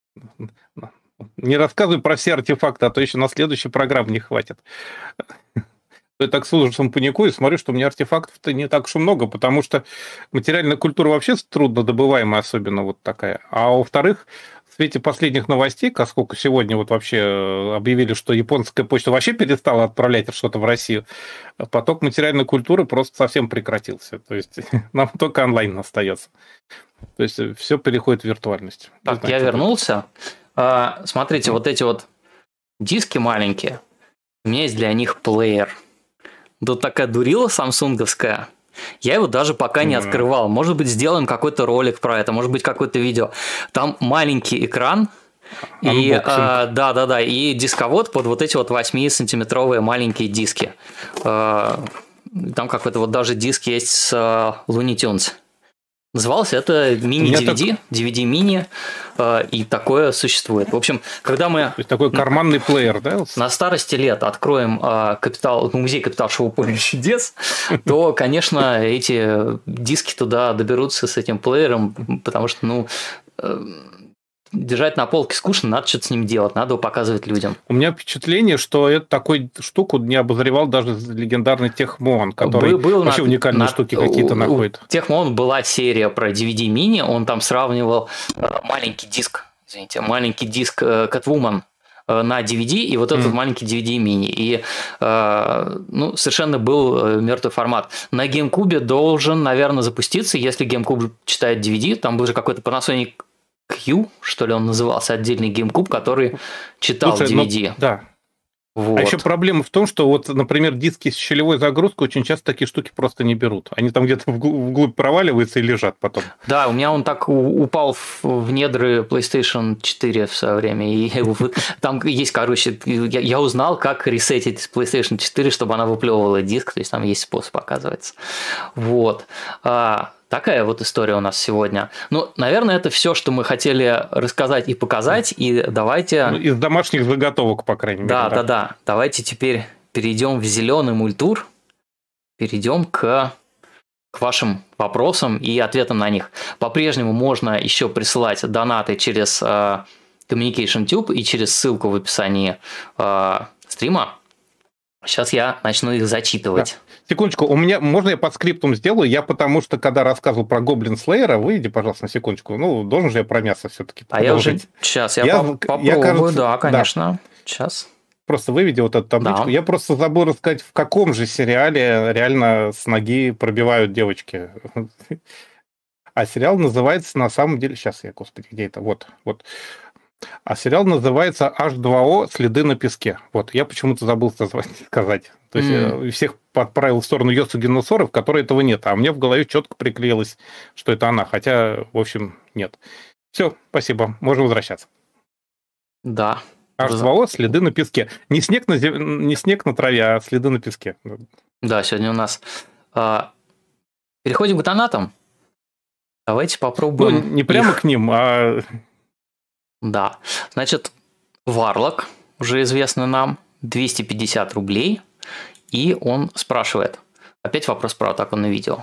Не рассказывай про все артефакты, а то еще на следующей программе не хватит. Я так с ужасом паникую, смотрю, что у меня артефактов-то не так уж и много, потому что материальная культура вообще трудно добываемая, особенно вот такая. А во-вторых, в свете последних новостей, поскольку сегодня вот вообще объявили, что японская почта вообще перестала отправлять что-то в Россию, поток материальной культуры просто совсем прекратился. То есть нам только онлайн остается. То есть все переходит в виртуальность. Так, я вернулся. Смотрите, вот эти вот диски маленькие, у меня есть для них плеер. Тут такая дурила самсунговская. Я его даже пока не открывал. Может быть, сделаем какой-то ролик про это, может быть, какое-то видео. Там маленький экран. И, и дисковод под вот эти вот 8-сантиметровые маленькие диски. Там какой-то вот даже диск есть с Looney Tunes. Назывался это мини-DVD, DVD-мини, и такое существует. В общем, когда мы... То есть такой карманный плеер, да? На старости лет откроем музей «Капитал Шоу-Поле чудес», то, конечно, эти диски туда доберутся с этим плеером, потому что, держать на полке скучно, надо что-то с ним делать, надо его показывать людям. У меня впечатление, что это такую штуку не обозревал даже легендарный Техмон, который вообще уникальные штуки какие-то находит. У Техмон была серия про DVD-мини, он там сравнивал маленький диск извините, маленький диск Catwoman на DVD и вот этот маленький DVD мини. И ну, совершенно был мертвый формат. На GameCube должен, наверное, запуститься, если GameCube читает DVD. Там был же какой-то Panasonic Q, что ли, он назывался, отдельный GameCube, который читал DVD. Да. Вот. А еще проблема в том, что вот, например, диски с щелевой загрузкой очень часто такие штуки просто не берут. Они там где-то вглубь проваливаются и лежат потом. Да, у меня он так упал в недры PlayStation 4 в свое время. И там есть, короче, я узнал, как ресетить PlayStation 4, чтобы она выплевывала диск. То есть там есть способ, оказывается. Вот. Такая вот история у нас сегодня. Ну, наверное, это все, что мы хотели рассказать и показать. И давайте... Ну, из домашних заготовок, по крайней мере. Да. Давайте теперь перейдем в зеленый мультур. Перейдем к вашим вопросам и ответам на них. По-прежнему можно еще присылать донаты через Communication Tube и через ссылку в описании стрима. Сейчас я начну их зачитывать. Да. Секундочку, можно я под скриптум сделаю? Я потому что, когда рассказывал про Гоблин Слеера, выйди, пожалуйста, на секундочку. Ну, должен же я про мясо все-таки продолжить. Сейчас я попробую, кажется, да, конечно. Да. Сейчас. Просто выведи вот эту табличку. Да. Я просто забыл рассказать, в каком же сериале реально с ноги пробивают девочки. А сериал называется, на самом деле... Сейчас я, господи, где это? Вот. А сериал называется H2O «Следы на песке». Вот, я почему-то забыл сказать. То есть всех отправил в сторону Йосу Генусоры, в которой этого нет. А мне в голове четко приклеилось, что это она. Хотя, в общем, нет. Все, спасибо. Можно возвращаться. Да. H2O «Следы на песке». Не снег на траве, а следы на песке. Да, сегодня у нас... Переходим к донатам. Давайте попробуем... Ну, не прямо к ним, а... Да. Значит, Варлок, уже известный нам, 250 рублей. И он спрашивает. Опять вопрос про атаку на видео.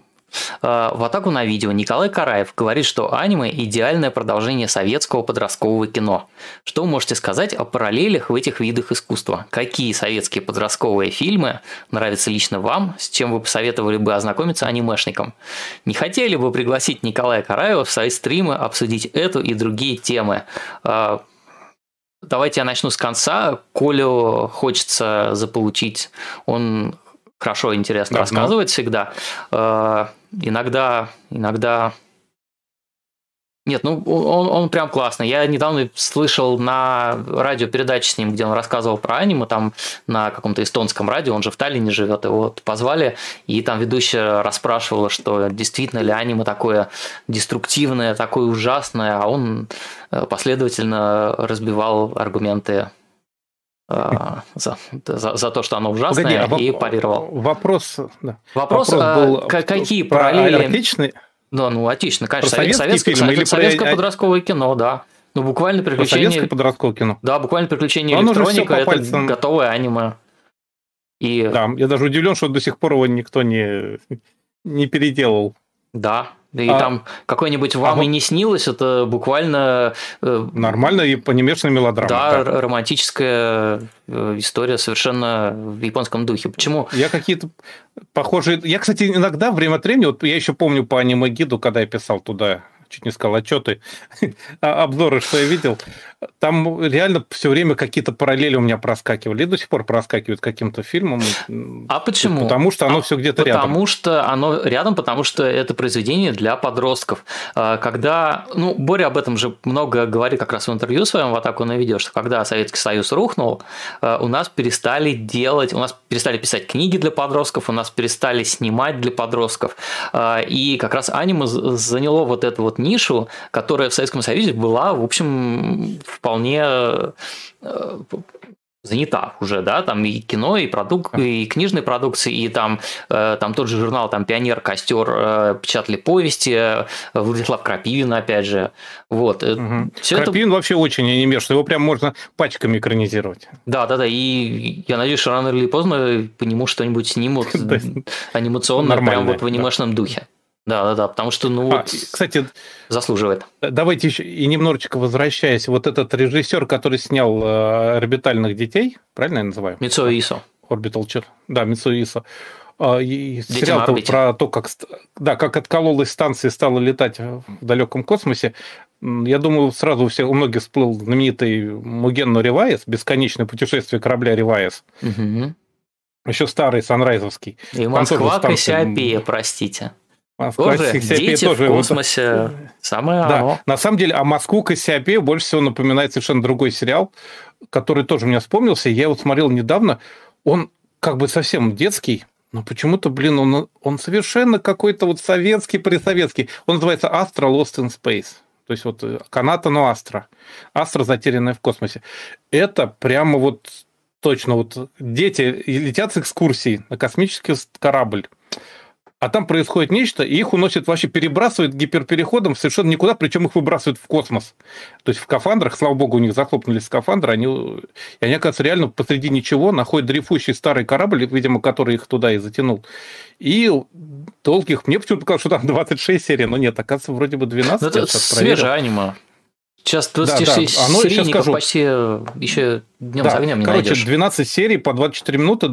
В атаку на видео Николай Караев говорит, что аниме – идеальное продолжение советского подросткового кино. Что вы можете сказать о параллелях в этих видах искусства? Какие советские подростковые фильмы нравятся лично вам, с чем вы посоветовали бы ознакомиться анимешникам? Не хотели бы пригласить Николая Караева в свои стримы обсудить эту и другие темы? Давайте я начну с конца. Колю хочется заполучить. Он хорошо и интересно рассказывает всегда. Иногда... Нет, он прям классный. Я недавно слышал на радиопередаче с ним, где он рассказывал про аниме, там на каком-то эстонском радио, он же в Таллине живет, его позвали, и там ведущая расспрашивала, что действительно ли аниме такое деструктивное, такое ужасное, а он последовательно разбивал аргументы за то, что оно ужасное, и парировал. Вопрос был какие параллели... Отечественный? Да, отечественный, конечно. Советское подростковое кино, да. Буквально приключения... Советское подростковое кино? Да, буквально приключения электроника, это готовое аниме. Да, я даже удивлен, что до сих пор его никто не переделал. Да. И там какой-нибудь «Вам и не снилось», это буквально... Нормально и анимешная мелодрама. Да, романтическая история совершенно в японском духе. Почему? Я какие-то похожие... Я, кстати, иногда, время от времени, вот я еще помню по аниме-гиду, когда я писал туда, чуть не сказал, отчеты, обзоры, что я видел, там реально все время какие-то параллели у меня проскакивали, и до сих пор проскакивают каким-то фильмом. А почему? Потому что оно все где-то рядом. Потому что оно рядом, потому что это произведение для подростков. Когда, Боря об этом же много говорит как раз в интервью своем в «Атаку на видео», что когда Советский Союз рухнул, у нас перестали писать книги для подростков, у нас перестали снимать для подростков. И как раз аниме заняло вот эту вот нишу, которая в Советском Союзе была, в общем, вполне занята уже, да, там и кино, и книжной продукции, и там тот же журнал, там «Пионер», «Костер» печатали повести, Владислав Крапивин, опять же, вот. Крапивин вообще очень анимешный, его прям можно пачками экранизировать. Да, и я надеюсь, что рано или поздно по нему что-нибудь снимут анимационно, прям вот в анимешном духе. Да, потому что, кстати, заслуживает. Давайте еще и немножечко возвращаясь, вот этот режиссер, который снял «Орбитальных детей», правильно я называю? Мицуо Исо. Да, Мицуо Исо. Сериал про то, как откололась станция и стала летать в далеком космосе. Я думаю, сразу у многих всплыл знаменитый Муген но Ревайс, бесконечное путешествие корабля Ревайс. Мгм. Еще старый, санрайзовский. И Там Москва тоже станция, Кассиопея, простите. Москва, Тоже Кассиопея дети в тоже вот- космосе. Самое Да, оно. на самом деле, Москву Кассиопею больше всего напоминает совершенно другой сериал, который тоже мне вспомнился. Я его смотрел недавно. Он как бы совсем детский, но почему-то, он совершенно какой-то вот советский, присоветский. Он называется Astra Lost in Space. То есть вот Каната, но Астра. Астра, затерянная в космосе. Это прямо вот точно вот дети летят с экскурсией на космический корабль. А там происходит нечто, и их уносят вообще, перебрасывают гиперпереходом совершенно никуда, причем их выбрасывают в космос. То есть в скафандрах, слава богу, у них захлопнулись скафандры, и они, оказывается, реально посреди ничего находят дрейфующий старый корабль, видимо, который их туда и затянул. И долгих... Мне почему-то показалось, что там 26 серий, но нет, оказывается, вроде бы 12. Ну, это свежее аниме. Сейчас 26 оно, сейчас серийников скажу. почти еще днем с огнем не короче, найдешь. 12 серий по 24 минуты,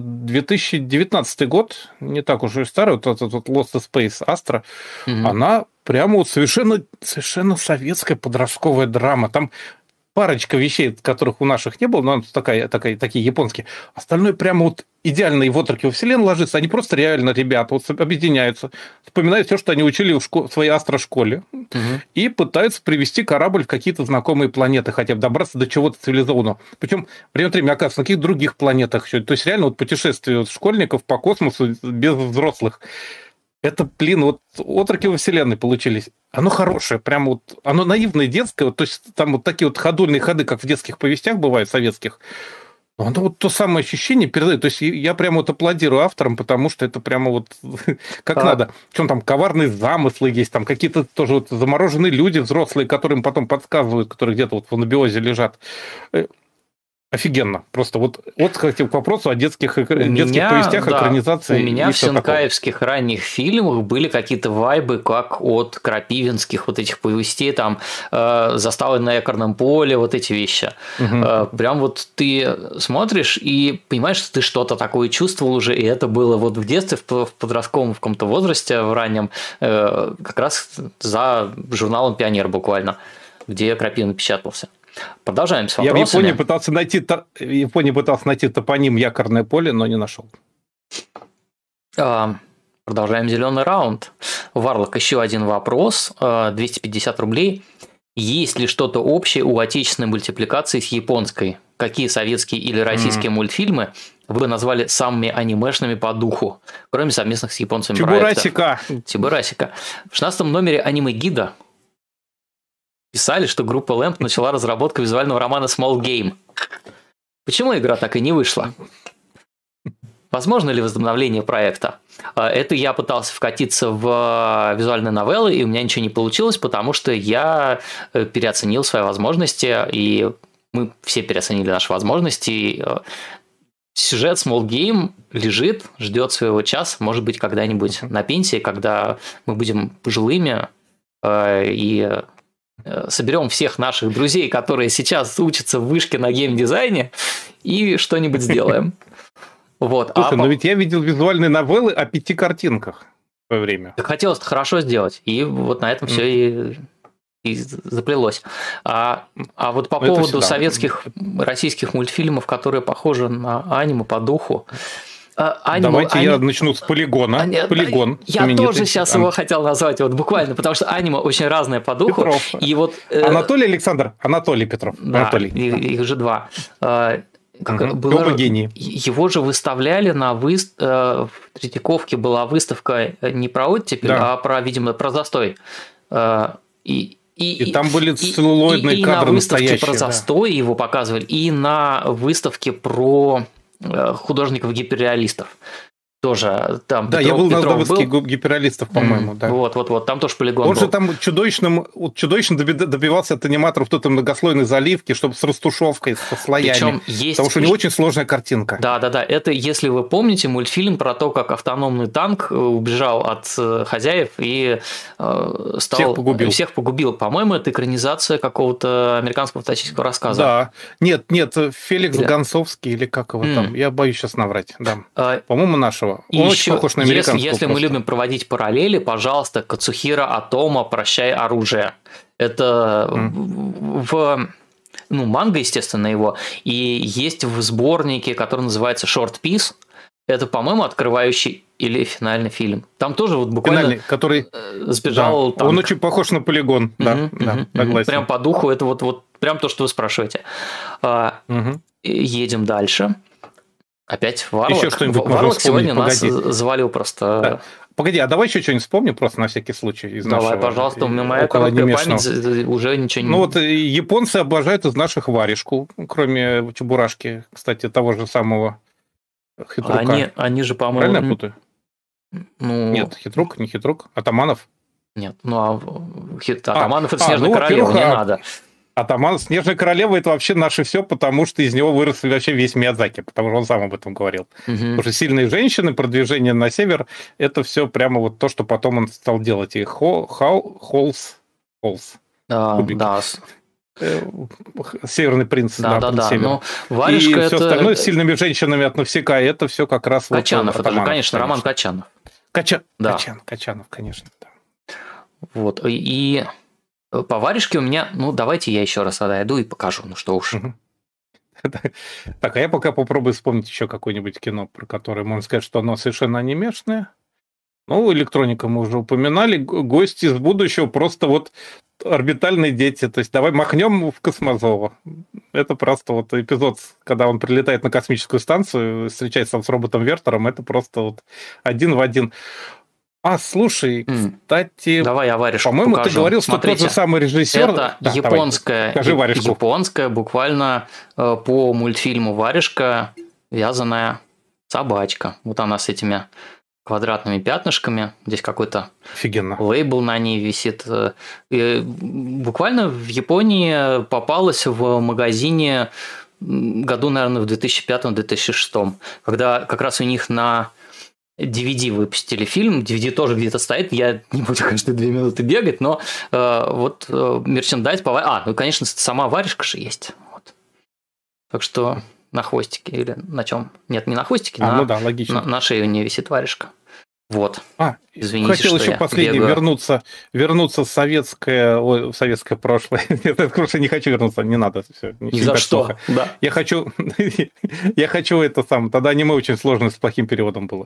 2019 год, не так уж и старый, вот этот вот Lost in Space Astra, она прямо вот совершенно советская подростковая драма. Там парочка вещей, которых у наших не было, но такие японские. Остальное прямо вот идеально и в отроки во вселенную ложится. Они просто реально, ребята, вот объединяются, вспоминают все, что они учили в своей астрошколе, и пытаются привести корабль в какие-то знакомые планеты, хотя бы добраться до чего-то цивилизованного. Причем время от времени оказывается на каких-то других планетах еще. То есть реально вот путешествие школьников по космосу без взрослых. Это, вот отроки во вселенной получились. Оно хорошее, прям вот, оно наивное, детское, вот, то есть там вот такие вот ходульные ходы, как в детских повестях бывают, советских. Но оно вот то самое ощущение передает. То есть я прямо вот аплодирую авторам, потому что это прямо вот как надо. Причем там коварные замыслы есть, там какие-то тоже вот замороженные люди взрослые, которым потом подсказывают, которые где-то вот в анабиозе лежат. Офигенно. Просто вот кстати, к вопросу о детских повестях, экранизации. У меня и в всё такое. сенкаевских ранних фильмах были какие-то вайбы, как от крапивинских вот этих повестей, там «Заставы на якорном поле», вот эти вещи. Прям вот ты смотришь и понимаешь, что ты что-то такое чувствовал уже, и это было вот в детстве, в подростковом в каком-то возрасте, в раннем, как раз за журналом «Пионер» буквально, где Крапивин печатался. Продолжаем с вопросами. Я в Японии пытался найти топоним «Якорное поле», но не нашел. Продолжаем зеленый раунд. Варлок, еще один вопрос. 250 рублей. Есть ли что-то общее у отечественной мультипликации с японской? Какие советские или российские мультфильмы вы бы назвали самыми анимешными по духу, кроме совместных с японцами проектов? Чебурасика. В 16-м номере аниме-гида писали, что группа Lamp начала разработку визуального романа Small Game. Почему игра так и не вышла? Возможно ли возобновление проекта? Это я пытался вкатиться в визуальные новеллы, и у меня ничего не получилось, потому что я переоценил свои возможности, и мы все переоценили наши возможности. Сюжет Small Game лежит, ждет своего часа, может быть, когда-нибудь на пенсии, когда мы будем пожилыми и соберем всех наших друзей, которые сейчас учатся в вышке на геймдизайне, и что-нибудь сделаем. Вот. Слушай, но ведь я видел визуальные новеллы о 5 картинках в свое время. Так хотелось хорошо сделать, и вот на этом все и заплелось. А вот по поводу советских, российских мультфильмов, которые похожи на аниме по духу, Давайте я начну с Полигона. Полигон. Я тоже сейчас его хотел назвать, вот буквально, потому что аниме очень разное по духу. Петров. И вот, Анатолий Александр, Анатолий Петров. Да, Анатолий. их же два. Оба гении. Его же выставляли в Третьяковке была выставка не про оттепель, а про, видимо, про застой. И там были целлулоидные кадры настоящие. И на выставке про застой его показывали, и на выставке про художников-гиперреалистов. Тоже там да, Петров, я был на выставке гиперреалистов, по-моему. Да. Вот, там тоже полигон Он был. же там чудовищно добивался от аниматоров той многослойной заливки, чтобы с растушевкой, со слоями. Потому что у него очень сложная картинка. Да. Это, если вы помните, мультфильм про то, как автономный танк убежал от хозяев и всех погубил. По-моему, это экранизация какого-то американского фантастического рассказа. Да. Нет, Феликс Гонцовский или как его там. Я боюсь сейчас наврать. Да. По-моему, нашего. хорошего. И Он еще, очень похож на американского. если мы любим проводить параллели, пожалуйста, Кацухира Атома «Прощай, оружие». Это манга, естественно, его. И есть в сборнике, который называется Short Piece. Это, по-моему, открывающий или финальный фильм. Там тоже вот буквально Финальный, который сбежал танк. Он очень похож на полигон. Согласен. Прям по духу, это вот прям то, что вы спрашиваете. Едем дальше. Опять Варлок. Еще что-нибудь Варлок сегодня нас завалил просто. Да. Погоди, а давай еще что-нибудь вспомним, просто на всякий случай. Из давай, нашего, пожалуйста, у меня моя короткая память уже ничего не... Ну вот японцы обожают из наших варежку, кроме Чебурашки, кстати, того же самого Хитрука. Они же, по-моему... Правильно я путаю? Нет, Хитрук, не Хитрук, Атаманов. Нет, Атаманов это Снежная королева, не надо. Атаман Снежная королева это вообще наше все, потому что из него вырос вообще весь Миядзаки, потому что он сам об этом говорил. Потому что сильные женщины, продвижение на север, это все прямо вот то, что потом он стал делать. И Холс. Да. Северный принц. Да. Но варежка и все остальное с сильными женщинами от Навсека, это все как раз... Качанов, это же, конечно, Роман Качанов. Качанов, конечно. Да. Вот, и... По варежке у меня, давайте я еще раз дойду и покажу, что уж. Так, а я пока попробую вспомнить еще какое-нибудь кино, про которое можно сказать, что оно совершенно анимешное. Электроника мы уже упоминали, гости из будущего, просто вот орбитальные дети. То есть давай махнем в Космозова. Это просто вот эпизод, когда он прилетает на космическую станцию, встречается с роботом Вертером, это просто вот один в один. Слушай, кстати, давай я варежку по-моему, покажу. ты говорил, что тот же самый режиссер... Это японская, буквально по мультфильму «Варежка» вязаная собачка. Вот она с этими квадратными пятнышками. Здесь какой-то лейбл на ней висит. И буквально в Японии попалась в магазине году, наверное, в 2005-2006, когда как раз у них на DVD выпустили фильм, DVD тоже где-то стоит, я не буду каждые 2 минуты бегать, но мерчендайз по... конечно, сама варежка же есть. Вот. Так что на хвостике или на чем? Нет, не на хвостике, логично. На шее у нее висит варежка. Вот. Извините, хотел еще последний вернуться в советское прошлое. Нет, не хочу вернуться, не надо. Все, ни за что. Да. Я хочу это сам. Тогда аниме очень сложно, с плохим переводом было.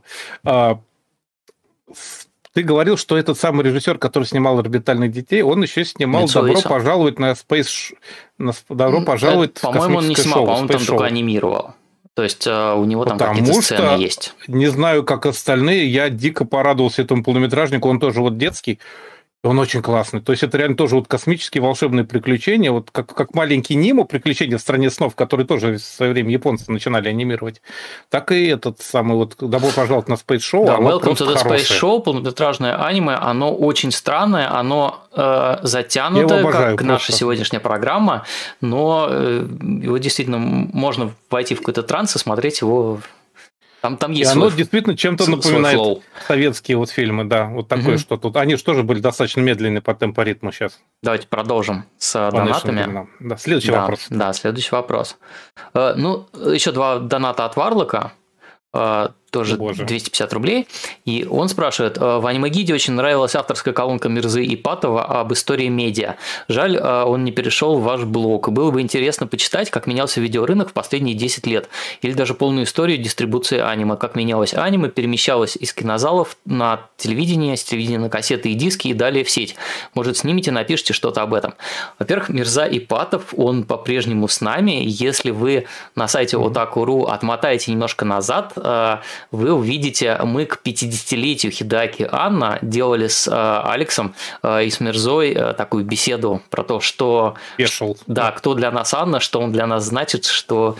Ты говорил, что этот самый режиссер, который снимал «Орбитальных детей», он еще снимал «Добро пожаловать на Space». Добро пожаловать в космическое шоу. По-моему, он не снимал, по-моему, там только анимировал. То есть у него там какие-то сцены есть. Не знаю, как остальные, я дико порадовался этому полнометражнику, он тоже вот детский, он очень классный. То есть это реально тоже вот космические волшебные приключения, вот как маленький Нимо, приключения в стране снов, которые тоже в свое время японцы начинали анимировать, так и этот самый вот «Добро пожаловать на Space Show». Да, Welcome to the Space Show, полнометражное аниме, оно очень странное, оно затянутое, как наша сегодняшняя программа, но его действительно можно войти в какой-то транс и смотреть его... Там есть оно действительно чем-то напоминает советские вот фильмы, да, вот такое, что тут. Они же тоже были достаточно медленные по темпоритму сейчас. Давайте продолжим с донатами. Да, следующий вопрос. Да, следующий вопрос. Еще 2 доната от Варлока. Тоже 250 рублей. И он спрашивает: в аниме-гиде очень нравилась авторская колонка Мирзы Ипатова об истории медиа. Жаль, он не перешел в ваш блог. Было бы интересно почитать, как менялся видеорынок в последние 10 лет. Или даже полную историю дистрибуции аниме. Как менялось аниме, перемещалось из кинозалов на телевидение, с телевидения на кассеты и диски и далее в сеть. Может, снимите, напишите что-то об этом. Во-первых, Мирза Ипатов, он по-прежнему с нами. Если вы на сайте otaku.ru отмотаете немножко назад, вы увидите, мы к 50-летию Хидэаки Анно делали с Алексом и с Мирзой такую беседу про то, что... Да, кто для нас Анна, что он для нас значит, что...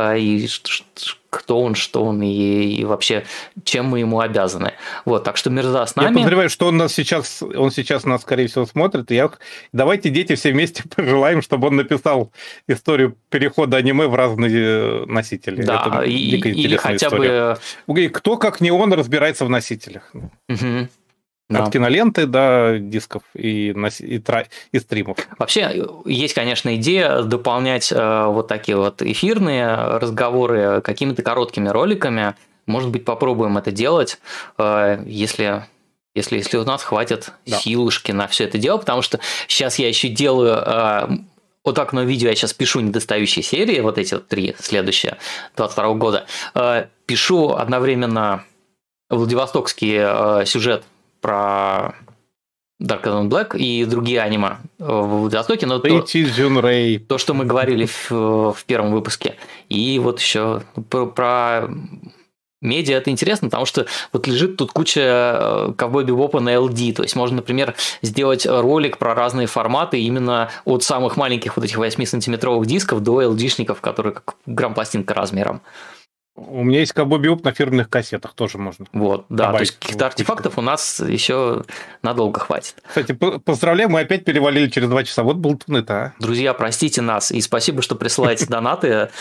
кто он, что он и вообще чем мы ему обязаны. Вот, так что Мирза с нами. Я подозреваю, что он сейчас нас, скорее всего, смотрит. Давайте, дети, все вместе пожелаем, чтобы он написал историю перехода аниме в разные носители. Да, или хотя история. Бы... Кто, как не он, разбирается в носителях. Угу. От киноленты до дисков и стримов. Вообще, есть, конечно, идея дополнять вот такие вот эфирные разговоры какими-то короткими роликами. может быть, попробуем это делать, если у нас хватит силушки на все это дело, потому что сейчас я еще делаю вот так на видео, я сейчас пишу недостающие серии, вот эти вот 3 следующие, 22 года, пишу одновременно владивостокский сюжет про Darker Than Black и другие аниме в Владивостоке, но то, что мы говорили в первом выпуске. И вот еще про медиа это интересно, потому что вот лежит тут куча Ковбой Бибопа на LD, то есть можно, например, сделать ролик про разные форматы именно от самых маленьких вот этих 8-сантиметровых дисков до LD-шников, которые как грамм-пластинка размером. У меня есть Ковбой Бибоп на фирменных кассетах, тоже можно. Вот, да, то есть каких-то артефактов у нас еще надолго хватит. Кстати, поздравляю, мы опять перевалили через 2 часа. Вот болтуны-то, а. Друзья, простите нас, и спасибо, что присылаете донаты.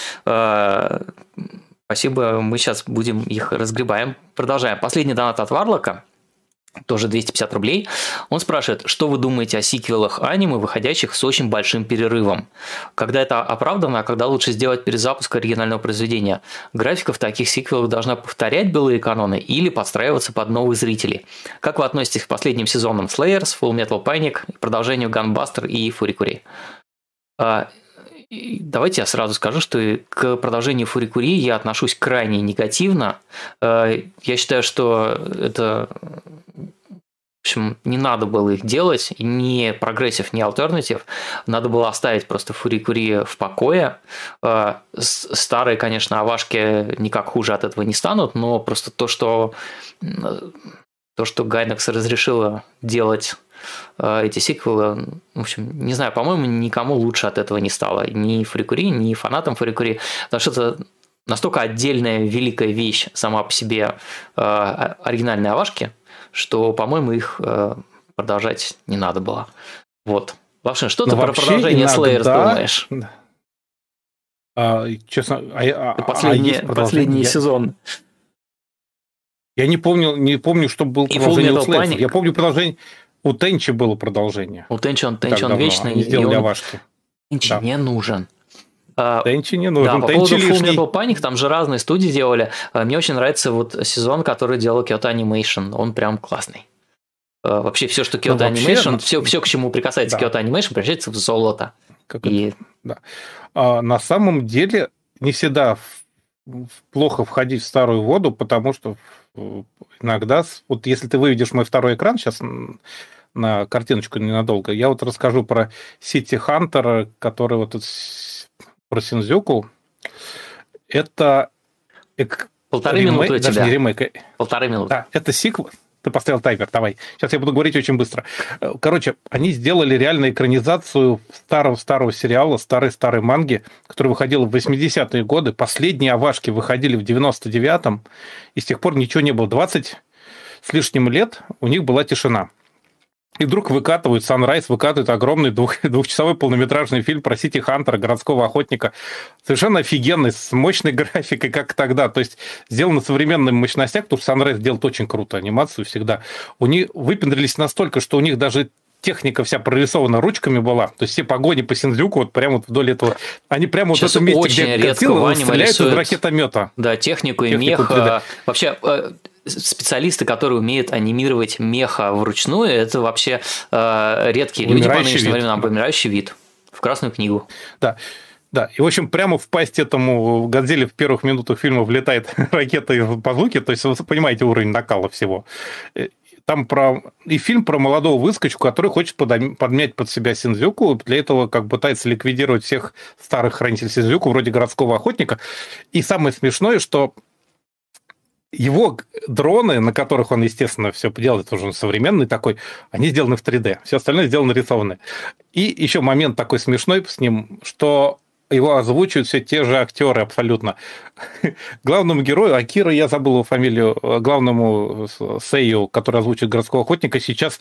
Спасибо, мы сейчас будем их разгребаем. Продолжаем. Последний донат от Варлока, тоже 250 рублей. Он спрашивает, что вы думаете о сиквелах аниме, выходящих с очень большим перерывом? Когда это оправдано, а когда лучше сделать перезапуск оригинального произведения? Графика в таких сиквелах должна повторять былые каноны или подстраиваться под новых зрителей? Как вы относитесь к последним сезонам Slayers, Full Metal Panic, продолжению Gunbuster и Фурикури? Давайте я сразу скажу, что к продолжению Фурикури я отношусь крайне негативно. Я считаю, что это, в общем, не надо было их делать, ни прогрессив, ни альтернатив. Надо было оставить просто Фурикури в покое. Старые, конечно, авашки никак хуже от этого не станут, но просто то, что Gainax разрешила делать эти сиквелы, в общем, не знаю, по-моему, никому лучше от этого не стало. Ни Фурикури, ни фанатам Фурикури. Потому что это настолько отдельная великая вещь сама по себе оригинальной авашки, что, по-моему, их продолжать не надо было. Вот. Лавшин, что ты про продолжение Slayers думаешь? Честно, последний сезон. Я не помню, что был продолжение у Slayers. Я помню продолжение. У Тенчи было продолжение. У Тенчи он вечный. Они сделали авашки. Тенчи не нужен. Тенчи не нужен. Да, по поводу Full Metal Panic, там же разные студии делали. Мне очень нравится вот сезон, который делал Kyoto Animation. Он прям классный. Вообще все, что Kyoto Animation, все, к чему прикасается Kyoto Animation, превращается в золото. На самом деле не всегда плохо входить в старую воду, потому что иногда, вот если ты выведешь мой второй экран сейчас на картиночку ненадолго, я вот расскажу про City Hunter, который вот про Синдзюку. Это 1,5 минуты у тебя. Даже не ремейк. 1,5 минуты. Да, это сиквел. Ты поставил таймер, давай. Сейчас я буду говорить очень быстро. Короче, они сделали реально экранизацию старого сериала, старой манги, который выходил в 80-е годы. Последние авашки выходили в 99-м, и с тех пор ничего не было. 20 с лишним лет у них была тишина. И вдруг Sunrise выкатывает огромный двухчасовой полнометражный фильм про Сити Хантера, городского охотника. Совершенно офигенный, с мощной графикой, как тогда. То есть сделан на современных мощностях, потому что Sunrise делает очень круто анимацию всегда. У них выпендрились настолько, что у них даже техника вся прорисована ручками была. То есть все погони по Синдзюку вот прямо вот вдоль этого... Они прямо вот в этом месте, где Годзилла, стреляют из ракетомета. Да, технику и мех. Вообще... Специалисты, которые умеют анимировать меха вручную, это вообще редкие люди по нынешним временам, помирающий вид. В Красную книгу. Да. И, в общем, прямо в пасть этому Годзилле в первых минутах фильма влетает ракета по звуке, то есть вы понимаете уровень накала всего. Там фильм про молодого выскочку, который хочет подмять под себя Синдзюку, для этого как пытается ликвидировать всех старых хранителей Синдзюку, вроде городского охотника. И самое смешное, что его дроны, на которых он, естественно, все делает, уже современный такой, они сделаны в 3D. Все остальное сделано рисованное. И еще момент такой смешной с ним, что его озвучивают все те же актеры абсолютно. Главному герою, Акира, я забыл его фамилию, главному Сэйю, который озвучивает городского охотника, сейчас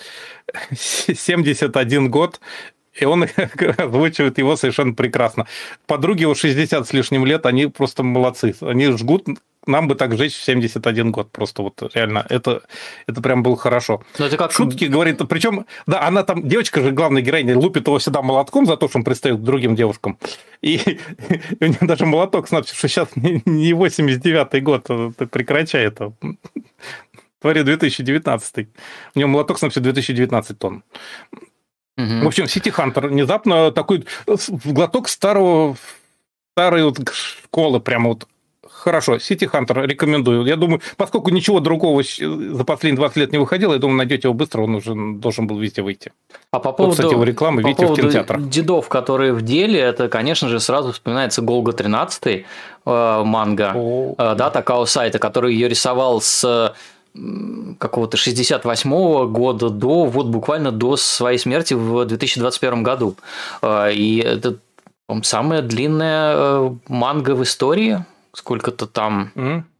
71 год, и он озвучивает его совершенно прекрасно. Подруги его 60 с лишним лет, они просто молодцы. Они жгут нам бы так жить в 71 год. Просто вот реально, это прям было хорошо. Но это как... Шутки говорит, причем, да, она там, девочка же, главная героиня, лупит его всегда молотком за то, что он пристает к другим девушкам. И у нее даже молоток снабдил, что сейчас не 89-й год, прекращай это. Твори 2019. У него молоток снабдил 2019 тонн. В общем, City Hunter внезапно такой глоток старой вот школы, прямо вот хорошо. City Hunter рекомендую. Я думаю, поскольку ничего другого за последние 20 лет не выходило, я думаю, найдете его быстро, он уже должен был везде выйти. А по поводу, кстати, его рекламы видите в кинотеатрах. Дедов, которые в деле, это, конечно же, сразу вспоминается Голго 13 манга, да, Такао Сайта, который ее рисовал с какого-то 68-го года до, вот буквально до своей смерти в 2021 году. И это, по-моему, самая длинная манга в истории. Сколько-то там...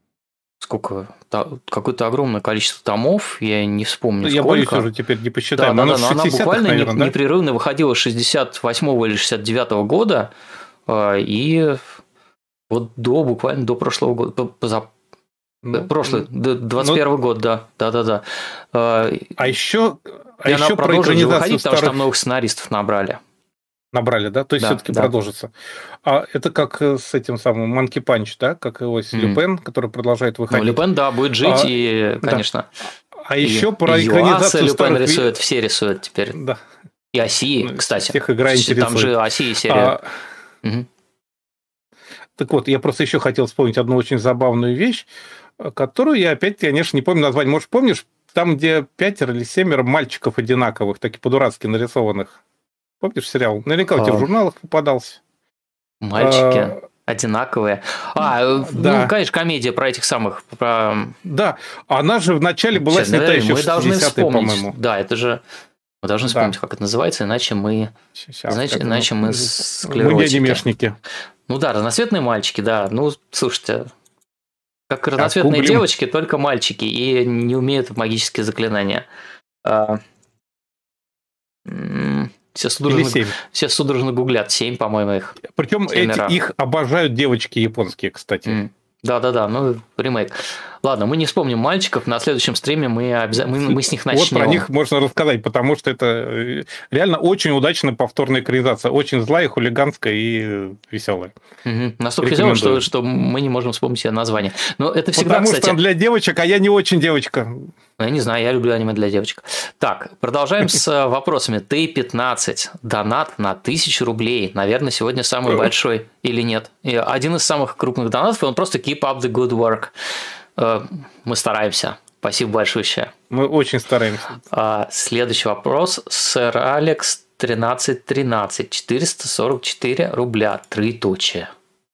Какое-то огромное количество томов, я не вспомню, я сколько. Боюсь уже теперь не посчитаю. Да, но она буквально непрерывно выходила с 68-го или 69-го года, и вот буквально до прошлого года, прошлый, 21 год, да. А еще она про экранизацию выходить, потому что там новых сценаристов набрали. Набрали, да? То есть все-таки продолжится. А это как с этим самым Monkey Punch, да? Как его Люпен, который продолжает выходить. Ну, Люпен, да, будет жить, и, конечно. Да. А еще про экранизацию Люпен рисует, все рисуют теперь. Да. И Оси, кстати. Всех игра интересует. Там же Оси серия. Так вот, я просто еще хотел вспомнить одну очень забавную вещь, которую я опять, конечно, не помню название. Может, помнишь, там, где 5 или 7 мальчиков одинаковых, таких по-дурацки нарисованных. Помнишь сериал? Наверняка у тебя в журналах попадался. Мальчики одинаковые. Да. Ну, конечно, комедия про этих самых... Да, она же вначале была снята еще в 60-е, по-моему. Да, это же... Мы должны вспомнить, как это называется, иначе мы... Иначе мы склеротики. Мы не анимешники. Ну да, разноцветные мальчики, да. Ну, слушайте, как разноцветные девочки, только мальчики, и не умеют магические заклинания. Все судорожно гуглят. 7, по-моему, их. Причем их обожают девочки японские, кстати. Да, ну, ремейк. Ладно, мы не вспомним мальчиков, на следующем стриме мы с них начнем. Вот про них можно рассказать, потому что это реально очень удачная повторная экранизация. Очень злая, хулиганская и веселая. Настолько веселая, что мы не можем вспомнить себе название. Но это всегда, потому кстати... что он для девочек, а я не очень девочка. Я не знаю, я люблю аниме для девочек. Так, продолжаем с вопросами. Ты-15. Донат на 1000 рублей. Наверное, сегодня самый большой или нет? И один из самых крупных донатов, он просто keep up the good work. Мы стараемся. Спасибо большое. Мы очень стараемся. Следующий вопрос. Сэр Алекс 1313. 444 рубля. 3 точки.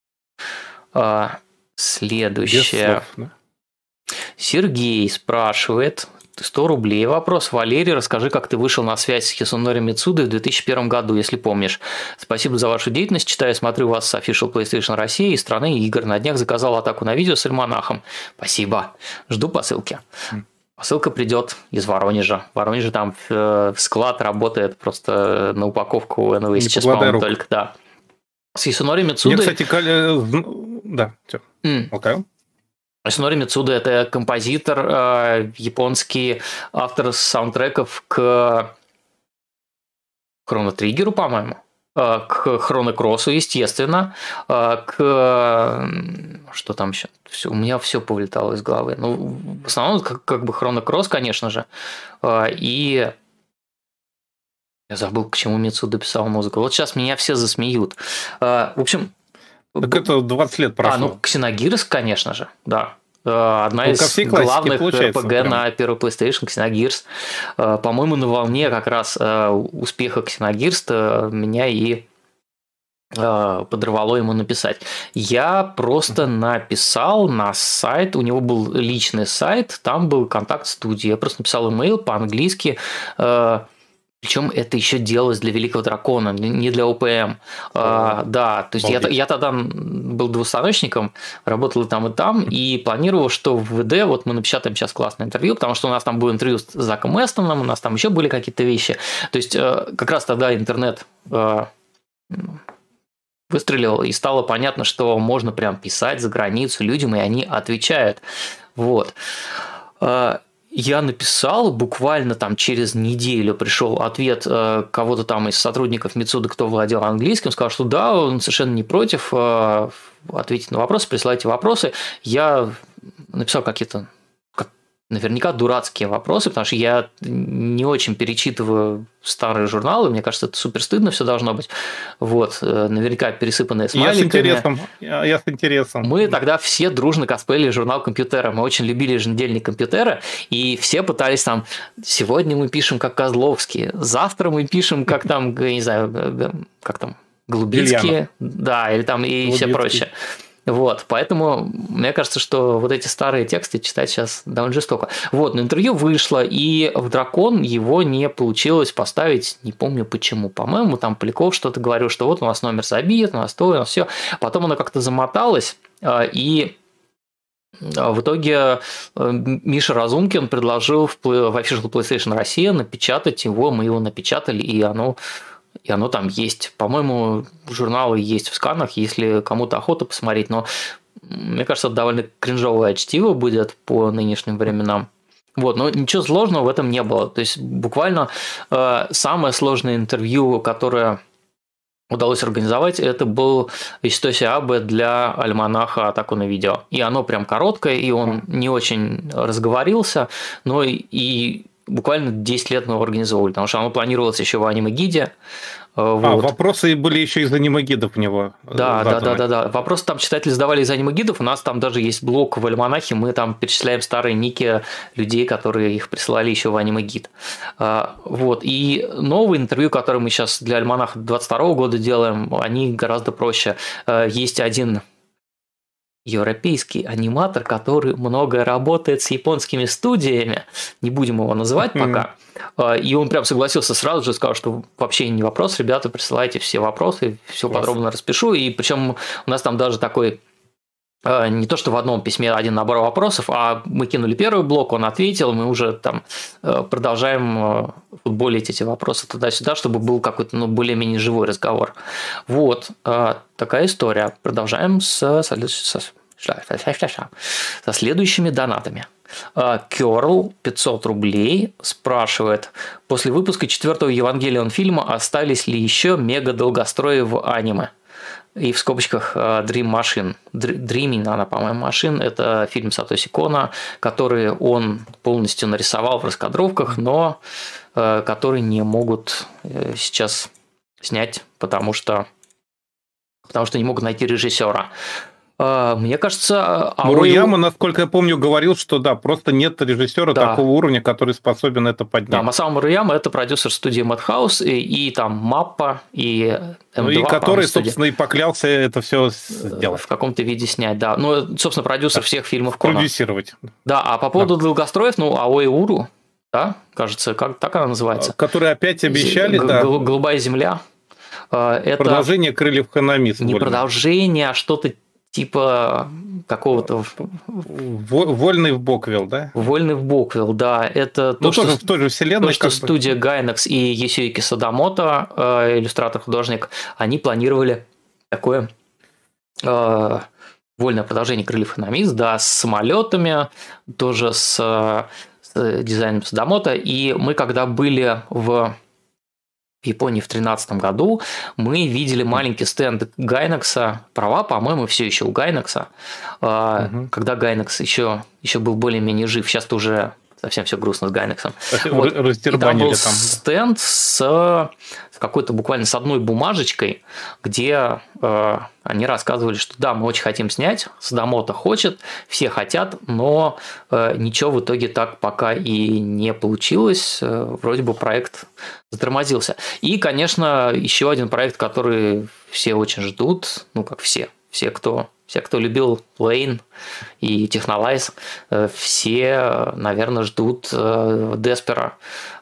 Следующее. Без слов, да? Сергей спрашивает. 100 рублей. Вопрос. Валерий, расскажи, как ты вышел на связь с Хисунори Мицудой в 2001 году, если помнишь. Спасибо за вашу деятельность. Читаю и смотрю вас с Official PlayStation России и страны игр. На днях заказал атаку на видео с Альманахом. Спасибо. Жду посылки. Посылка придет из Воронежа. В Воронеже там склад работает просто на упаковку НВ сейчас, по-моему, только. Да. С Хисунори Мицудой... Мне, кстати, да, все. Окей. Хисунори Мицуда – это композитор японский, автор саундтреков к Хроно Триггеру, по-моему, к Хроно Кроссу, естественно, к... Что там еще? У меня все повылетало из головы. Ну, в основном, как бы Хроно Кросс, конечно же. И... Я забыл, к чему Мицуда писал музыку. Вот сейчас меня все засмеют. В общем... Так это 20 лет прошло. Ксеногирс, конечно же, да. Одна из главных RPG на первый PlayStation, Ксеногирс. По-моему, на волне как раз успеха Ксеногирс меня и подорвало ему написать. Я просто написал на сайт, у него был личный сайт, там был контакт студии. Я просто написал имейл по-английски. Причем это еще делалось для Великого Дракона, не для ОПМ. Да, то есть я тогда был двустаночником, работал и там, и планировал, что в ВД вот мы напечатаем сейчас классное интервью, потому что у нас там было интервью с Заком Эстоном, у нас там еще были какие-то вещи. То есть как раз тогда интернет выстрелил, и стало понятно, что можно прям писать за границу людям, и они отвечают. Вот. Я написал, буквально там через неделю пришел ответ кого-то там из сотрудников Мицуды, кто владел английским, сказал, что да, он совершенно не против ответить на вопросы, присылайте вопросы. Я написал какие-то наверняка дурацкие вопросы, потому что я не очень перечитываю старые журналы, мне кажется, это супер стыдно все должно быть. Вот, наверняка пересыпанные смайликами. Я с интересом. Мы тогда все дружно косплеили журнал Компьютера, мы очень любили еженедельник Компьютера, и все пытались там, сегодня мы пишем как Козловский, завтра мы пишем как там, не знаю, как там, Голубицкие, да, или там и все прочее. Вот, поэтому мне кажется, что вот эти старые тексты читать сейчас довольно жестоко. Вот, но интервью вышло, и в «Дракон» его не получилось поставить, не помню почему. По-моему, там Поляков что-то говорил, что вот у нас номер забит, у нас то, у нас все. Потом оно как-то замоталось, и в итоге Миша Разумкин предложил в Official PlayStation Россия напечатать его, мы его напечатали, и оно там есть. По-моему, журналы есть в сканах, если кому-то охота посмотреть, но мне кажется, это довольно кринжовое чтиво будет по нынешним временам. Вот, но ничего сложного в этом не было. То есть, буквально самое сложное интервью, которое удалось организовать, это был Иситоси Абе для альманаха «Атаку на видео». И оно прям короткое, и он не очень разговорился, но и буквально 10 лет мы его организовывали, потому что оно планировалось еще в аниме-гиде. Вот. Вопросы были еще из аниме-гидов в него. Да. Вопросы там читатели задавали из аниме-гидов. У нас там даже есть блог в альманахе, мы там перечисляем старые ники людей, которые их присылали еще в аниме-гид. Вот. И новые интервью, которые мы сейчас для альманаха 22 года делаем, они гораздо проще. Есть один европейский аниматор, который много работает с японскими студиями, не будем его называть пока, и он прям согласился сразу же, сказал, что вообще не вопрос, ребята, присылайте все вопросы, все подробно распишу, и причем у нас там даже такой, не то что в одном письме один набор вопросов, а мы кинули первый блок, он ответил, мы уже там продолжаем футболить эти вопросы туда-сюда, чтобы был какой-то более-менее живой разговор. Вот такая история. Продолжаем со следующими донатами. Керл 500 рублей спрашивает: после выпуска 4-го Евангелион фильма остались ли еще мега-долгострои в аниме? И в скобочках Dream Machine. Dreaming, она, по-моему, Machine. Это фильм Сатоси Коно, который он полностью нарисовал в раскадровках, но который не могут сейчас снять, потому что не могут найти режиссера. Мне кажется, Муруяма, насколько я помню, говорил, что да, просто нет режиссера такого уровня, который способен это поднять. Да, Масао Муруяма – это продюсер студии Madhouse, и там Маппа, и М2. И который, собственно, и поклялся это все сделать. В каком-то виде снять, да. Ну, собственно, продюсер всех фильмов Коно. Продюсировать. Да, а по поводу долгостроев, Аои Уру, да, кажется, как так она называется? Которые опять обещали, да. «Голубая земля». Это продолжение «Крыльев Ханами». Не продолжение, а что-то типа какого-то... Вольный в Боквилл, да? Вольный в Боквилл, да. Это тоже в той же вселенной. То, что студия Gainax и Ясуики Садамото, иллюстратор-художник, они планировали такое вольное продолжение «Крыльев Ханами», да, с самолетами, тоже с дизайном Садамото. И мы, когда были в Японии в 2013 году, мы видели маленький стенд Gainax. Права, по-моему, все еще у Gainax. Когда Gainax еще был более-менее жив. Сейчас-то уже совсем все грустно с Gainax. Вот. И там был стенд с какой-то буквально с одной бумажечкой, где они рассказывали, что да, мы очень хотим снять, Садамото хочет, все хотят, но ничего в итоге так пока и не получилось. Вроде бы проект затормозился. И, конечно, еще один проект, который все очень ждут, как все, кто любил Plane и Technolize, все, наверное, ждут Деспера,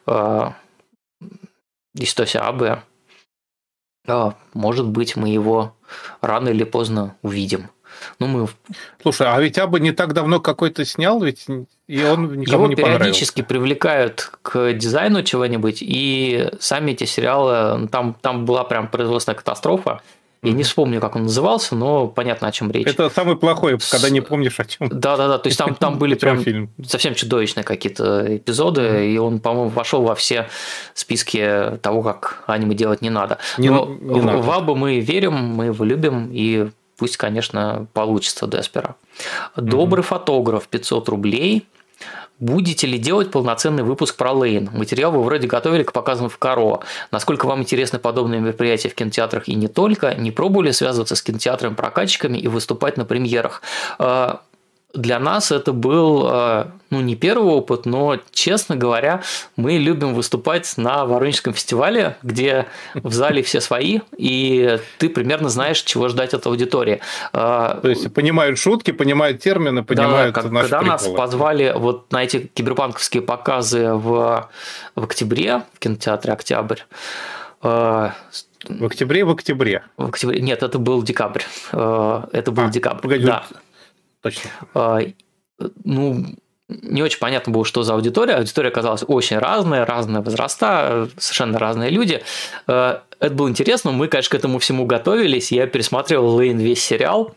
Иситоси Абе. Может быть, мы его рано или поздно увидим. Слушай, а ведь Абе не так давно какой-то снял, ведь и он никому не понравился. Его периодически привлекают к дизайну чего-нибудь, и сами эти сериалы, там была прям производственная катастрофа. Я не вспомню, как он назывался, но понятно, о чем речь. Это самый плохой, когда не помнишь, о чем. Да-да-да, то есть там были прям фильм. совсем чудовищные какие-то эпизоды, и он, по-моему, вошел во все списки того, как аниме делать не надо. Но в Абу мы верим, мы его любим, и пусть, конечно, получится Деспера. Добрый фотограф, 500 рублей. Будете ли делать полноценный выпуск про Лейн? Материал вы вроде готовили к показам в Каро. Насколько вам интересны подобные мероприятия в кинотеатрах и не только? Не пробовали связываться с кинотеатрами-прокатчиками и выступать на премьерах? Для нас это был, не первый опыт, но, честно говоря, мы любим выступать на Воронежском фестивале, где в зале все свои, и ты примерно знаешь, чего ждать от аудитории. То есть понимают шутки, понимают термины, понимают наши когда приколы. нас позвали вот на эти киберпанковские показы в октябре, в кинотеатре «Октябрь», В октябре? Нет, это был декабрь. Декабрь. Погоди, да. Точно. Не очень понятно было, что за аудитория. Аудитория оказалась очень разная, разные возраста, совершенно разные люди. Это было интересно. Мы, конечно, к этому всему готовились. Я пересматривал Лейн весь сериал.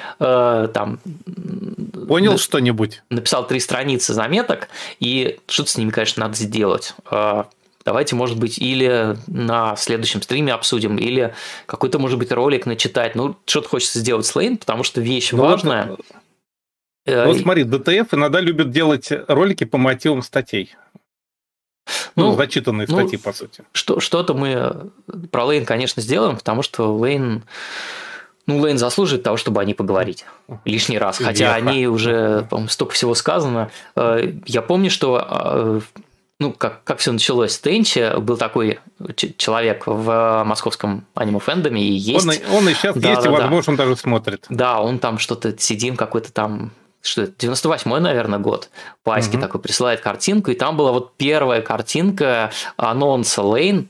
Понял что-нибудь? Написал 3 страницы заметок, и что-то с ними, конечно, надо сделать. Давайте, может быть, или на следующем стриме обсудим, или какой-то, может быть, ролик начитать. Что-то хочется сделать с Лейн, потому что вещь важная. Смотри, ДТФ иногда любят делать ролики по мотивам статей. Зачитанные статьи, по сути. Что-то мы про Лейн, конечно, сделаем, потому что Лейн заслуживает того, чтобы о ней поговорить лишний раз. Хотя о ней уже, по-моему, столько всего сказано. Я помню, что... как все началось. Тенчи был такой человек в московском аниме-фэндоме, и есть... Он и сейчас есть, и, возможно, он даже смотрит. Да, он там что-то сидим, какой-то там... Что это? 98-й, наверное, год. Паське такой присылает картинку, и там была вот первая картинка анонса Лейн.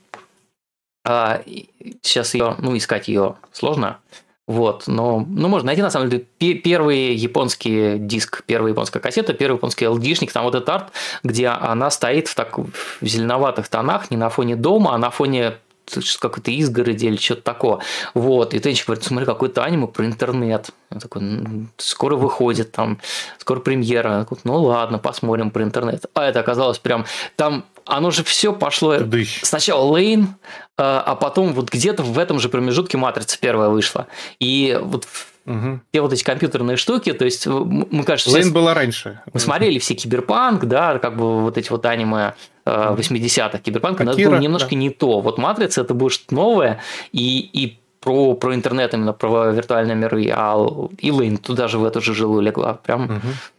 Сейчас ее, искать ее сложно. Но можно найти, на самом деле, первый японский диск, первая японская кассета, первый японский LD-шник, там вот этот арт, где она стоит в зеленоватых тонах, не на фоне дома, а на фоне какой-то изгороди или что-то такого. И Тенчик говорит: смотри, какой-то аниме про интернет. Он такой: скоро выходит, скоро премьера. Ладно, посмотрим про интернет. А это оказалось прям... Там оно же все пошло... Сначала Лейн, а потом вот где-то в этом же промежутке Матрица первая вышла. И все вот эти компьютерные штуки, то есть мы, кажется... Лейн была раньше. Мы смотрели все Киберпанк, да, вот эти вот аниме 80-х Киберпанка, но это было немножко не то. Вот Матрица это было что-то новое, и про интернет, именно про виртуальные миры, и Лейн туда же в эту же жилу легла. Прям...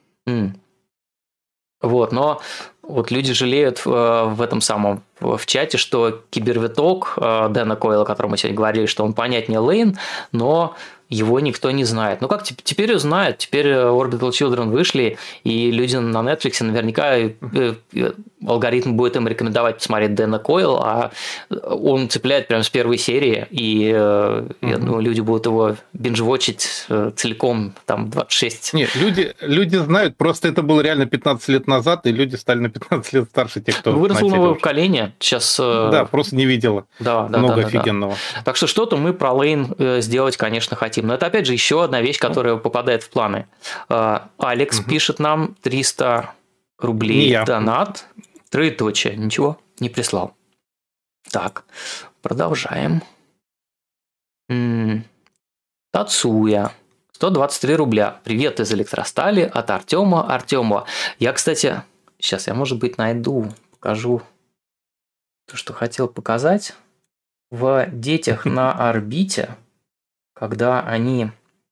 но люди жалеют в этом самом в чате, что кибервиток Дэна Койла, о котором мы сегодня говорили, что он понятнее Лейн, но его никто не знает. Как теперь узнают? Теперь Orbital Children вышли, и люди на Netflix наверняка алгоритм будет им рекомендовать посмотреть Дэна Койл, а он цепляет прямо с первой серии, и я думаю, люди будут его бинж-вотчить целиком, 26. Нет, люди знают, просто это было реально 15 лет назад, и люди стали на 15 лет старше тех, кто... Выросло новое поколение. Сейчас... Да, просто не видела. Много офигенного. Так что что-то мы про Лейн сделать, конечно, хотим. Но это, опять же, еще одна вещь, которая попадает в планы. Алекс пишет нам 300 рублей донат. Троеточие. Ничего не прислал. Так, продолжаем. Тацуя. 123 рубля. Привет из Электростали от Артема Артемова. Я, кстати, сейчас я, может быть, найду, покажу то, что хотел показать. В «Детях на орбите», когда они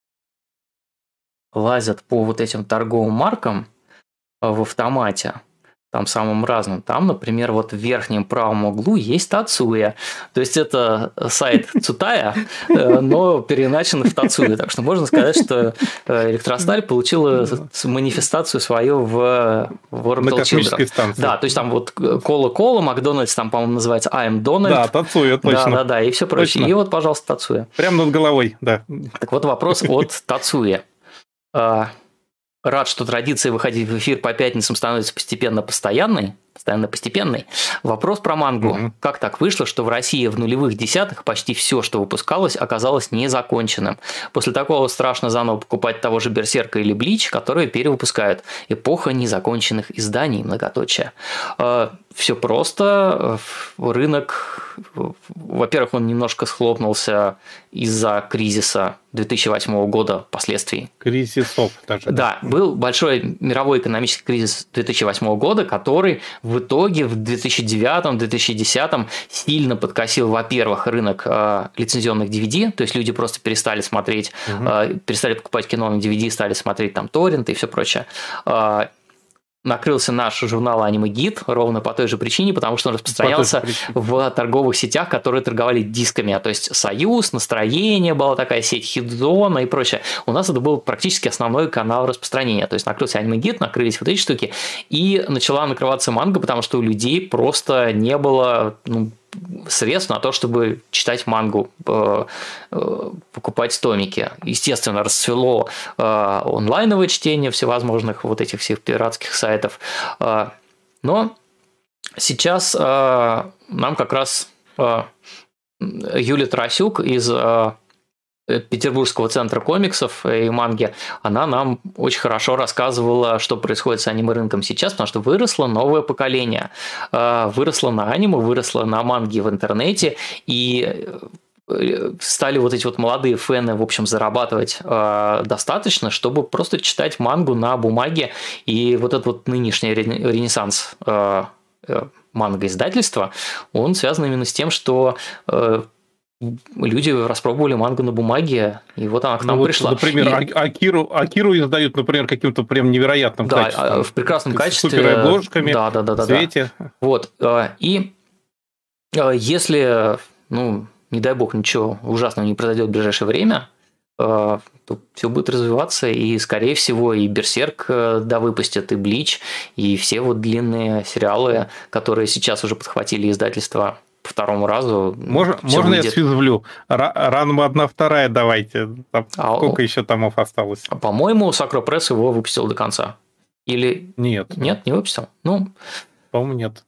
лазят по вот этим торговым маркам в автомате, там самым разным, там, например, вот в верхнем правом углу есть Тацуя. То есть это сайт Цутая, но переиначен в Тацуя. Так что можно сказать, что Электросталь получила манифестацию свою в Orbital на космической станции. Да, то есть там вот Кола-Кола, Макдональдс, там, по-моему, называется I'm Donald. Да, Тацуя, точно. Да, и все прочее. И вот, пожалуйста, Тацуя. Прямо над головой, да. Так вот вопрос от Тацуя. Рад, что традиция выходить в эфир по пятницам становится постепенно постоянной. постоянно постепенный. Вопрос про мангу. Как так вышло, что в России в нулевых десятых почти все, что выпускалось, оказалось незаконченным? После такого страшно заново покупать того же Берсерка или Блич, которые перевыпускают. Эпоха незаконченных изданий, многоточие. Все просто. Рынок, во-первых, он немножко схлопнулся из-за кризиса 2008 года, последствий. Кризисов даже. Да, был большой мировой экономический кризис 2008 года, который в итоге в 2009-2010 сильно подкосил, во-первых, рынок лицензионных DVD, то есть люди просто перестали смотреть, перестали покупать кино на DVD, стали смотреть там торренты и все прочее. Накрылся наш журнал Anime Guide ровно по той же причине, потому что он распространялся в торговых сетях, которые торговали дисками. То есть Союз, Настроение, была такая сеть Хитзона и прочее. У нас это был практически основной канал распространения. То есть накрылся Anime Guide, накрылись вот эти штуки, и начала накрываться манга, потому что у людей просто не было средств на то, чтобы читать мангу, покупать томики. Естественно, расцвело онлайновое чтение всевозможных вот этих всех пиратских сайтов. Но сейчас нам как раз Юлия Тарасюк из Петербургского центра комиксов и манги, она нам очень хорошо рассказывала, что происходит с аниме-рынком сейчас, потому что выросло новое поколение. Выросло на аниме, выросло на манге в интернете, и стали вот эти вот молодые фэны, в общем, зарабатывать достаточно, чтобы просто читать мангу на бумаге. И вот этот вот нынешний ренессанс манго-издательства, он связан именно с тем, что люди распробовали мангу на бумаге, и вот она к нам пришла. Например, Акиру издают, например, каким-то прям невероятным качеством. Да, в прекрасном качестве. С суперобложками, в цвете. Вот. И если, не дай бог, ничего ужасного не произойдет в ближайшее время, то все будет развиваться, и, скорее всего, и Берсерк выпустят, и Блич, и все вот длинные сериалы, которые сейчас уже подхватили издательство по второму разу. Можно я связывлю? Ранма 1/2 давайте. Сколько еще томов осталось? По-моему, Сакро Пресс его выпустил до конца. Или... Нет. Нет, не выпустил? По-моему, нет.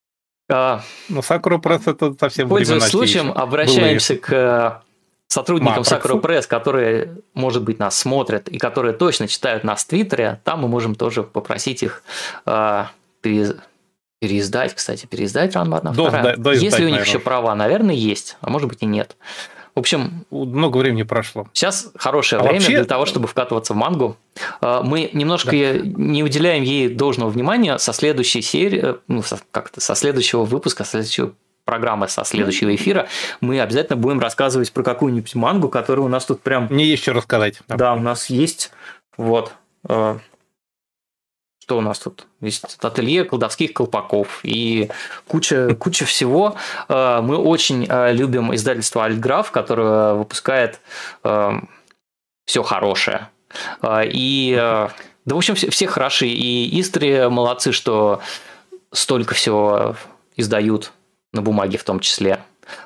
Но Сакро Пресс это совсем пользуясь случаем, обращаемся к сотрудникам Сакро Пресс, которые, может быть, нас смотрят и которые точно читают нас в Твиттере. Там мы можем тоже попросить их переиздать Ранма 1/2. Если у них еще права, наверное, есть, а может быть и нет. В общем, много времени прошло. Сейчас хорошее время для того, чтобы вкатываться в мангу. Мы немножко не уделяем ей должного внимания со следующей серии, со следующего выпуска, со следующего программы, со следующего эфира. Мы обязательно будем рассказывать про какую-нибудь мангу, которая у нас тут прям... Мне есть что рассказать. Да, у нас есть. Вот. Что у нас тут? Есть ателье колдовских колпаков и куча всего. Мы очень любим издательство Альтграф, которое выпускает все хорошее. И, в общем, все хороши. И Истри молодцы, что столько всего издают на бумаге в том числе.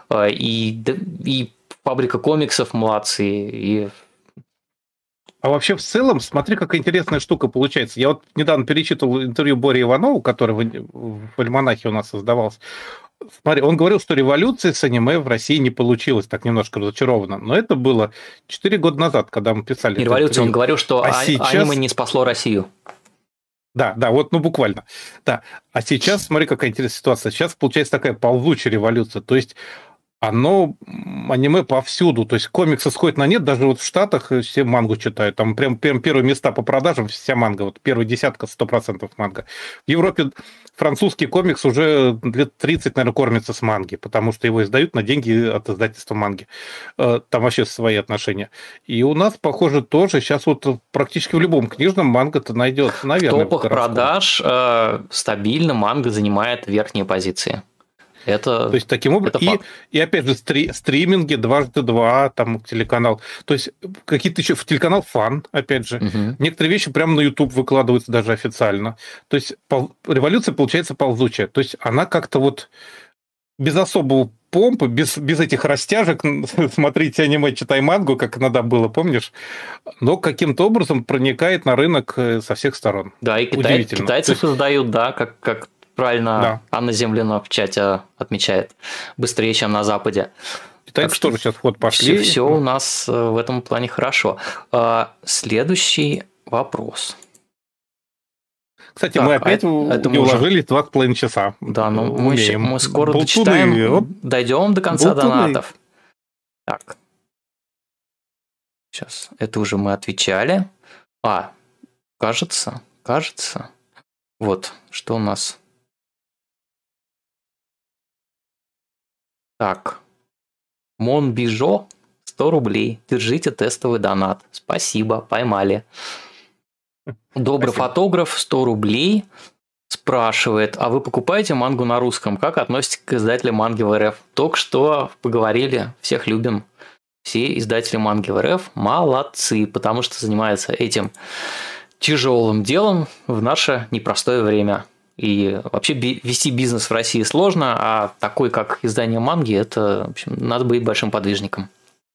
И фабрика комиксов молодцы, и... А вообще в целом, смотри, какая интересная штука получается. Я вот недавно перечитывал интервью Бори Иванова, который в альманахе у нас создавался. Смотри, он говорил, что революции с аниме в России не получилось, так немножко разочарованно. Но это было 4 года назад, когда мы писали... Революция, он говорил, что аниме не спасло Россию. Да, вот, буквально. Да. А сейчас, смотри, какая интересная ситуация. Сейчас получается такая ползучая революция. То есть аниме повсюду, то есть комиксы сходят на нет, даже вот в Штатах все мангу читают, там прям первые места по продажам, вся манга, вот первая десятка 100% манга. В Европе французский комикс уже лет 30, наверное, кормится с манги, потому что его издают на деньги от издательства манги. Там вообще свои отношения. И у нас, похоже, тоже сейчас вот практически в любом книжном манга-то найдется, наверное. В топах продаж стабильно манга занимает верхние позиции. То есть, таким образом, и опять же, стриминги, 2x2, там телеканал. То есть, какие-то еще в телеканал Фан, опять же. Некоторые вещи прямо на YouTube выкладываются даже официально. То есть, революция получается ползучая. То есть, она как-то вот без особого помпы, без этих растяжек, смотрите аниме, читай мангу, как иногда было, помнишь? Но каким-то образом проникает на рынок со всех сторон. Да, и китайцы создают, да, как правильно Да. Анна Землина в чате отмечает. Быстрее, чем на Западе. Китайцы тоже сейчас в ход пошли. Все у нас в этом плане хорошо. Следующий вопрос. Кстати, Так, мы опять это не мы уже- уложились 2,5 часа. Да, ну Умеем. мы скоро Болтуны, дочитаем, вот. дойдем до конца болтуны. донатов. Так. Сейчас, это уже мы отвечали. Кажется. Вот, что у нас. Так. Монбижо, 100 рублей. Держите тестовый донат. Спасибо, поймали. Добрый Спасибо. фотограф, 100 рублей. Спрашивает, а вы покупаете мангу на русском? Как относитесь к издателям манги в РФ? Только что поговорили, всех любим. Все издатели манги в РФ молодцы, потому что занимаются этим тяжелым делом в наше непростое время. И вообще вести бизнес в России сложно, а такой, как издание манги, это, в общем, надо быть большим подвижником.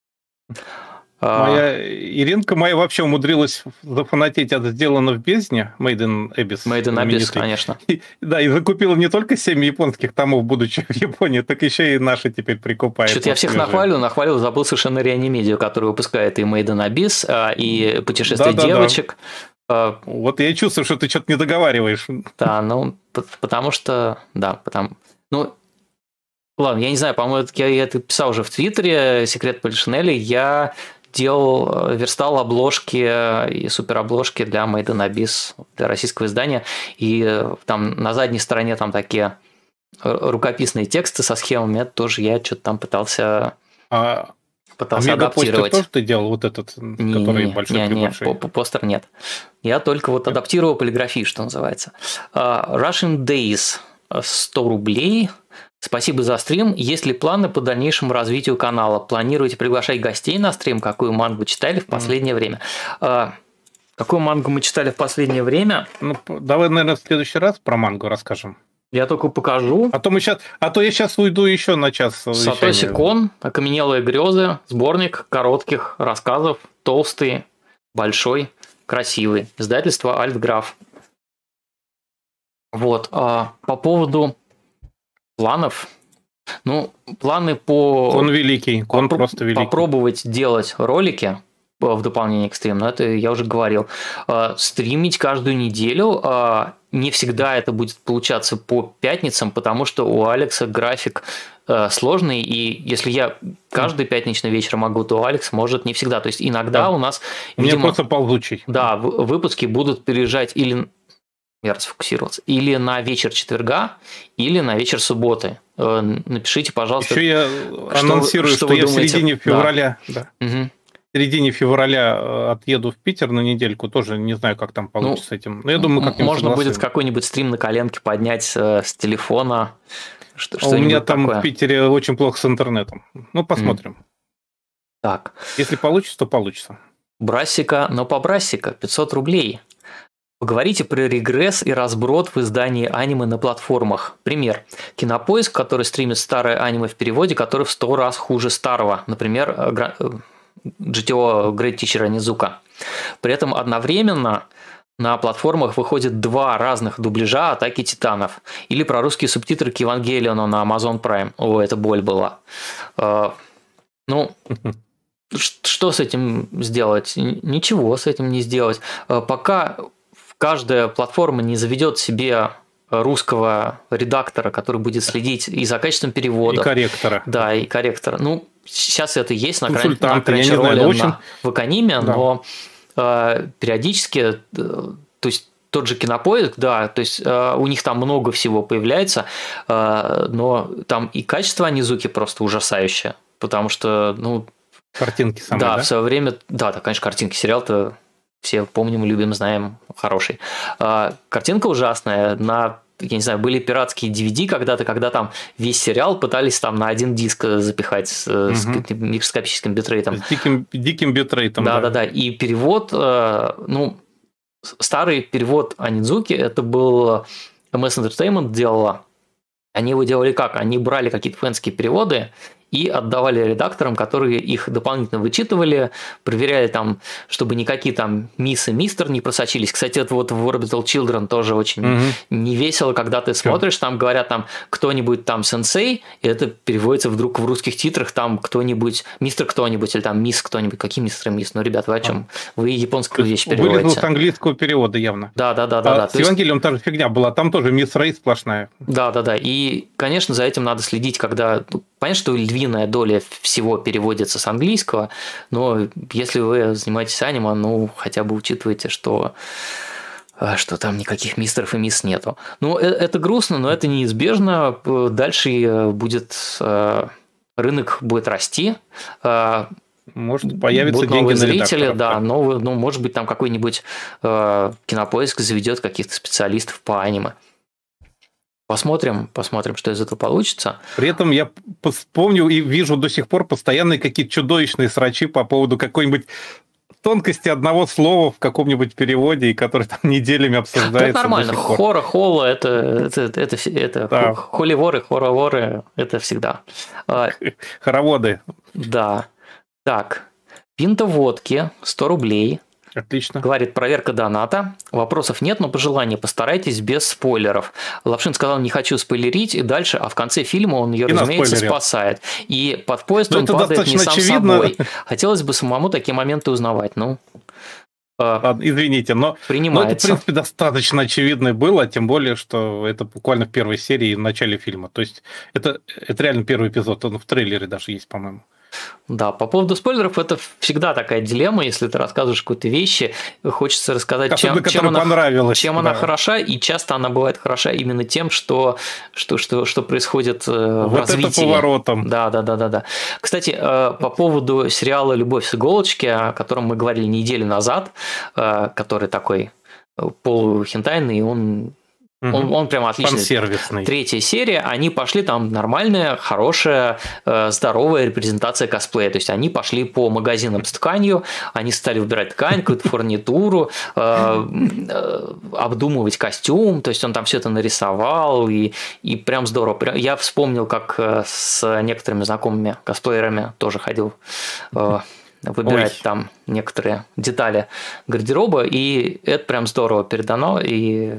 Иринка моя вообще умудрилась зафанатеть от «Сделано в бездне», Made in Abyss. Made in Abyss, знаменитый. конечно. Да, и закупила не только 7 японских томов, будучи в Японии, так еще и наши теперь прикупает. Что-то я всех нахвалил, забыл совершенно Реанимедию, который выпускает и Made in Abyss, и «Путешествие девочек». Вот я и чувствую, что ты что-то не договариваешь. Да, ну, потому что... Да, ну, ладно, я не знаю, по-моему, я это писал уже в Твиттере, секрет Полишинеля, я верстал обложки и суперобложки для Made in Abyss, для российского издания, и там на задней стороне там такие рукописные тексты со схемами, это тоже я что-то там пытался адаптировать. Тоже ты делал вот этот, который большой? Постер нет. Я только вот адаптировал полиграфию, что называется. Russian Days, 100 рублей. Спасибо за стрим. Есть ли планы по дальнейшему развитию канала? Планируете приглашать гостей на стрим? Какую мангу читали в последнее время? Какую мангу мы читали в последнее время? Ну, давай, наверное, в следующий раз про мангу расскажем. Я только покажу. А то я сейчас уйду еще на час. Сатоси Кон, «Окаменелые грезы», сборник коротких рассказов, толстый, большой, красивый. Издательство Альтграф. Вот. По поводу планов. Ну, планы по... Кон великий, Кон просто великий. Попробовать делать ролики в дополнение к стриму, но это я уже говорил. Стримить каждую неделю. Не всегда это будет получаться по пятницам, потому что у Алекса график сложный, и если я каждый пятничный вечер могу, то Алекс может не всегда. То есть иногда у нас... У меня просто ползучий. Да, выпуски будут переезжать или... Я расфокусировался. Или на вечер четверга, или на вечер субботы. Напишите, пожалуйста. Еще я анонсирую, что я в середине февраля... Да. Угу. В середине февраля отъеду в Питер на недельку. Тоже не знаю, как там получится с этим. Но я думаю, как можно будет какой-нибудь стрим на коленке поднять с телефона. У меня там такое. В Питере очень плохо с интернетом. Ну, посмотрим. Так. Если получится, то получится. Брассика, но по Брассика 500 рублей. Поговорите про регресс и разброд в издании аниме на платформах. Пример. Кинопоиск, который стримит старое аниме в переводе, который в 100 раз хуже старого. Например, GTO Great Teacher Onizuka. При этом одновременно на платформах выходит 2 разных дубляжа «Атаки Титанов». Или про русские субтитры к Евангелиону на Amazon Prime. О, это боль была. Ну, что с этим сделать? Ничего с этим не сделать. Пока каждая платформа не заведет себе русского редактора, который будет следить и за качеством перевода. И корректора. Да, и корректора. Ну, сейчас это есть на Crunchyroll, на Ваканиме, да. Но периодически, то есть тот же Кинопоиск, да, то есть у них там много всего появляется, но там и качество Онизуки просто ужасающее, потому что, ну... Картинки самые, да? В свое время, да, конечно, картинки. Сериал-то все помним, любим, знаем, хороший. Картинка ужасная. Я не знаю, были пиратские DVD когда-то, когда там весь сериал пытались там на один диск запихать с микроскопическим битрейтом. С диким битрейтом. Да. И перевод, ну, старый перевод Онидзуки, это был MS Entertainment делала. Они его делали как? Они брали какие-то фэнские переводы и отдавали редакторам, которые их дополнительно вычитывали, проверяли там, чтобы никакие там мисс и мистер не просочились. Кстати, это вот в Orbital Children тоже очень невесело, когда ты смотришь, там говорят там кто-нибудь там сенсей, и это переводится вдруг в русских титрах там кто-нибудь, мистер кто-нибудь или там мисс кто-нибудь. Какие мистер и мисс? Ну, ребят, вы о чем? Вы японскую вещь переводите. Вылезло с английского перевода явно. Да. С Евангелием та же фигня была, там тоже мисс Рэй сплошная. Да. И, конечно, за этим надо следить, когда... Понятно, что львиная доля всего переводится с английского, но если вы занимаетесь аниме, ну, хотя бы учитывайте, что там никаких мистеров и мисс нету. Ну, это грустно, но это неизбежно. Дальше будет... Рынок будет расти. Может, появятся будут деньги новые на зрители, редакторов. да, новые, ну, может быть, там какой-нибудь Кинопоиск заведет каких-то специалистов по аниме. Посмотрим, что из этого получится. При этом я вспомнил и вижу до сих пор постоянные какие-то чудовищные срачи по поводу какой-нибудь тонкости одного слова в каком-нибудь переводе, и который там неделями обсуждается. Это нормально. Хола, это да. холиворы, хороворы, это всегда. Хороводы. Да. Так, пинта водки, 100 рублей. Отлично. Говорит, проверка доната. Вопросов нет, но пожелание, постарайтесь без спойлеров. Лапшин сказал, не хочу спойлерить, и дальше, а в конце фильма он ее, разумеется, спасает. И под поезд он падает не сам собой. Хотелось бы самому такие моменты узнавать. Ну, ладно, извините, но это, в принципе, достаточно очевидно было, тем более, что это буквально в первой серии в начале фильма. То есть, это реально первый эпизод, он в трейлере даже есть, по-моему. Да, по поводу спойлеров, это всегда такая дилемма, если ты рассказываешь какую-то вещь, хочется рассказать, чем она хороша, и часто она бывает хороша именно тем, что происходит в развитии. Вот это поворотом. Да. Кстати, по поводу сериала «Любовь с иголочки», о котором мы говорили неделю назад, который такой полухентайный, он прям отличный. Фан-сервисный. 3-я серия, они пошли там нормальная, хорошая, здоровая репрезентация косплея. То есть они пошли по магазинам с тканью, они стали выбирать ткань, какую-то фурнитуру, обдумывать костюм. То есть он там все это нарисовал, и прям здорово. Я вспомнил, как с некоторыми знакомыми косплеерами тоже ходил выбирать там некоторые детали гардероба, и это прям здорово передано, и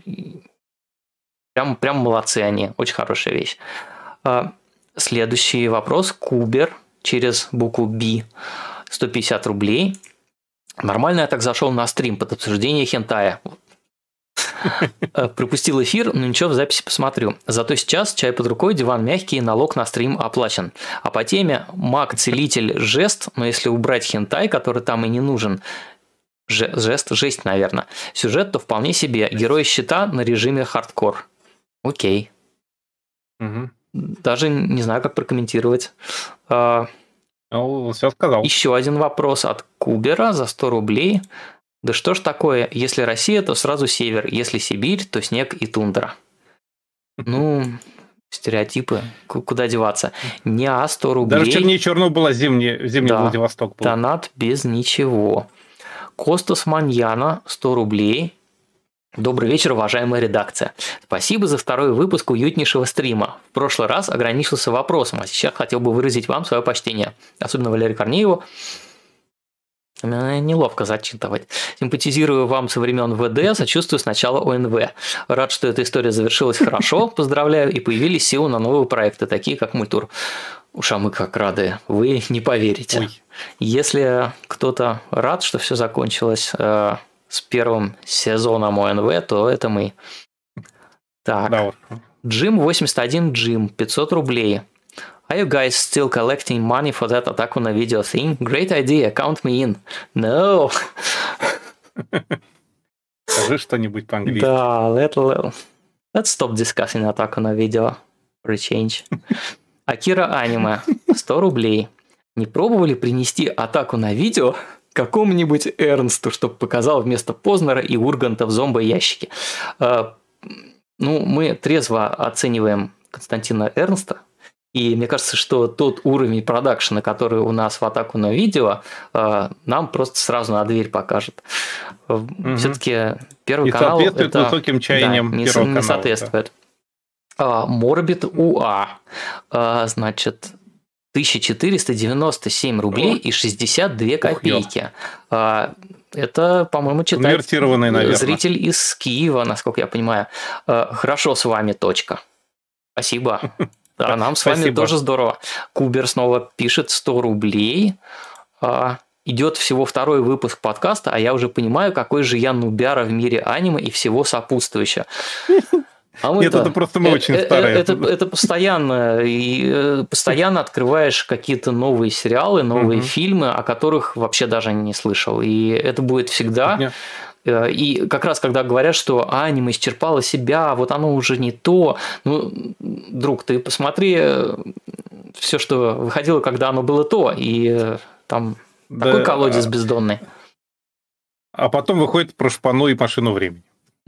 прям молодцы они, очень хорошая вещь. Следующий вопрос. Кубер через букву B, 150 рублей. Нормально я так зашел на стрим под обсуждение хентая. Пропустил эфир, но ничего, в записи посмотрю. Зато сейчас чай под рукой, диван мягкий, налог на стрим оплачен. А по теме маг-целитель жест, но если убрать хентай, который там и не нужен, жесть, наверное. Сюжет то вполне себе. Герой щита на режиме хардкор. Окей. Даже не знаю, как прокомментировать. Все сказал. Еще один вопрос от Кубера за 100 рублей. Да что ж такое, если Россия, то сразу север, если Сибирь, то снег и тундра. Ну, стереотипы, куда деваться. Не 100 рублей. Даже чернее черного было зимний Владивосток. Был. Донат без ничего. Костас Маньяна, 100 рублей. Добрый вечер, уважаемая редакция. Спасибо за второй выпуск уютнейшего стрима. В прошлый раз ограничился вопросом, а сейчас хотел бы выразить вам свое почтение. Особенно Валерию Корнееву. Мне неловко зачитывать. Симпатизирую вам со времен ВД, сочувствую с начала ОНВ. Рад, что эта история завершилась хорошо, поздравляю, и появились силы на новые проекты, такие как Мультур. Уж а мы как рады, вы не поверите. Ой. Если кто-то рад, что все закончилось с первым сезоном ОНВ, то это мы. Так, да. Джим 81 Джим, 500 рублей. Are you guys still collecting money for that Otaku на видео thing? Great idea, count me in. No. Скажи что-нибудь по-английски. Да, let's stop discussing Otaku на видео. For a change. Акира Аниме, 100 рублей. Не пробовали принести Атаку на видео какому-нибудь Эрнсту, чтобы показал вместо Познера и Урганта в зомбоящике? Мы трезво оцениваем Константина Эрнста. И мне кажется, что тот уровень продакшена, который у нас в Атаку на видео, нам просто сразу на дверь покажет. Все-таки Первый канал соответствует высоким чаяниям Первого канала. Не соответствует. Морбит УА. Значит, 1497 рублей и 62 копейки. Это, по-моему, читает Конвертированный, наверное. зритель из Киева, насколько я понимаю. Хорошо с вами, точка. Спасибо. Да, нам с вами тоже здорово. Кубер снова пишет 100 рублей. Идет всего 2-й выпуск подкаста, а я уже понимаю, какой же я нубяра в мире аниме и всего сопутствующего. Нет, это просто мы очень старые. Это постоянно. И постоянно открываешь какие-то новые сериалы, новые фильмы, о которых вообще даже не слышал. И это будет всегда. И как раз когда говорят, что аниме исчерпало себя, вот оно уже не то. Ну, друг, ты посмотри все, что выходило, когда оно было то. И там такой колодец бездонный. А потом выходит про шпану и машину времени.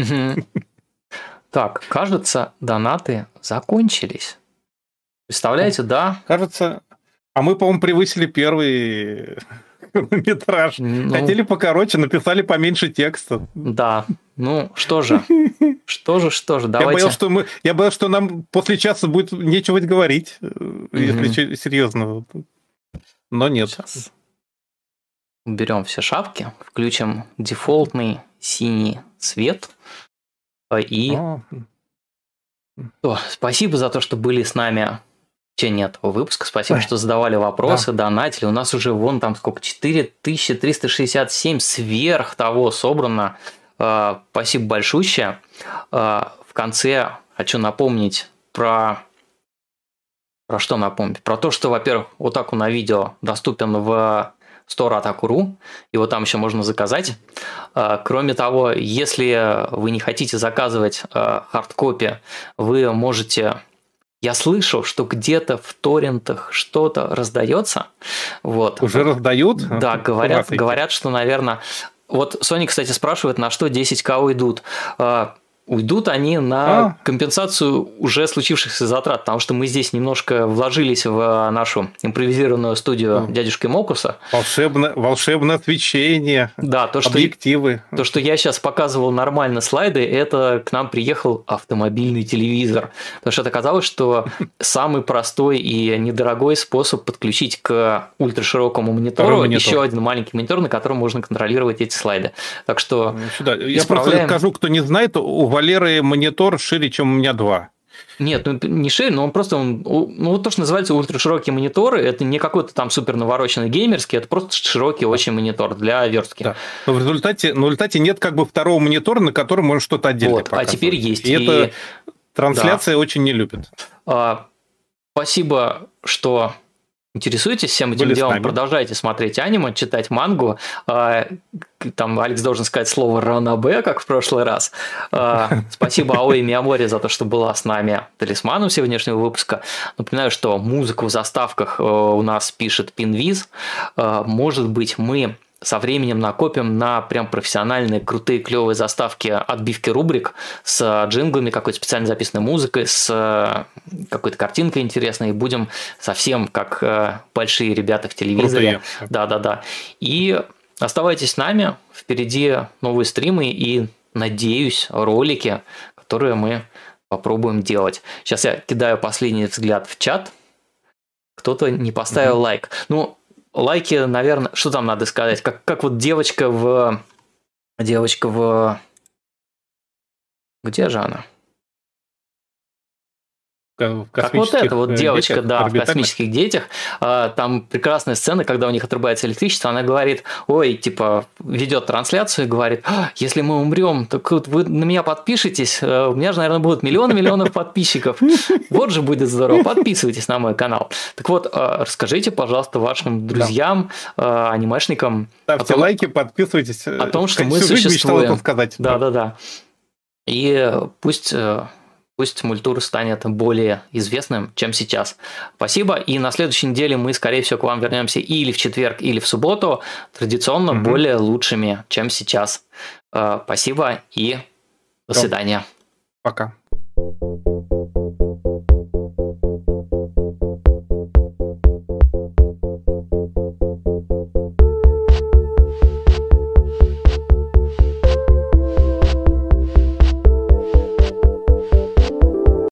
Так, кажется, донаты закончились. Представляете, да? Кажется, а мы, по-моему, превысили первый хронометраж. Хотели покороче, написали поменьше текста. Да, ну что же, давайте. Я боялся, что нам после часа будет нечего говорить, если серьезно. Но нет. Сейчас уберем все шапки, включим дефолтный синий цвет. И спасибо за то, что были с нами в течение этого выпуска. Спасибо, что задавали вопросы, донатили. У нас уже вон там сколько, 4367 сверх того собрано. Спасибо большущее. В конце хочу напомнить про что напомнить? Про то, что, во-первых, Otaku на видео доступен в Store Otaku.ru, его там еще можно заказать. Кроме того, если вы не хотите заказывать хардкопи, вы можете... Я слышал, что где-то в торрентах что-то раздается. Вот. Уже раздают? Да, говорят, что, наверное... Вот Sony, кстати, спрашивает, на что 10К уйдут. Уйдут они на компенсацию уже случившихся затрат, потому что мы здесь немножко вложились в нашу импровизированную студию дядюшки Мокуса. Волшебное освещение, объективы. То, что я сейчас показывал нормально слайды, это к нам приехал автомобильный телевизор. Потому что оказалось, что самый простой и недорогой способ подключить к ультраширокому монитору еще один маленький монитор, на котором можно контролировать эти слайды. Так что я просто скажу, кто не знает, у Валеры монитор шире, чем у меня 2. Нет, ну не шире, но вот то, что называется ультраширокие мониторы, это не какой-то там супер навороченный геймерский, это просто широкий очень монитор для верстки. Да. Но в результате нет как бы второго монитора, на котором можно что-то отдельное показывать. А теперь есть. И это трансляция очень не любит. Спасибо, что интересуетесь всем этим делом, продолжайте смотреть аниме, читать мангу. Там Алекс должен сказать слово «ранобэ», как в прошлый раз. Спасибо Аои Миямори за то, что была с нами талисманом сегодняшнего выпуска. Напоминаю, что музыку в заставках у нас пишет Пинвиз. Может быть, мы со временем накопим на прям профессиональные, крутые, клевые заставки отбивки рубрик с джинглами, какой-то специально записанной музыкой, с какой-то картинкой интересной, и будем совсем как большие ребята в телевизоре. Да. И оставайтесь с нами, впереди новые стримы и, надеюсь, ролики, которые мы попробуем делать. Сейчас я кидаю последний взгляд в чат. Кто-то не поставил лайк. Ну, лайки, наверное, что там надо сказать? Как вот девочка в... Где же она? Как вот эта вот девочка, детях, да, в «Космических детях». Там прекрасная сцена, когда у них отрубается электричество, она говорит, ведет трансляцию и говорит, если мы умрем, так вот вы на меня подпишитесь, у меня же, наверное, будут миллионов подписчиков. Вот же будет здорово, подписывайтесь на мой канал. Так вот, расскажите, пожалуйста, вашим друзьям, анимешникам. Ставьте лайки, подписывайтесь. О том, что мы существуем. Да. И пусть Мультур станет более известным, чем сейчас. Спасибо. И на следующей неделе мы, скорее всего, к вам вернемся или в четверг, или в субботу, традиционно более лучшими, чем сейчас. Спасибо и до свидания. Пока.